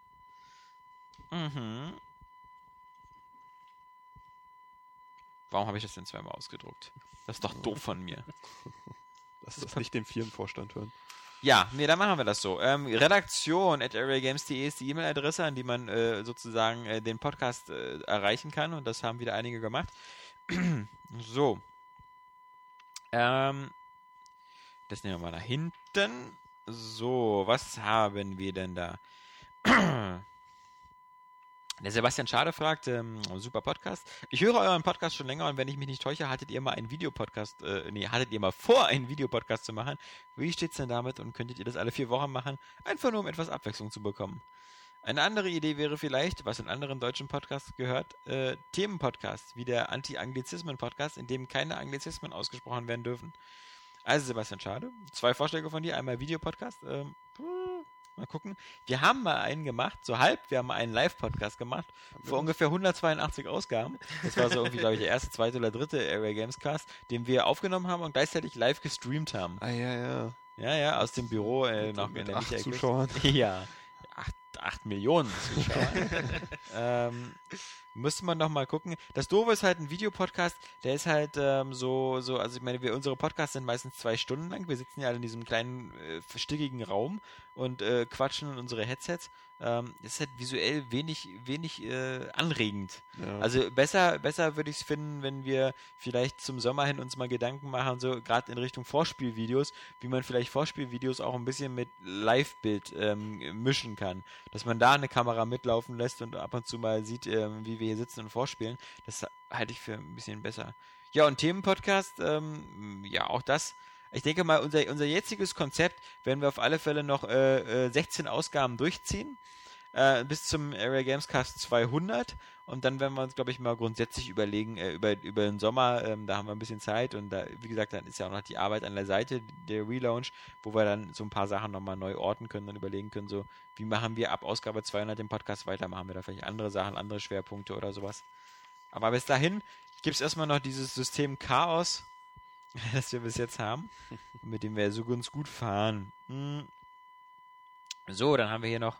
Warum habe ich das denn zweimal ausgedruckt? Das ist doch doof von mir. Lass das nicht den Firmenvorstand hören. Ja, nee, dann machen wir das so. Redaktion@areagames.de ist die E-Mail-Adresse, an die man sozusagen den Podcast erreichen kann, und das haben wieder einige gemacht. So. Das nehmen wir mal nach hinten. So, was haben wir denn da? Der Sebastian Schade fragt, super Podcast. Ich höre euren Podcast schon länger, und wenn ich mich nicht täusche, hattet ihr mal vor, einen Videopodcast zu machen. Wie steht's denn damit, und könntet ihr das alle 4 Wochen machen? Einfach nur, um etwas Abwechslung zu bekommen. Eine andere Idee wäre vielleicht, was in anderen deutschen Podcasts gehört, Themenpodcast, wie der Anti-Anglizismen-Podcast, in dem keine Anglizismen ausgesprochen werden dürfen. Also Sebastian Schade, 2 Vorschläge von dir, einmal Videopodcast, mal gucken. Wir haben mal einen gemacht, so halb. Wir haben mal einen Live-Podcast gemacht, vor ungefähr 182 Ausgaben. Das war so irgendwie, glaube ich, der erste, zweite oder dritte Area Games Cast, den wir aufgenommen haben und gleichzeitig live gestreamt haben. Ah, ja. Ja, aus dem Büro noch mit in der 8 Mitte. Zuschauern. Ja, 8 Millionen Zuschauer. Müsste man noch mal gucken. Das Doofe ist halt, ein Videopodcast, der ist halt also ich meine, unsere Podcasts sind meistens 2 Stunden lang. Wir sitzen ja alle in diesem kleinen, stickigen Raum und quatschen in unsere Headsets. Das ist halt visuell wenig anregend. Ja. Also besser würde ich es finden, wenn wir vielleicht zum Sommer hin uns mal Gedanken machen, so gerade in Richtung Vorspielvideos, wie man vielleicht Vorspielvideos auch ein bisschen mit Live-Bild mischen kann. Dass man da eine Kamera mitlaufen lässt und ab und zu mal sieht, wie wir hier sitzen und vorspielen. Das halte ich für ein bisschen besser. Ja, und Themenpodcast, ja, auch das. Ich denke mal, unser jetziges Konzept werden wir auf alle Fälle noch 16 Ausgaben durchziehen, bis zum Area Games Cast 200, und dann werden wir uns, glaube ich, mal grundsätzlich überlegen, über den Sommer, da haben wir ein bisschen Zeit, und da, wie gesagt, dann ist ja auch noch die Arbeit an der Seite, der Relaunch, wo wir dann so ein paar Sachen nochmal neu orten können und überlegen können, so, wie machen wir ab Ausgabe 200 den Podcast weiter, machen wir da vielleicht andere Sachen, andere Schwerpunkte oder sowas. Aber bis dahin gibt es erstmal noch dieses System Chaos, das wir bis jetzt haben, mit dem wir so ganz gut fahren. So, dann haben wir hier noch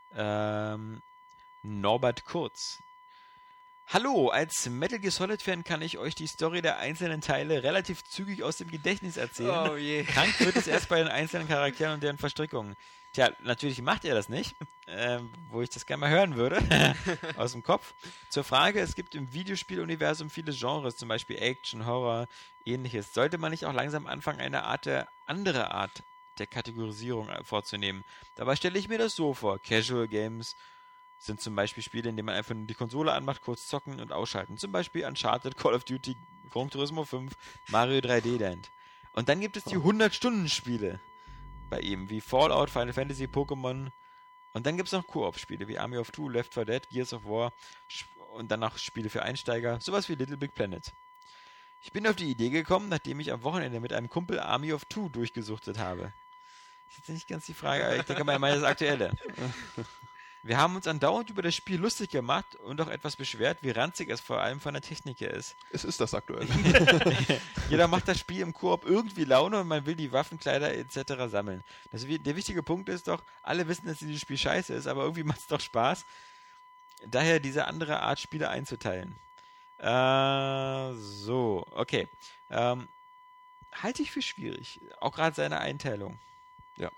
Norbert Kurz. Hallo, als Metal Gear Solid Fan kann ich euch die Story der einzelnen Teile relativ zügig aus dem Gedächtnis erzählen. Oh je. Krank wird es erst bei den einzelnen Charakteren und deren Verstrickungen. Tja, natürlich macht ihr das nicht, wo ich das gerne mal hören würde, aus dem Kopf. Zur Frage, es gibt im Videospieluniversum viele Genres, zum Beispiel Action, Horror, ähnliches. Sollte man nicht auch langsam anfangen, eine andere Art der Kategorisierung vorzunehmen? Dabei stelle ich mir das so vor. Casual Games sind zum Beispiel Spiele, in denen man einfach nur die Konsole anmacht, kurz zocken und ausschalten. Zum Beispiel Uncharted, Call of Duty, Gran Turismo 5, Mario 3D Land. Und dann gibt es die 100-Stunden-Spiele bei ihm, wie Fallout, Final Fantasy, Pokémon. Und dann gibt es noch Koop-Spiele wie Army of Two, Left 4 Dead, Gears of War und dann noch Spiele für Einsteiger, sowas wie Little Big Planet. Ich bin auf die Idee gekommen, nachdem ich am Wochenende mit einem Kumpel Army of Two durchgesuchtet habe. Das ist jetzt nicht ganz die Frage, ich denke mal, er meint das Aktuelle. Wir haben uns andauernd über das Spiel lustig gemacht und auch etwas beschwert, wie ranzig es vor allem von der Technik her ist. Es ist das Aktuelle. Jeder macht das Spiel im Koop irgendwie Laune und man will die Waffen, Kleider etc. sammeln. Der wichtige Punkt ist doch, alle wissen, dass dieses Spiel scheiße ist, aber irgendwie macht es doch Spaß, daher diese andere Art Spiele einzuteilen. So, okay. Halte ich für schwierig, auch gerade seine Einteilung. Ja.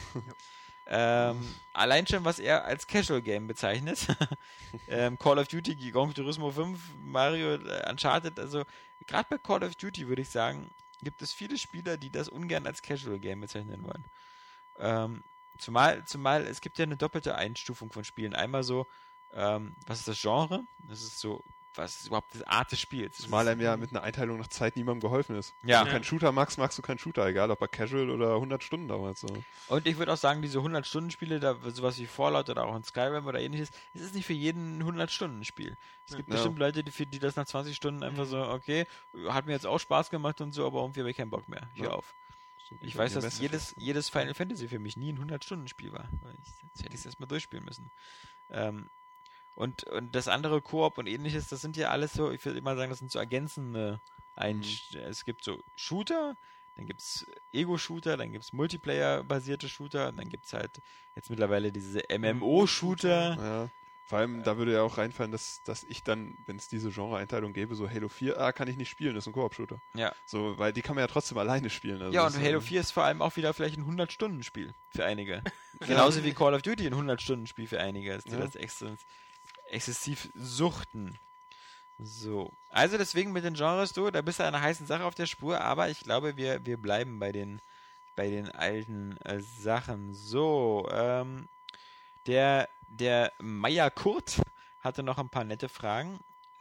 Allein schon, was er als Casual Game bezeichnet. Call of Duty, Gran Turismo 5, Mario, Uncharted, also gerade bei Call of Duty würde ich sagen, gibt es viele Spieler, die das ungern als Casual Game bezeichnen wollen. Zumal es gibt ja eine doppelte Einstufung von Spielen. Einmal so, was ist das Genre? Das ist so, was ist überhaupt die Art des Spiels? Zumal einem ja mit einer Einteilung nach Zeit niemandem geholfen ist. Ja. Wenn du keinen Shooter magst du keinen Shooter, egal ob bei Casual oder 100 Stunden damals. So. Und ich würde auch sagen, diese 100-Stunden-Spiele, da sowas wie Fallout oder auch in Skyrim oder ähnliches, es ist nicht für jeden ein 100-Stunden-Spiel. Es gibt bestimmt Leute, für die das nach 20 Stunden einfach so, okay, hat mir jetzt auch Spaß gemacht und so, aber irgendwie habe ich keinen Bock mehr. Hör auf. Ich weiß, dass jedes Final Fantasy für mich nie ein 100-Stunden-Spiel war. Jetzt hätte ich es erstmal durchspielen müssen. Und das andere Koop und ähnliches, das sind ja alles so, ich würde immer sagen, das sind so ergänzende Es gibt so Shooter, dann gibt es Ego-Shooter, dann gibt es Multiplayer-basierte Shooter und dann gibt es halt jetzt mittlerweile diese MMO-Shooter. Ja. Vor allem, da würde ja auch reinfallen, dass ich dann, wenn es diese Genre-Einteilung gäbe, so Halo 4, kann ich nicht spielen, ist ein Koop-Shooter. Ja. So, weil die kann man ja trotzdem alleine spielen. Also Ja, und Halo 4 ist vor allem auch wieder vielleicht ein 100-Stunden-Spiel für einige. Genauso wie Call of Duty ein 100-Stunden-Spiel für einige ist, die das exzessiv suchten. So. Also deswegen mit den Genres, da bist du einer heißen Sache auf der Spur, aber ich glaube, wir bleiben bei den alten Sachen. So, der Meier Kurt hatte noch ein paar nette Fragen,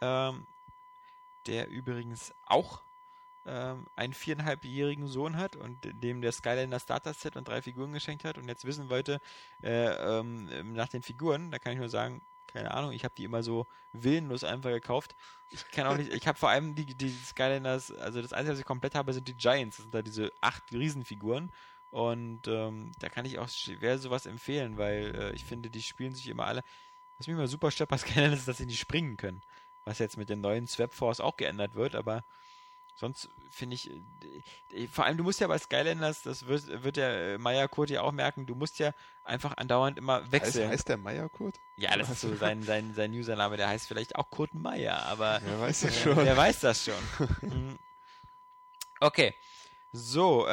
der übrigens auch einen 4,5-jährigen Sohn hat und dem der Skylander Starter Set und 3 Figuren geschenkt hat und jetzt wissen wollte, nach den Figuren, da kann ich nur sagen, keine Ahnung, ich habe die immer so willenlos einfach gekauft. Ich kann auch nicht, ich habe vor allem die Skylanders, also das Einzige, was ich komplett habe, sind die Giants, das sind da diese 8 Riesenfiguren und da kann ich auch schwer sowas empfehlen, weil ich finde, die spielen sich immer alle. Was mich immer super stört bei Skylanders ist, dass sie nicht springen können, was jetzt mit den neuen Swap Force auch geändert wird, aber sonst finde ich, vor allem du musst ja bei Skylanders, das wird der Meier Kurt ja auch merken, du musst ja einfach andauernd immer wechseln. Heißt der Meier Kurt? Ja, das ist so sein Username, der heißt vielleicht auch Kurt Meier, aber Wer weiß das schon. Wer weiß das schon. Okay. So,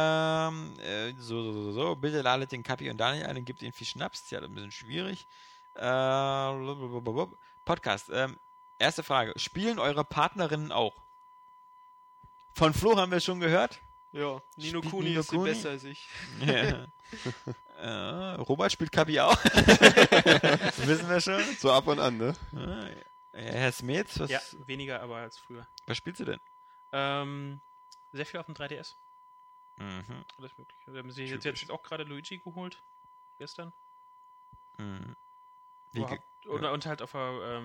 so, bitte ladet den Kapi und Daniel ein und gebt ihnen viel Schnaps. Tja, das ist ein bisschen schwierig. Podcast. Erste Frage. Spielen eure Partnerinnen auch? Von Flo haben wir schon gehört. Ja, Nino Spielt Kuni Nino ist Kuni? besser als ich. Ja. Robert spielt Kapi auch. Das wissen wir schon. So ab und an, ne? Herr Smets, Ja, weniger aber als früher. was spielst du denn? Sehr viel auf dem 3DS. Mhm. Alles mögliche. Wir haben sich jetzt auch gerade Luigi geholt. Gestern. Mhm. Und halt auf der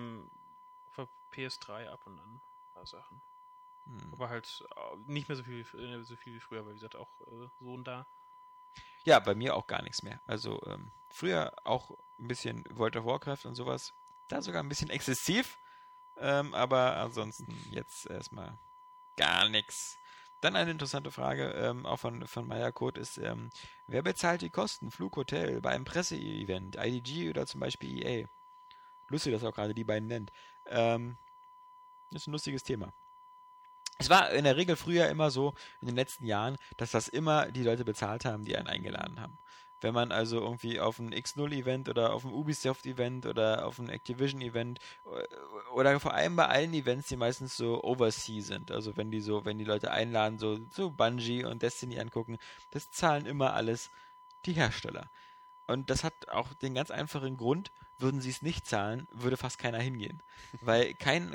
PS3 ab und an ein paar Sachen. Aber halt nicht mehr so viel wie früher, weil wie gesagt auch Sohn da. Ja, bei mir auch gar nichts mehr. Also früher auch ein bisschen World of Warcraft und sowas. Da sogar ein bisschen exzessiv. Aber ansonsten jetzt erstmal gar nichts. Dann eine interessante Frage, auch von Meier Kurt ist, wer bezahlt die Kosten? Flug, Hotel, bei einem Presseevent, IDG oder zum Beispiel EA? Lustig, dass er auch gerade die beiden nennt. Das ist ein lustiges Thema. Es war in der Regel früher immer so, in den letzten Jahren, dass das immer die Leute bezahlt haben, die einen eingeladen haben. Wenn man also irgendwie auf ein X0-Event oder auf ein Ubisoft-Event oder auf ein Activision-Event oder vor allem bei allen Events, die meistens so Overseas sind, also wenn die Leute einladen, so Bungie und Destiny angucken, das zahlen immer alles die Hersteller. Und das hat auch den ganz einfachen Grund, würden sie es nicht zahlen, würde fast keiner hingehen. Weil kein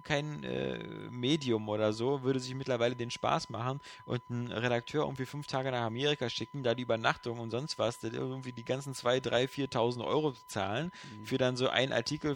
Medium oder so würde sich mittlerweile den Spaß machen und einen Redakteur irgendwie 5 Tage nach Amerika schicken, da die Übernachtung und sonst was, irgendwie die ganzen 2.000, 3.000, 4.000 Euro zahlen für dann so einen Artikel,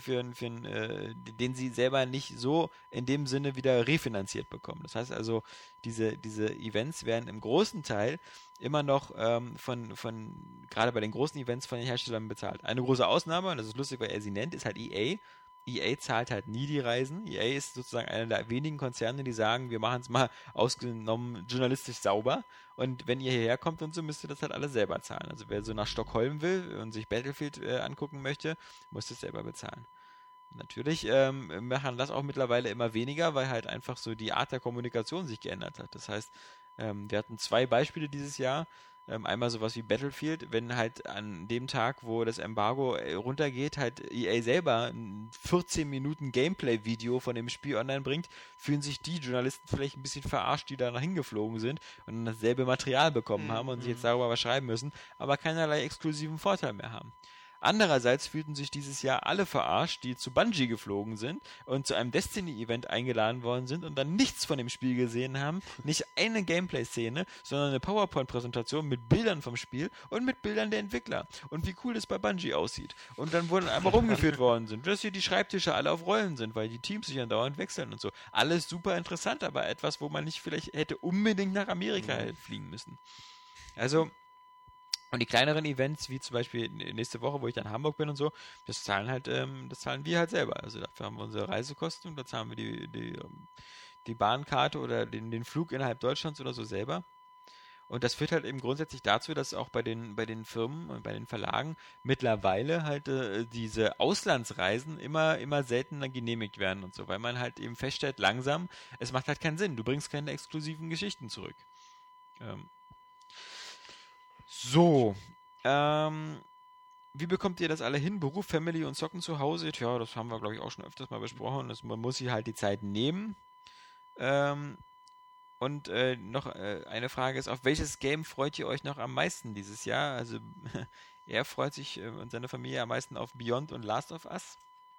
den sie selber nicht so in dem Sinne wieder refinanziert bekommen. Das heißt also, diese Events werden im großen Teil immer noch gerade bei den großen Events von den Herstellern bezahlt. Eine große Ausnahme, und das ist lustig, weil er sie nennt, ist halt EA. EA zahlt halt nie die Reisen. EA ist sozusagen einer der wenigen Konzerne, die sagen, wir machen es mal ausgenommen journalistisch sauber und wenn ihr hierher kommt und so, müsst ihr das halt alle selber zahlen. Also wer so nach Stockholm will und sich Battlefield angucken möchte, muss das selber bezahlen. Natürlich machen das auch mittlerweile immer weniger, weil halt einfach so die Art der Kommunikation sich geändert hat. Das heißt, wir hatten 2 Beispiele dieses Jahr. Einmal sowas wie Battlefield, wenn halt an dem Tag, wo das Embargo runtergeht, halt EA selber ein 14 Minuten Gameplay-Video von dem Spiel online bringt, fühlen sich die Journalisten vielleicht ein bisschen verarscht, die da hingeflogen sind und dasselbe Material bekommen haben und sich jetzt darüber was schreiben müssen, aber keinerlei exklusiven Vorteil mehr haben. Andererseits fühlten sich dieses Jahr alle verarscht, die zu Bungie geflogen sind und zu einem Destiny-Event eingeladen worden sind und dann nichts von dem Spiel gesehen haben, nicht eine Gameplay-Szene, sondern eine PowerPoint-Präsentation mit Bildern vom Spiel und mit Bildern der Entwickler und wie cool das bei Bungie aussieht. Und dann wurden einmal rumgeführt worden sind, dass hier die Schreibtische alle auf Rollen sind, weil die Teams sich andauernd wechseln und so. Alles super interessant, aber etwas, wo man nicht vielleicht hätte unbedingt nach Amerika fliegen müssen. Also, und die kleineren Events, wie zum Beispiel nächste Woche, wo ich dann in Hamburg bin und so, das zahlen wir halt selber. Also dafür haben wir unsere Reisekosten und da zahlen wir die Bahnkarte oder den Flug innerhalb Deutschlands oder so selber. Und das führt halt eben grundsätzlich dazu, dass auch bei den Firmen und bei den Verlagen mittlerweile halt diese Auslandsreisen immer seltener genehmigt werden und so, weil man halt eben feststellt, langsam, es macht halt keinen Sinn. Du bringst keine exklusiven Geschichten zurück. Wie bekommt ihr das alle hin? Beruf, Family und Zocken zu Hause? Tja, das haben wir, glaube ich, auch schon öfters mal besprochen. Man muss sich halt die Zeit nehmen. Und noch eine Frage ist, auf welches Game freut ihr euch noch am meisten dieses Jahr? Also er freut sich und seine Familie am meisten auf Beyond und Last of Us.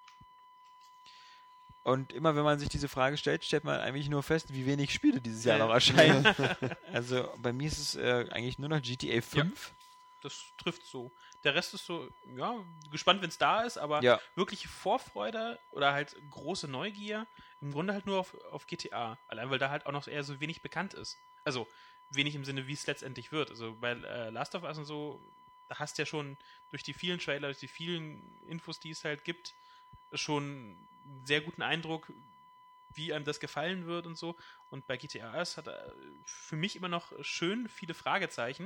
Und immer wenn man sich diese Frage stellt, stellt man eigentlich nur fest, wie wenig Spiele dieses Jahr noch erscheinen. Also bei mir ist es eigentlich nur noch GTA 5. Ja, das trifft so. Der Rest ist so, ja, gespannt, wenn es da ist, aber wirkliche Vorfreude oder halt große Neugier im Grunde halt nur auf GTA. Allein, weil da halt auch noch eher so wenig bekannt ist. Also wenig im Sinne, wie es letztendlich wird. Also bei Last of Us und so, da hast du ja schon durch die vielen Trailer, durch die vielen Infos, die es halt gibt, schon einen sehr guten Eindruck, wie einem das gefallen wird und so. Und bei GTA es hat für mich immer noch schön viele Fragezeichen.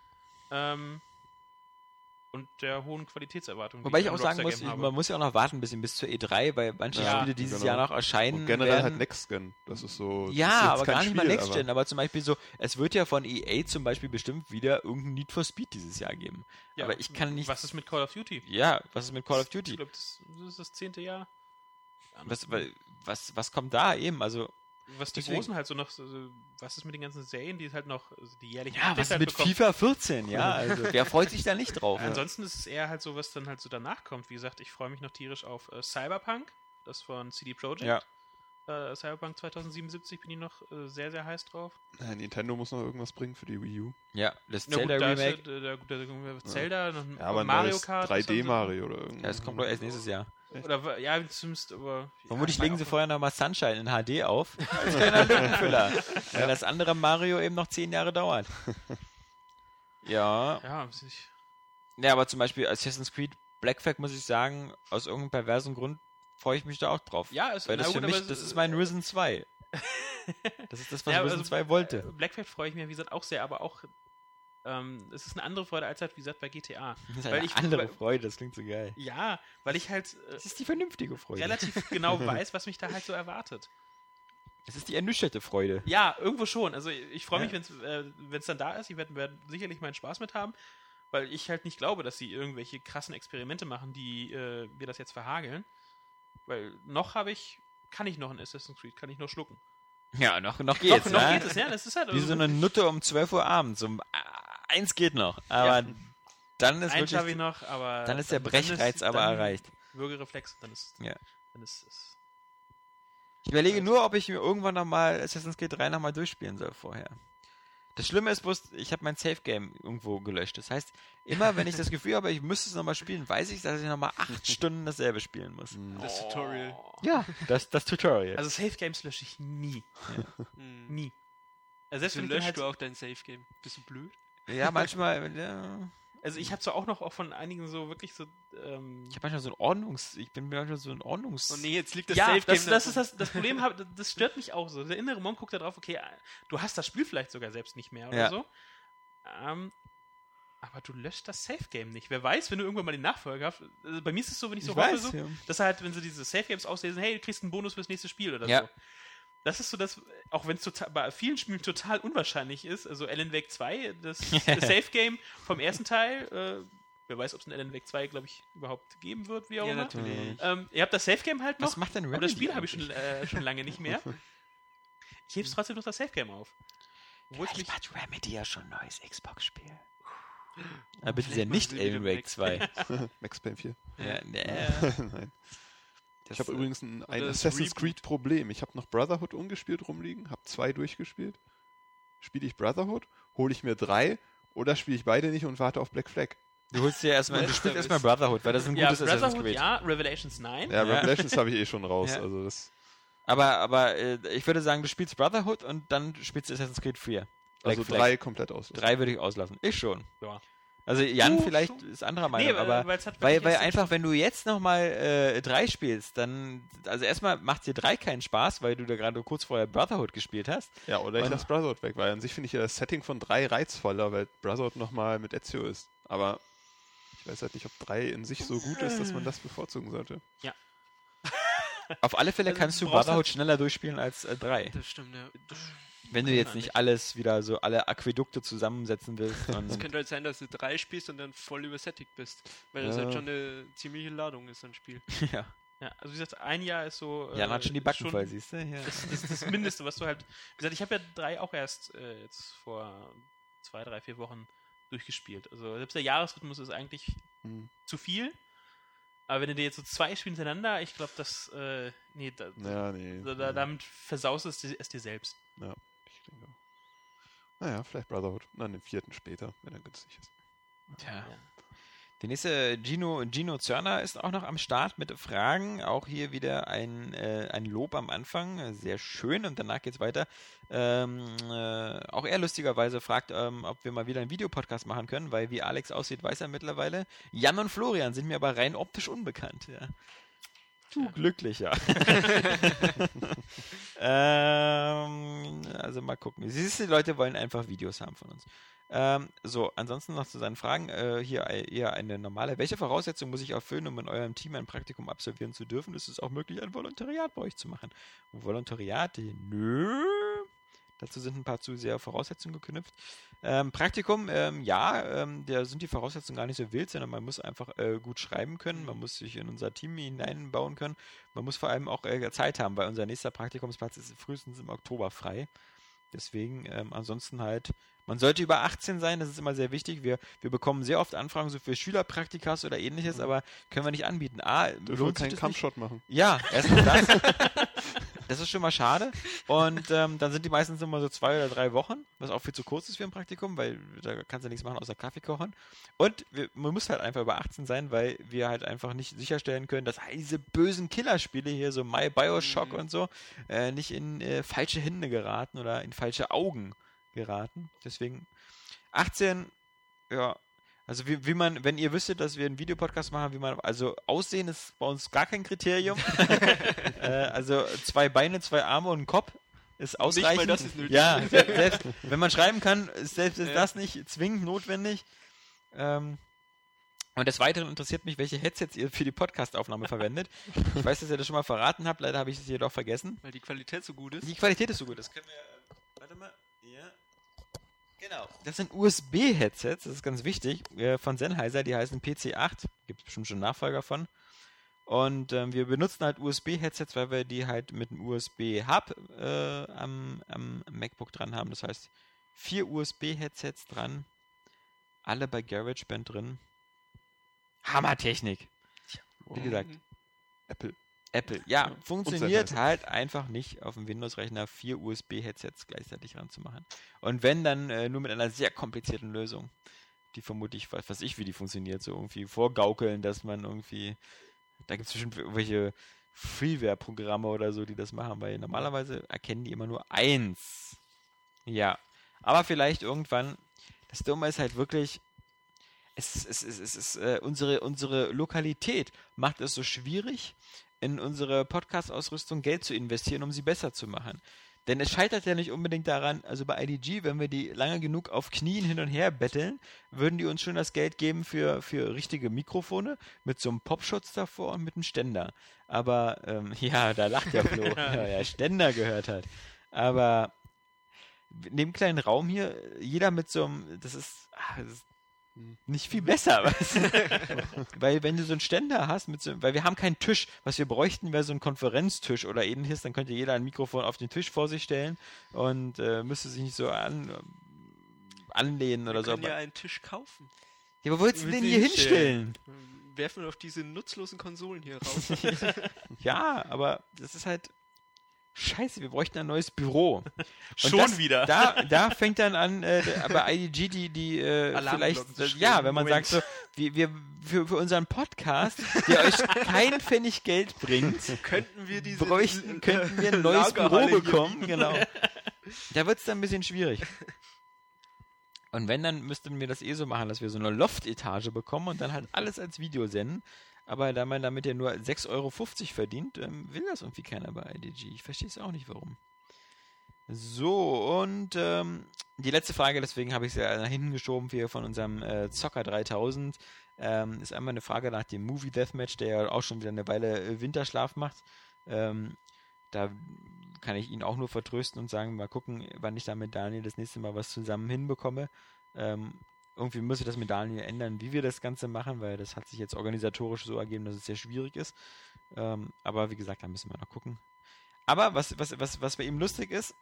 Und der hohen Qualitätserwartung. Wobei ich auch sagen muss, man muss ja auch noch warten ein bisschen bis zur E3, weil manche Spiele dieses Jahr noch erscheinen. Und generell halt Next Gen. Das ist so. Ja, aber gar nicht mal Next Gen. Aber zum Beispiel so, es wird ja von EA zum Beispiel bestimmt wieder irgendein Need for Speed dieses Jahr geben. Ja, aber ich kann nicht. Was ist mit Call of Duty? Ja, was ist mit Call of Duty? Ich glaube, das ist das 10. Jahr. Was kommt da eben? Also. Was die Großen halt so noch, was ist mit den ganzen Serien, die halt noch, also die jährlichen Ja, was halt mit bekommen. FIFA 14, ja, also wer freut sich da nicht drauf? Ansonsten ist es eher halt so, was dann halt so danach kommt. Wie gesagt, ich freue mich noch tierisch auf Cyberpunk, das von CD Projekt. Ja. Cyberpunk 2077 bin ich noch sehr, sehr heiß drauf. Nintendo muss noch irgendwas bringen für die Wii U. Ja, das Zelda-Remake. Zelda, noch ja, aber Mario Kart. 3D-Mario oder irgendwas. Ja, das kommt doch erst nächstes Jahr. Oder, ja, zumindest, aber... Vermutlich legen sie vorher nochmal Sunshine in HD auf, als kleiner Lückenfüller. Weil das andere Mario eben noch 10 Jahre dauert. Ja. Ja, aber zum Beispiel Assassin's Creed Black Flag, muss ich sagen, aus irgendeinem perversen Grund freue ich mich da auch drauf. Ja, weil das für mich, das ist mein Risen 2. Das ist das, was Risen 2 wollte. Black Flag freue ich mich, wie gesagt, auch sehr, aber auch es ist eine andere Freude als halt, wie gesagt, bei GTA. Das ist eine andere Freude, das klingt so geil. Ja, weil ich halt das ist die vernünftige Freude. Relativ genau weiß, was mich da halt so erwartet. Es ist die ernüchterte Freude. Ja, irgendwo schon. Also ich freue mich, wenn es dann da ist. Ich werde sicherlich meinen Spaß mit haben, weil ich halt nicht glaube, dass sie irgendwelche krassen Experimente machen, die mir das jetzt verhageln. Weil kann ich noch ein Assassin's Creed, kann ich noch schlucken. Ja, noch geht's. Noch geht es, ja. Das ist halt wie so eine Nutte um 12 Uhr abends. Eins geht noch, aber dann ist wirklich... schaffe ich noch, aber... Dann ist der Brechreiz erreicht. Würgereflex, dann ist es... Ich überlege nur, ob ich mir irgendwann nochmal Assassin's Creed 3 nochmal durchspielen soll vorher. Das Schlimme ist bloß, ich habe mein Safe-Game irgendwo gelöscht. Das heißt, immer wenn ich das Gefühl habe, ich müsste es nochmal spielen, weiß ich, dass ich nochmal 8 Stunden dasselbe spielen muss. Das Tutorial. Ja, das Tutorial. Also Safe-Games lösche ich nie. Nie. Also selbst wenn löscht du auch dein Safe-Game. Bist du blöd? Ja, manchmal, ja. Also ich habe zwar auch von einigen so wirklich so... Ich habe manchmal so ich bin manchmal so ein Ordnungs... Oh nee, jetzt liegt das Safe-Game... Das ist das Problem, das stört mich auch so. Der innere Monk guckt da drauf, okay, du hast das Spiel vielleicht sogar selbst nicht mehr oder so. Aber du löscht das Safe-Game nicht. Wer weiß, wenn du irgendwann mal den Nachfolger hast... Also bei mir ist es so, wenn ich so hoffe, dass halt, wenn sie diese Safe-Games auslesen, hey, du kriegst einen Bonus fürs nächste Spiel oder so. Das ist so das, auch wenn es bei vielen Spielen total unwahrscheinlich ist, also Alan Wake 2, das Safe-Game vom ersten Teil, wer weiß, ob es ein Alan Wake 2, glaube ich, überhaupt geben wird, wie auch immer. Natürlich. Ihr habt das Safe-Game halt noch, was macht denn Remedy aber das Spiel habe ich schon lange nicht mehr. Ich hebe es trotzdem noch das Safe-Game auf. Vielleicht macht Remedy ja schon ein neues Xbox-Spiel. Aber bitte ja nicht Alan Wake 2. Max Payne 4. Ja, Nein. Ich habe übrigens ein Assassin's Creed Problem. Ich habe noch Brotherhood ungespielt rumliegen, habe 2 durchgespielt. Spiele ich Brotherhood, hole ich mir 3 oder spiele ich beide nicht und warte auf Black Flag? Du spielst erstmal Brotherhood, weil das ist ein gutes Assassin's Creed. Ja, Revelations 9. Ja, Revelations habe ich schon raus. Ja. Also das aber ich würde sagen, du spielst Brotherhood und dann spielst du Assassin's Creed 4. Also 3 komplett auslassen. 3 würde ich auslassen. Ich schon. Ja. Also Jan vielleicht ist anderer Meinung, aber weil einfach, wenn du jetzt nochmal 3 spielst, dann, also erstmal macht dir 3 keinen Spaß, weil du da gerade kurz vorher Brotherhood gespielt hast. Ja, oder ich lasse Brotherhood weg, weil an sich finde ich ja das Setting von 3 reizvoller, weil Brotherhood nochmal mit Ezio ist. Aber ich weiß halt nicht, ob 3 in sich so gut ist, dass man das bevorzugen sollte. Ja. Auf alle Fälle kannst du Brotherhood schneller durchspielen als 3. Das stimmt, ja. Wenn du jetzt nicht alles wieder so, alle Aquädukte zusammensetzen willst. Es könnte halt sein, dass du 3 spielst und dann voll übersättigt bist. Weil das halt schon eine ziemliche Ladung ist, ein Spiel. Ja. Ja, also wie gesagt, ein Jahr ist so... Jan hat schon die Backen voll, siehst du? Ja. Das ist das Mindeste, was du halt... Wie gesagt, ich habe ja 3 auch erst jetzt vor 2, 3, 4 Wochen durchgespielt. Also selbst der Jahresrhythmus ist eigentlich zu viel. Aber wenn du dir jetzt so 2 Spiele hintereinander, ich glaube, das... damit versaust es dir selbst. Ja, ich denke auch. Naja, vielleicht Brotherhood. Dann den 4. später, wenn er günstig ist. Tja. Ja. Der nächste Gino Zörner ist auch noch am Start mit Fragen. Auch hier wieder ein Lob am Anfang. Sehr schön. Und danach geht's weiter. Auch er lustigerweise fragt, ob wir mal wieder einen Videopodcast machen können, weil wie Alex aussieht, weiß er mittlerweile. Jan und Florian sind mir aber rein optisch unbekannt. Ja. Du Glücklicher. Also mal gucken. Siehst du, die Leute wollen einfach Videos haben von uns. Ansonsten noch zu seinen Fragen. Hier eher eine normale. Welche Voraussetzungen muss ich erfüllen, um in eurem Team ein Praktikum absolvieren zu dürfen? Ist es auch möglich, ein Volontariat bei euch zu machen? Und Volontariat? Nö. Dazu sind ein paar zu sehr Voraussetzungen geknüpft. Praktikum, da sind die Voraussetzungen gar nicht so wild, sondern man muss einfach gut schreiben können, man muss sich in unser Team hineinbauen können, man muss vor allem auch Zeit haben, weil unser nächster Praktikumsplatz ist frühestens im Oktober frei. Deswegen, ansonsten halt, man sollte über 18 sein, das ist immer sehr wichtig. Wir bekommen sehr oft Anfragen so für Schülerpraktikas oder ähnliches, aber können wir nicht anbieten. Dürfen wir keinen Kampfshot machen. Ja, erstmal das. Das ist schon mal schade. Und dann sind die meistens immer so 2 oder 3 Wochen, was auch viel zu kurz ist für ein Praktikum, weil da kannst du nichts machen außer Kaffee kochen. Und man muss halt einfach über 18 sein, weil wir halt einfach nicht sicherstellen können, dass diese bösen Killerspiele hier, so My Bioshock und so, nicht in falsche Hände geraten oder in falsche Augen geraten. Deswegen 18, ja. Also wie man, wenn ihr wüsstet, dass wir einen Videopodcast machen, also Aussehen ist bei uns gar kein Kriterium. Also 2 Beine, 2 Arme und ein Kopf ist ausreichend. Nicht mal das ist nötig. Ja, selbst wenn man schreiben kann, ist das nicht zwingend notwendig. Und des Weiteren interessiert mich, welche Headsets ihr für die Podcast-Aufnahme verwendet. Ich weiß, dass ihr das schon mal verraten habt, leider habe ich es jedoch vergessen. Weil die Qualität so gut ist. Die Qualität ist so gut, das können wir, warte mal, ja. Genau. Das sind USB-Headsets, das ist ganz wichtig, von Sennheiser, die heißen PC8, gibt es bestimmt schon Nachfolger von. Und wir benutzen halt USB-Headsets, weil wir die halt mit einem USB-Hub am MacBook dran haben. Das heißt, 4 USB-Headsets dran, alle bei GarageBand drin. Hammertechnik. Wie gesagt, Apple, ja, funktioniert halt einfach nicht auf dem Windows-Rechner 4 USB-Headsets gleichzeitig ranzumachen. Und wenn, dann nur mit einer sehr komplizierten Lösung, die vermutlich, weiß ich, wie die funktioniert, so irgendwie vorgaukeln, dass man irgendwie, da gibt es bestimmt irgendwelche Freeware-Programme oder so, die das machen, weil normalerweise erkennen die immer nur 1. Ja, aber vielleicht irgendwann, das Dumme ist halt wirklich, unsere Lokalität macht es so schwierig, in unsere Podcast-Ausrüstung Geld zu investieren, um sie besser zu machen. Denn es scheitert ja nicht unbedingt daran, also bei IDG, wenn wir die lange genug auf Knien hin und her betteln, würden die uns schon das Geld geben für richtige Mikrofone mit so einem Popschutz davor und mit einem Ständer. Aber, ja, da lacht der Flo, ja, er Ständer gehört hat. Aber in dem kleinen Raum hier, jeder mit so einem, das ist nicht viel besser, weißt du? Weil wenn du so einen Ständer hast, weil wir haben keinen Tisch, was wir bräuchten, wäre so ein Konferenztisch oder ähnliches, dann könnte jeder ein Mikrofon auf den Tisch vor sich stellen und müsste sich nicht so anlehnen oder so. Wir können ja einen Tisch kaufen. Ja, aber wo willst du den hier hinstellen? Werfen wir auf diese nutzlosen Konsolen hier raus. Ja, aber das ist halt Scheiße, wir bräuchten ein neues Büro. Schon wieder. Da fängt dann an, bei IDG die vielleicht, ja, wenn man sagt so, wir für unseren Podcast, der euch kein Pfennig Geld bringt, könnten wir ein neues Büro bekommen, genau. Da wird es dann ein bisschen schwierig. Und wenn, dann müssten wir das so machen, dass wir so eine Loft-Etage bekommen und dann halt alles als Video senden. Aber da man damit ja nur 6,50 Euro verdient, will das irgendwie keiner bei IDG. Ich verstehe es auch nicht, warum. So, und die letzte Frage, deswegen habe ich sie nach hinten geschoben hier von unserem Zocker 3000, ist einmal eine Frage nach dem Movie Deathmatch, der ja auch schon wieder eine Weile Winterschlaf macht. Da kann ich ihn auch nur vertrösten und sagen, mal gucken, wann ich da mit Daniel das nächste Mal was zusammen hinbekomme. Irgendwie muss ich das mit Daniel ändern, wie wir das Ganze machen, weil das hat sich jetzt organisatorisch so ergeben, dass es sehr schwierig ist. Aber wie gesagt, da müssen wir noch gucken. Aber was bei ihm lustig ist,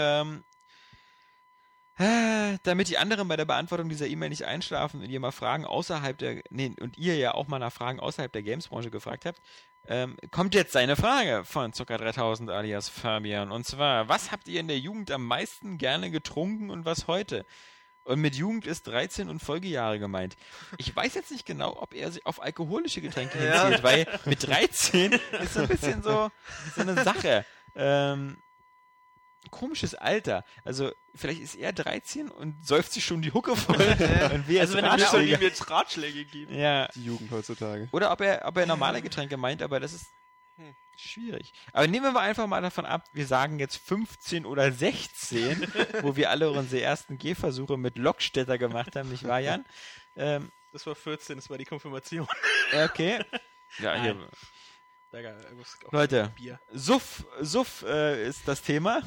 damit die anderen bei der Beantwortung dieser E-Mail nicht einschlafen und ihr mal Fragen außerhalb und ihr ja auch mal nach Fragen außerhalb der Gamesbranche gefragt habt, kommt jetzt seine Frage von Zucker 3000 alias Fabian. Und zwar, was habt ihr in der Jugend am meisten gerne getrunken und was heute? Und mit Jugend ist 13 und Folgejahre gemeint. Ich weiß jetzt nicht genau, ob er sich auf alkoholische Getränke hinzieht, weil mit 13 ist so ein bisschen so eine Sache. Komisches Alter. Also, vielleicht ist er 13 und säuft sich schon die Hucke voll. Und wir Also wenn er ihm jetzt Ratschläge gibt. Ja. Die Jugend heutzutage. Oder ob er normale Getränke meint, aber das ist schwierig. Aber nehmen wir einfach mal davon ab, wir sagen jetzt 15 oder 16, wo wir alle unsere ersten Gehversuche mit Lockstädter gemacht haben, nicht wahr, Jan? Das war 14, das war die Konfirmation. Okay. Ja, hier. Leute, Bier. Suff ist das Thema.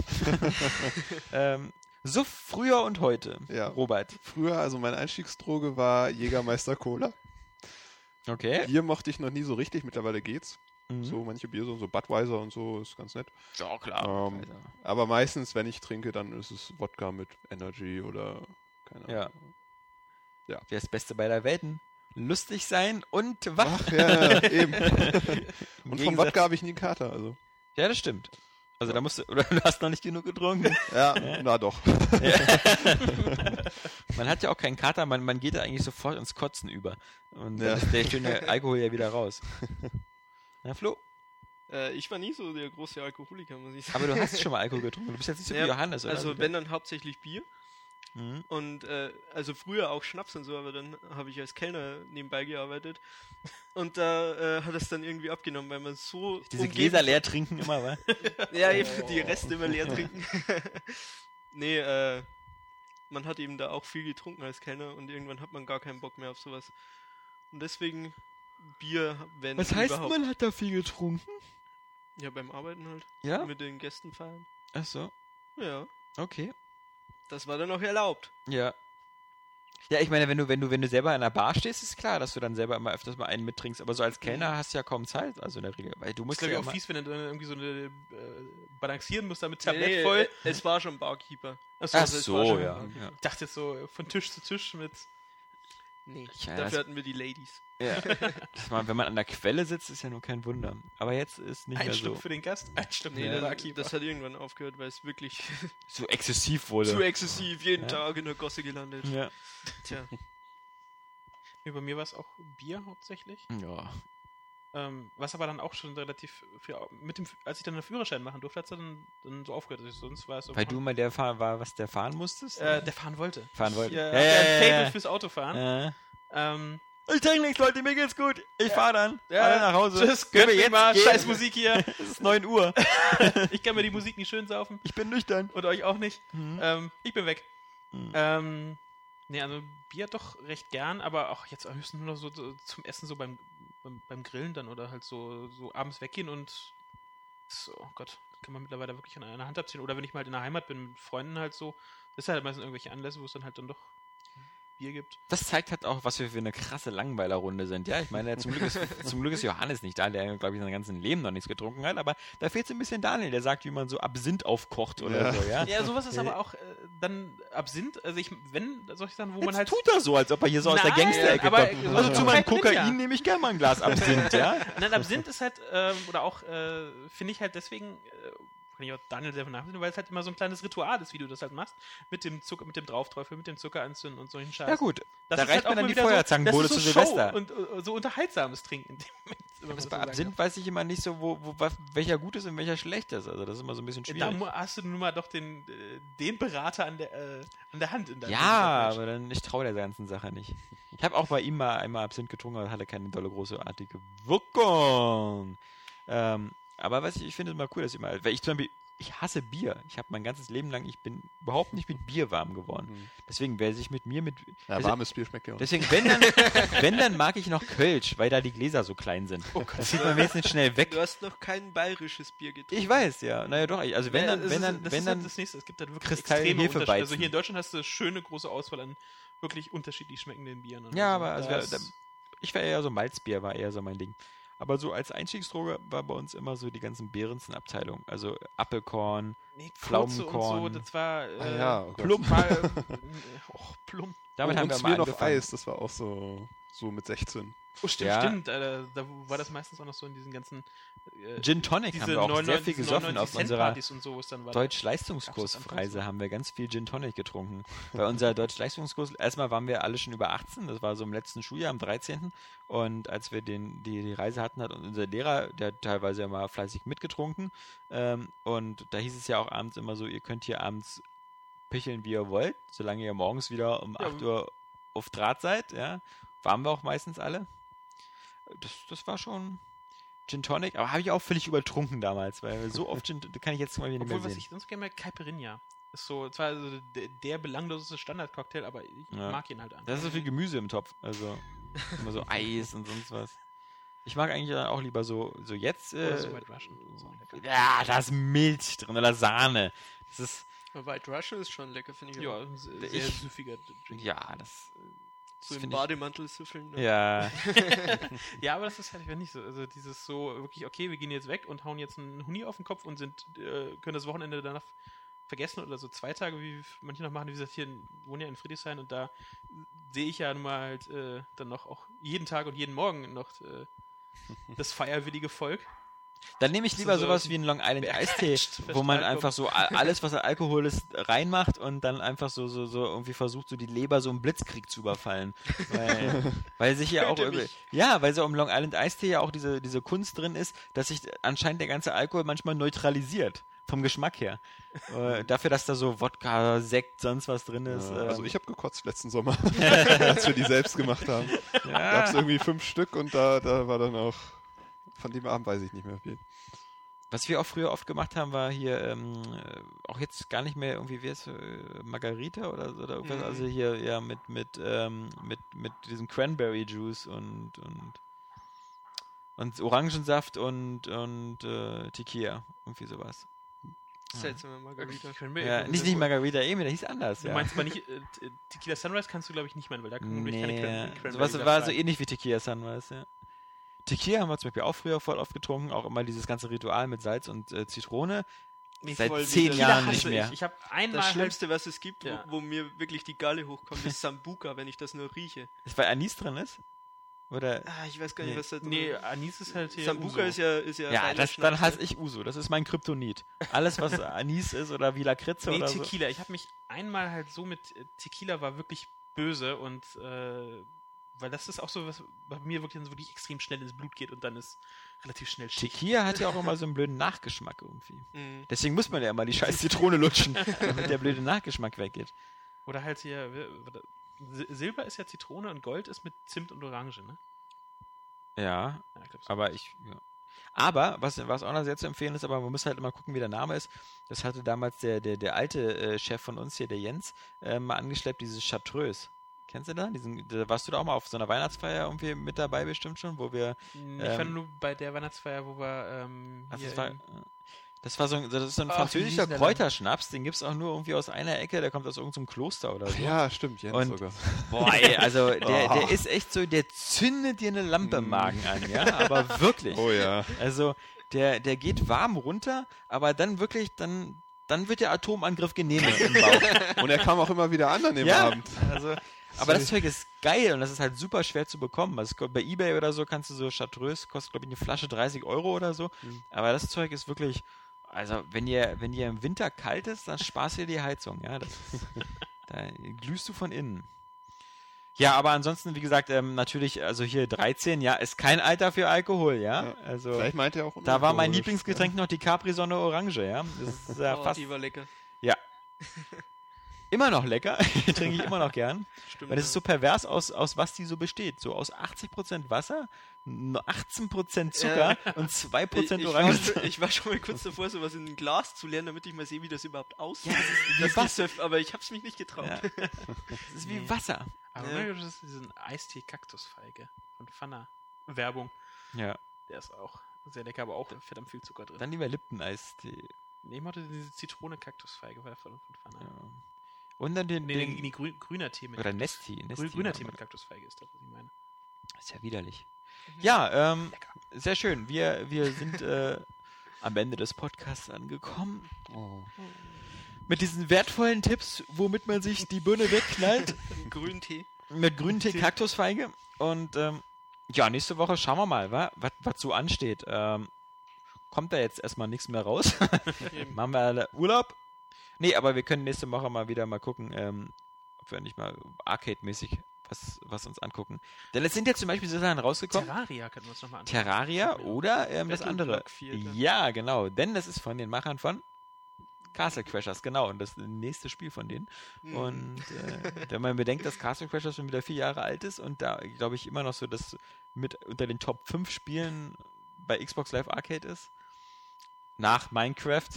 Suff früher und heute. Ja. Robert. Früher, also meine Einstiegsdroge war Jägermeister Cola. Okay. Bier mochte ich noch nie so richtig, mittlerweile geht's. Mhm. So manche Bier, so Budweiser und so, ist ganz nett. Ja, klar. Aber meistens, wenn ich trinke, dann ist es Wodka mit Energy oder keine Ahnung. Ja. Wer ist das Beste beider Welten? Lustig sein und wach. Ach, ja, eben. Und vom Wodka habe ich nie einen Kater, also. Ja, das stimmt. Also da musst oder du hast noch nicht genug getrunken. Ja, na doch. Man hat ja auch keinen Kater, man geht da eigentlich sofort ins Kotzen über. Und dann ist der schöne Alkohol ja wieder raus. Na, Flo? Ich war nie so der große Alkoholiker, muss ich sagen. Aber du hast schon mal Alkohol getrunken. Du bist jetzt nicht so wie Johannes, oder? Also wenn, dann hauptsächlich Bier. Mhm. Und also früher auch Schnaps und so, aber dann habe ich als Kellner nebenbei gearbeitet. Und da hat es dann irgendwie abgenommen, weil man so... Diese Gläser leer trinken immer, wa? Ja, eben die Reste immer leer trinken. Nee, man hat eben da auch viel getrunken als Kellner und irgendwann hat man gar keinen Bock mehr auf sowas. Und deswegen Bier, wenn Was heißt, überhaupt. man hat da viel getrunken? Ja, beim Arbeiten halt. Ja? Mit den Gästen feiern. Ach so, Ja, okay. das war dann auch erlaubt. Ja. Ja, ich meine, wenn du selber in einer Bar stehst, ist klar, dass du dann selber immer öfters mal einen mittrinkst. Aber so als Kellner hast du ja kaum Zeit, also in der Regel. Weil du Das musst ist, glaube ja ich, auch immer... fies, wenn du dann irgendwie so eine balancieren musst, damit Tablett Nee, voll. es war schon Barkeeper. Ach also es war so, schon ja. Barkeeper. Ja. Ich dachte jetzt so von Tisch zu Tisch mit. Nee, Ja, dafür das- hatten wir die Ladies. Ja. Wenn man an der Quelle sitzt, ist ja nur kein Wunder. Aber jetzt ist nicht Ein mehr Schluck so, für den Gast, ein Schluck für Nee, den dann, Barkeeper. das hat irgendwann aufgehört, weil es wirklich so exzessiv wurde. zu exzessiv jeden Ja. Tag in der Gosse gelandet. Ja. Tja. Nee, bei mir war es auch Bier hauptsächlich. Ja. Was aber dann auch schon relativ viel, als ich dann einen Führerschein machen durfte, hat es dann so aufgehört. Also sonst war es so Weil du mal der war, was der fahren musstest? der fahren wollte. Fahren wollte. Ich hab ein Fable fürs Autofahren. Ich trinke nichts, Leute, mir geht's gut. Ich fahr dann. Ja, Alle nach Hause. Tschüss, Können gönnt wir mir mal, gehen? scheiß Musik hier. Es ist 9 Uhr. Ich kann mir die Musik nicht schön saufen. Ich bin nüchtern. Und euch auch nicht. Mhm. Ich bin weg. Mhm. Nee, also Bier doch recht gern, aber auch jetzt am höchsten nur noch so zum Essen, so beim Grillen dann oder halt so abends weggehen und so, oh Gott, das kann man mittlerweile wirklich an einer Hand abziehen. Oder wenn ich mal halt in der Heimat bin mit Freunden halt so, das ist halt meistens irgendwelche Anlässe, wo es dann halt dann doch Bier gibt. Das zeigt halt auch, was wir für eine krasse Langweilerrunde sind. Ja, ich meine, zum Glück ist Johannes nicht da, der, glaube ich, sein ganzes Leben noch nichts getrunken hat, aber da fehlt so ein bisschen Daniel, der sagt, wie man so Absinth aufkocht oder so, ja. Ja, sowas ist aber auch dann Absinth, also wenn solche Sachen, wo man Jetzt halt... tut er so, als ob er hier so aus der Nein, Gangster-Ecke aber kommt. so Also zu meinem drin, Kokain ja. nehme ich gerne mal ein Glas Absinth, ja. Nein, Absinth ist halt, oder auch, finde ich halt deswegen, kann ich auch Daniel sehr nachvollziehen, weil es halt immer so ein kleines Ritual ist, wie du das halt machst, mit dem Zucker, mit dem Draufträufeln, mit dem Zucker anzünden und solchen Scheiß. Ja gut, Das da ist reicht halt auch mir dann mal die wieder Feuerzangenbowle so, zu das ist so Silvester. Show und so unterhaltsames Trinken in dem Moment. wenn man Das so bei sagen Absinth weiß ich immer nicht so, welcher gut ist und welcher schlecht ist. Also das ist immer so ein bisschen darf. schwierig. Da hast du nun mal doch den Berater an der Hand. In deinem Ja, Match. aber dann, ich traue der ganzen Sache nicht. Ich habe auch bei ihm mal einmal Absinth getrunken, aber hatte keine dolle großartige Wirkung. Aber ich finde es mal cool, dass weil ich zum Beispiel, ich hasse Bier. Ich habe mein ganzes Leben lang, ich bin überhaupt nicht mit Bier warm geworden. Deswegen, wer sich mit mir Ja, warmes Bier schmeckt ja auch. Deswegen, wenn dann mag ich noch Kölsch, weil da die Gläser so klein sind. Oh Gott. Das sieht man wenigstens schnell weg. Du hast noch kein bayerisches Bier getrunken. Ich weiß, ja. Naja, doch. Also wenn dann, das nächste. Es gibt halt wirklich Kristall extreme Hefeweizen. Unterschiede. Also hier in Deutschland hast du eine schöne große Auswahl an wirklich unterschiedlich schmeckenden Bieren. Und Ja, so. aber ich war eher so Malzbier, war eher so mein Ding. Aber so als Einstiegsdroge war bei uns immer so die ganzen Behrensen-Abteilungen. Also Apfelkorn, Pflaumenkorn. Und so, das war ja, oh Gott. Plump. Plump. Damit haben wir und mal Smirnoff angefangen. Eis, das war auch so mit 16. Oh, stimmt, Ja. stimmt. Da war das meistens auch noch so in diesen ganzen Gin Tonic haben wir auch sehr viel gesoffen auf unserer Partys und so, wo es dann war. Deutsch-Leistungskursreise haben wir ganz viel Gin Tonic getrunken. Bei unserer Deutsch-Leistungskurs, erstmal waren wir alle schon über 18, das war so im letzten Schuljahr, am 13. Und als wir die Reise hatten, hat unser Lehrer, der hat teilweise immer fleißig mitgetrunken. Und da hieß es ja auch abends immer so, ihr könnt hier abends picheln, wie ihr wollt, solange ihr morgens wieder um 8 Uhr auf Draht seid. Ja. Waren wir auch meistens alle. Das war schon Gin Tonic, aber habe ich auch völlig übertrunken damals, weil so oft Gin kann ich jetzt mal wieder nicht Obwohl, mehr was sehen. ich sonst gerne mag, Caipirinha. Ist so, zwar also der belangloseste Standardcocktail, aber ich mag ihn halt an. Da ist so viel Gemüse im Topf, also immer so Eis und sonst was. Ich mag eigentlich dann auch lieber so jetzt. Oder so White Russian. So lecker. Ja, da ist Milch drin oder Sahne. Das ist, White Russian ist schon lecker, finde ich. Ja, auch. ein sehr süffiger Drink. ja, das So im finde ich- Bademantel süffeln. Ne? ja. Ja, aber das ist halt nicht so. Also dieses so wirklich, okay, wir gehen jetzt weg und hauen jetzt einen Huni auf den Kopf und können das Wochenende danach vergessen oder so 2 Tage, wie manche noch machen. Wie gesagt, hier wohnen ja in Friedrichshain und da sehe ich ja nun mal halt dann noch auch jeden Tag und jeden Morgen noch das feierwillige Volk. Dann nehme ich lieber so sowas wie einen Long Island Eistee, wo man einfach so alles, was Alkohol ist, reinmacht und dann einfach so irgendwie versucht, so die Leber so im Blitzkrieg zu überfallen. Weil sich ja auch weil so im Long Island Eistee ja auch diese Kunst drin ist, dass sich anscheinend der ganze Alkohol manchmal neutralisiert. Vom Geschmack her. Dafür, dass da so Wodka, Sekt, sonst was drin ist. Also ich habe gekotzt letzten Sommer, als wir die selbst gemacht haben. Gab es irgendwie 5 Stück und da war dann auch, von dem Abend weiß ich nicht mehr viel. Was wir auch früher oft gemacht haben, war hier, auch jetzt gar nicht mehr irgendwie, wie heißt Margarita oder irgendwas, also hier ja mit diesem Cranberry Juice und Orangensaft und Tequila, irgendwie sowas. Seltsame Margarita. Ja, nicht Margarita, der hieß anders. Du Ja. meinst aber nicht, Tequila Sunrise kannst du glaube ich nicht meinen, weil da kommen keine Cranberry sowas da war rein. so ähnlich wie Tequila Sunrise, ja. Tequila haben wir zum Beispiel auch früher voll oft getrunken, auch immer dieses ganze Ritual mit Salz und Zitrone. Seit voll 10 wieder. Jahren Tequila nicht hasse mehr. Ich habe einmal Das halt, Schlimmste, was es gibt, Ja. wo mir wirklich die Galle hochkommt, ist Sambuca, wenn ich das nur rieche. Ist, weil Anis drin ist? Oder? Ich weiß gar nicht, Nee. was da drin nee, ist. Anis ist halt hier Sambuca Uso. ist ja Ja, reiner dann Schnaps, hasse ich Uso. Das ist mein Kryptonit. Alles, was Anis ist oder wie Lakritze Nee, oder so. Tequila. Ich habe mich einmal halt so mit Tequila war wirklich böse und weil das ist auch so, was bei mir wirklich, so wirklich extrem schnell ins Blut geht und dann ist relativ schnell Schicht. Tequila hat ja auch immer so einen blöden Nachgeschmack irgendwie. Mhm. Deswegen muss man ja immer die scheiß Zitrone lutschen, damit der blöde Nachgeschmack weggeht. Oder halt hier, Silber ist ja Zitrone und Gold ist mit Zimt und Orange, ne? Ja, Ja, ich glaub so. aber Aber, was auch noch sehr zu empfehlen ist, aber man muss halt immer gucken, wie der Name ist. Das hatte damals der alte Chef von uns hier, der Jens, mal angeschleppt, dieses Chartreuse. Kennst du da? Da warst du da auch mal auf so einer Weihnachtsfeier irgendwie mit dabei bestimmt schon, wo wir... Ich war nur bei der Weihnachtsfeier, wo wir das ist so ein wie hieß französischer der denn? Kräuterschnaps, den gibt es auch nur irgendwie aus einer Ecke, der kommt aus irgendeinem Kloster oder so. Ja, stimmt, Jens Und- sogar. Boah, ey, also der ist echt so, der zündet dir eine Lampe im Magen an, ja, aber wirklich. Oh ja. Also der geht warm runter, aber dann wirklich, dann wird der Atomangriff genehmigt im Bauch. Und er kam auch immer wieder an dem Ja, Abend. also, aber das Zeug ist geil und das ist halt super schwer zu bekommen. Also bei eBay oder so kannst du so Chartreuse, kostet glaube ich eine Flasche 30 € oder so. Aber das Zeug ist wirklich, also wenn ihr im Winter kalt ist, dann sparst ihr die Heizung, ja. Da glühst du von innen. Ja, aber ansonsten, wie gesagt, natürlich, also hier 13, ja, ist kein Alter für Alkohol, ja. Also Vielleicht meint er auch da war mein unalkoholisch, Lieblingsgetränk noch die Capri-Sonne Orange, ja. Das ist ja Oh, fast die war lecker. immer noch lecker. Trinke ich immer noch gern. Stimmt. Weil das ist so pervers, aus was die so besteht. So aus 80% Wasser, 18% Zucker und 2% Orange. Ich war schon mal kurz davor, sowas in ein Glas zu lernen, damit ich mal sehe, wie das überhaupt aussieht. Ja, das ist wie Das Wasser. ist, aber ich hab's mich nicht getraut. Ja. Das ist wie Wasser. Aber das ist diesen Eistee-Kaktusfeige von Pfanner. Werbung. Ja. Der ist auch sehr lecker, aber auch verdammt viel Zucker drin. Dann lieber Lipton-Eistee. Nee, ich mochte diese Zitrone-Kaktusfeige von Pfanner. Ja. Und dann den Grüner Tee mit oder Nesti. Grüner Tee mit Kaktusfeige ist das, was ich meine. Ist ja widerlich. Ja, sehr schön. Wir sind am Ende des Podcasts angekommen. Oh. Mit diesen wertvollen Tipps, womit man sich die Birne wegknallt. Grüntee. Mit Grüntee, Kaktusfeige. Und ja, nächste Woche schauen wir mal, was so ansteht. Kommt da jetzt erstmal nichts mehr raus. Machen wir alle Urlaub. Nee, aber wir können nächste Woche mal gucken, ob wir nicht mal Arcade-mäßig was uns angucken. Denn es sind jetzt zum Beispiel so Sachen rausgekommen. Terraria können wir uns nochmal anschauen. Terraria oder das andere. Block 4 dann. Ja, genau. Denn das ist von den Machern von Castle Crashers, genau. Und das nächste Spiel von denen. Und wenn man bedenkt, dass Castle Crashers schon wieder 4 Jahre alt ist und da, glaube ich, immer noch so das mit unter den Top 5 Spielen bei Xbox Live Arcade ist. Nach Minecraft.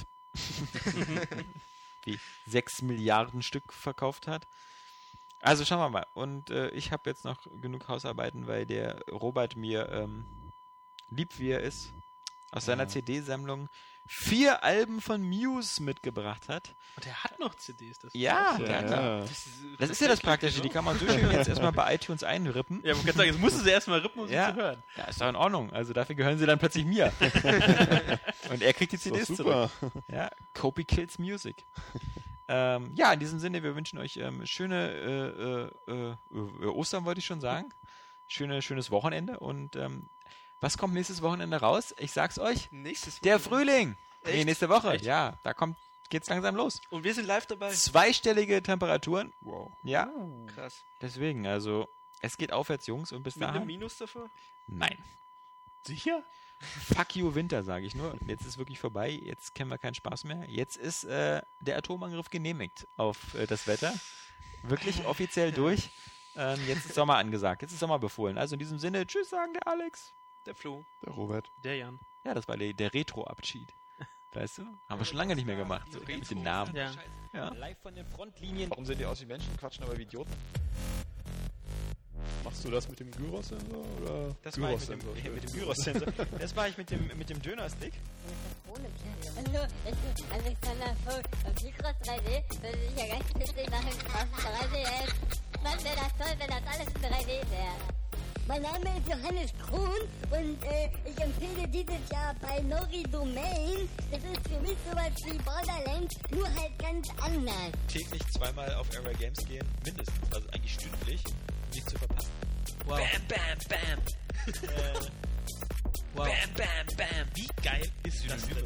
Wie 6 Milliarden Stück verkauft hat. Also schauen wir mal. Und ich habe jetzt noch genug Hausarbeiten, weil der Robert mir lieb wie er ist, aus seiner CD-Sammlung 4 Alben von Muse mitgebracht hat. Und der hat noch CDs. Das Ja, Ja, der hat ja. das ist ja das Praktische, die kann man so schön jetzt erstmal bei iTunes einrippen. Ja, man kann sagen, jetzt musst du sie erstmal rippen, um Ja. sie zu hören. Ja, ist doch in Ordnung. Also dafür gehören sie dann plötzlich mir. Und er kriegt die Ist doch CDs super. zurück. Ja, Copy Kills Music. Ja, in diesem Sinne, wir wünschen euch schöne Ostern, wollte ich schon sagen. Schönes Wochenende. Und was kommt nächstes Wochenende raus? Ich sag's euch. Nächstes Der Wochenende. Frühling. Nee, Echt? nächste Woche. Echt? Ja, da geht's langsam los. Und wir sind live dabei. 2-stellige Temperaturen. Wow. Ja, Krass. deswegen, also es geht aufwärts, Jungs. Und bis Mit einem dahin. Minus davor? Nein. Sicher? Fuck you Winter, sage ich nur. Jetzt ist wirklich vorbei. Jetzt kennen wir keinen Spaß mehr. Jetzt ist der Atomangriff genehmigt auf das Wetter. Wirklich offiziell durch. Jetzt ist Sommer angesagt. Jetzt ist Sommer befohlen. Also in diesem Sinne, tschüss sagen der Alex. Der Flo. Der Robert. Der Jan. Ja, das war der Retro-Abschied. Weißt du? Haben wir schon lange nicht mehr gemacht. So, mit den Namen. Ja. Ja. Live von den Frontlinien. Warum sehen die aus wie Menschen, quatschen aber wie Idioten? Machst du das mit dem Gyros-Sensor oder? Das war ich mit dem Gyros-Sensor. Das war ich mit dem Döner-Stick. Hallo, ich bin Alexander Vogt und Mikros 3D würde sich ja ganz witzig machen, was 3D ist. Mann, wäre das toll, wenn das alles in 3D wäre. Mein Name ist Johannes Krohn und ich empfehle dieses Jahr Binary Domain. Das ist für mich sowas wie Borderlands, nur halt ganz anders. Täglich zweimal auf Era Games gehen. Mindestens. Also eigentlich stündlich. Nicht zu verpassen. Wow. Bam, bam, bam. Wow. Bam, bam, bam. Wie geil ist das denn?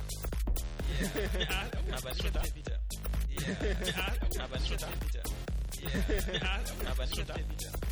Ja, aber nicht auf der Vita. Ja, aber nicht auf der Vita. Ja, aber nicht auf der Vita.